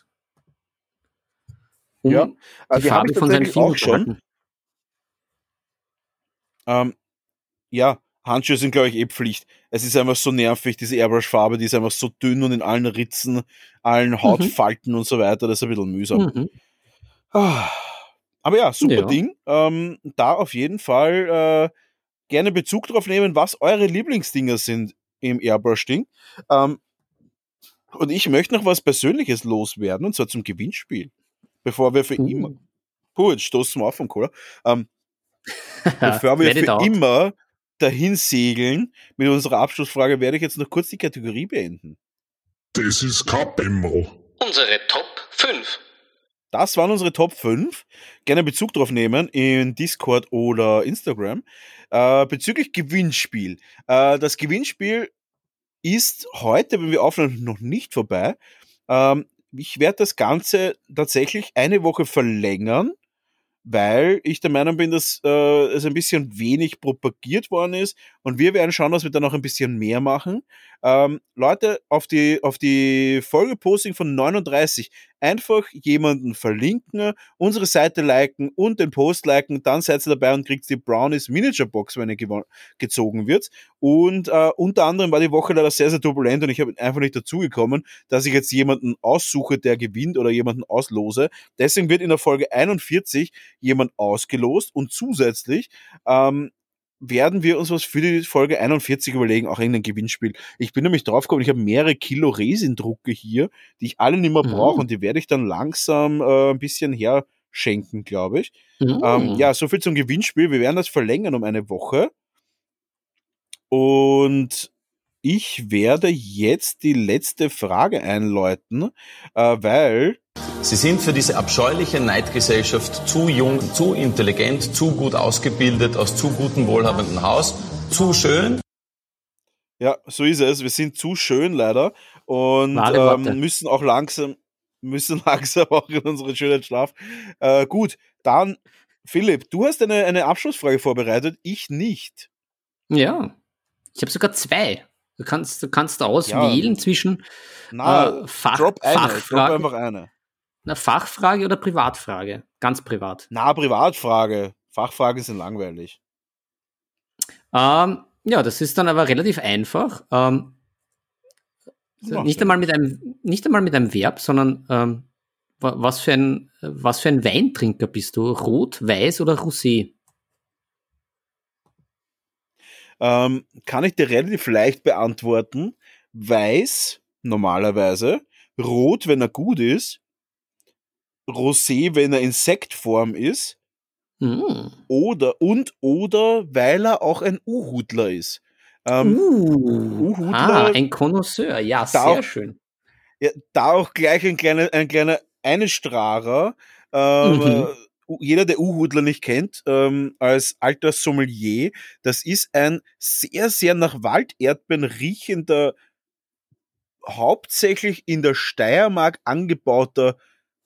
Ja, um äh, die die habe Farbe ich von seinen tatsächlich auch Fingern zu schon. halten. Ähm, ja, Handschuhe sind, glaube ich, eh Pflicht. Es ist einfach so nervig, diese Airbrush-Farbe, die ist einfach so dünn und in allen Ritzen, allen Mhm. Hautfalten und so weiter. Das ist ein bisschen mühsam. Mhm. Ah, aber ja, super Ja. Ding. Ähm, da auf jeden Fall äh, gerne Bezug drauf nehmen, was eure Lieblingsdinger sind im Airbrush-Ding. Ähm, und ich möchte noch was Persönliches loswerden, und zwar zum Gewinnspiel. Bevor wir für immer. Uh. Puh, jetzt stoßen wir auf vom Cola. Ähm, bevor wir Let für it out. immer dahin segeln mit unserer Abschlussfrage, werde ich jetzt noch kurz die Kategorie beenden. Das ist kein Bemmel. Unsere Top fünf. Das waren unsere Top fünf. Gerne Bezug drauf nehmen in Discord oder Instagram. Äh, bezüglich Gewinnspiel. Äh, das Gewinnspiel ist heute, wenn wir aufnehmen, noch nicht vorbei. Ähm, ich werde das Ganze tatsächlich eine Woche verlängern, weil ich der Meinung bin, dass äh, es ein bisschen wenig propagiert worden ist und wir werden schauen, dass wir da noch ein bisschen mehr machen. Ähm, Leute, auf die, auf die Folgeposting von neununddreißig einfach jemanden verlinken, unsere Seite liken und den Post liken, dann seid ihr dabei und kriegt die Brownies Miniature Box, wenn ihr gewo- gezogen wird. Und äh, unter anderem war die Woche leider sehr, sehr turbulent und ich habe einfach nicht dazugekommen, dass ich jetzt jemanden aussuche, der gewinnt oder jemanden auslose. Deswegen wird in der Folge einundvierzig jemand ausgelost und zusätzlich ähm, werden wir uns was für die Folge einundvierzig überlegen, auch irgendein Gewinnspiel. Ich bin nämlich draufgekommen, ich habe mehrere Kilo Resindrucke hier, die ich alle nicht mehr brauche Mhm. und die werde ich dann langsam äh, ein bisschen herschenken, glaube ich. Mhm. Ähm, ja, soviel zum Gewinnspiel. Wir werden das verlängern um eine Woche und ich werde jetzt die letzte Frage einläuten, äh, weil Sie sind für diese abscheuliche Neidgesellschaft zu jung, zu intelligent, zu gut ausgebildet, aus zu gutem, wohlhabenden Haus, zu schön. Ja, so ist es. Wir sind zu schön leider und Wahre Worte. ähm, müssen auch langsam, müssen langsam auch in unseren schönen Schlaf. Äh, gut, dann Philipp, du hast eine, eine Abschlussfrage vorbereitet, ich nicht. Ja, ich habe sogar zwei. Du kannst, du kannst auswählen Ja. zwischen Na, äh, Fach, drop eine, drop Fachfrage, einfach eine. einer Fachfrage oder Privatfrage. Ganz privat. Na, Privatfrage. Fachfragen sind langweilig. Ähm, ja, das ist dann aber relativ einfach. Ähm, Mach nicht, ja. einmal mit einem, nicht einmal mit einem Verb, sondern ähm, wa- was, für ein, was für ein Weintrinker bist du? Rot, Weiß oder Rosé? Ähm, kann ich dir relativ leicht beantworten. Weiß, normalerweise. Rot, wenn er gut ist. Rosé, wenn er in Sektform ist. Hm. Oder, und, oder, weil er auch ein Uhudler ist. Ähm, Uh, Uhudler, ah, ein Connoisseur. Ja, da sehr auch- schön. ja, da auch gleich ein kleiner, ein kleiner Einstrahler. Ähm, Mhm. äh, jeder, der Uhudler nicht kennt, ähm, als alter Sommelier, das ist ein sehr, sehr nach Walderdbeeren riechender, hauptsächlich in der Steiermark angebauter,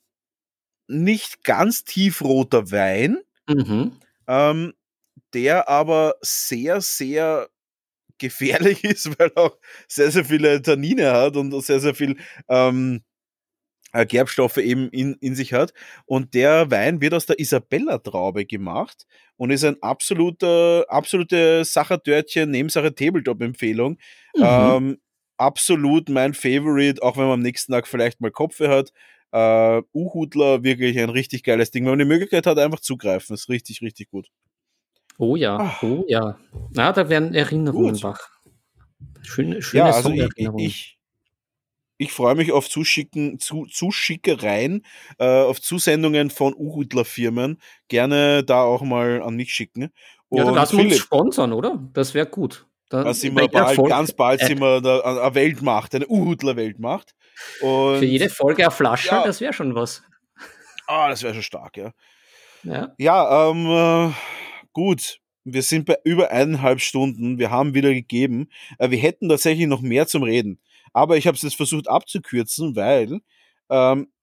nicht ganz tiefroter Wein, Mhm. ähm, der aber sehr, sehr gefährlich ist, weil er auch sehr, sehr viele Tannine hat und sehr, sehr viel ähm, äh, Gerbstoffe eben in, in sich hat. Und der Wein wird aus der Isabella-Traube gemacht und ist ein absoluter, absolute Sachertörtchen, Nebensache Tabletop-Empfehlung. Mhm. Ähm, absolut mein Favorite, auch wenn man am nächsten Tag vielleicht mal Kopfe hat. Äh, Uhudler, wirklich ein richtig geiles Ding. Wenn man die Möglichkeit hat, einfach zugreifen. Ist richtig, richtig gut. Oh ja, Ah. oh ja. Na, da werden Erinnerungen Gut. wach. Schöne, schöne Ja, also ich, ich, Sommererinnerungen. ich, ich freue mich auf Zuschicken, zu, Zuschickereien, äh, auf Zusendungen von Uhudler-Firmen. Gerne da auch mal an mich schicken. Ja, dann Und lassen wir uns Philipp, sponsern, oder? Das wäre gut. da Dann, sind bei wir jeder bald, Folge, ganz bald äh, sind wir da an- eine Weltmacht, eine Uhudler-Weltmacht. Und für jede Folge eine Flasche, ja. das wäre schon was. ah, das wäre schon stark, ja. Ja. Ja, ähm, äh, gut. Wir sind bei über eineinhalb Stunden. Wir haben wieder gegeben. Äh, wir hätten tatsächlich noch mehr zum Reden. Aber ich habe es jetzt versucht abzukürzen, weil, ähm,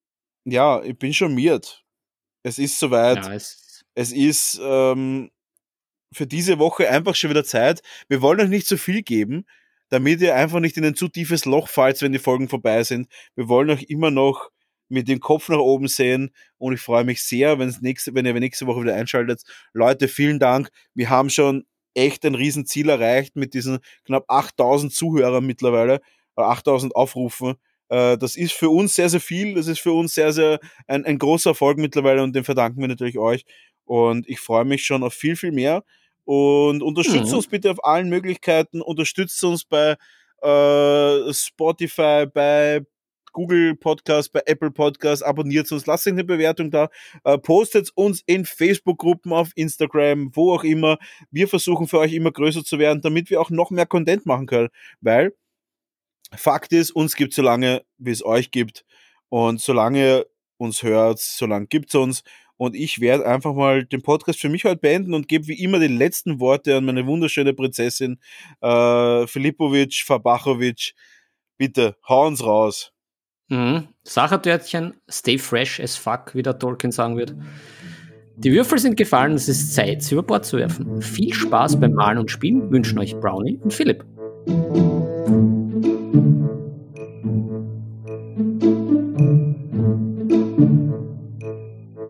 ja, ich bin charmiert. Es ist soweit. Ja, es, Es ist ähm, für diese Woche einfach schon wieder Zeit. Wir wollen euch nicht zu viel geben, damit ihr einfach nicht in ein zu tiefes Loch fallt, wenn die Folgen vorbei sind. Wir wollen euch immer noch mit dem Kopf nach oben sehen und ich freue mich sehr, wenn's nächste, wenn ihr nächste Woche wieder einschaltet. Leute, vielen Dank. Wir haben schon echt ein Riesenziel erreicht mit diesen knapp achttausend Zuhörern mittlerweile, oder achttausend Aufrufen. Äh, das ist für uns sehr, sehr viel. Das ist für uns sehr, sehr ein, ein großer Erfolg mittlerweile und den verdanken wir natürlich euch. Und ich freue mich schon auf viel, viel mehr. Und unterstützt Mhm. uns bitte auf allen Möglichkeiten. Unterstützt uns bei äh, Spotify, bei Google Podcast, bei Apple Podcast. Abonniert uns, lasst eine Bewertung da. Äh, postet uns in Facebook-Gruppen, auf Instagram, wo auch immer. Wir versuchen für euch immer größer zu werden, damit wir auch noch mehr Content machen können. Weil Fakt ist, uns gibt es so lange, wie es euch gibt. Und solange ihr uns hört, solange gibt es uns. Und ich werde einfach mal den Podcast für mich heute beenden und gebe wie immer die letzten Worte an meine wunderschöne Prinzessin äh, Filipovic, Fabachovic. Bitte, hau uns raus. Mhm. Sachertörtchen, stay fresh as fuck, wie der Tolkien sagen wird. Die Würfel sind gefallen, es ist Zeit, sie über Bord zu werfen. Viel Spaß beim Malen und Spielen wünschen euch Brownie und Philipp.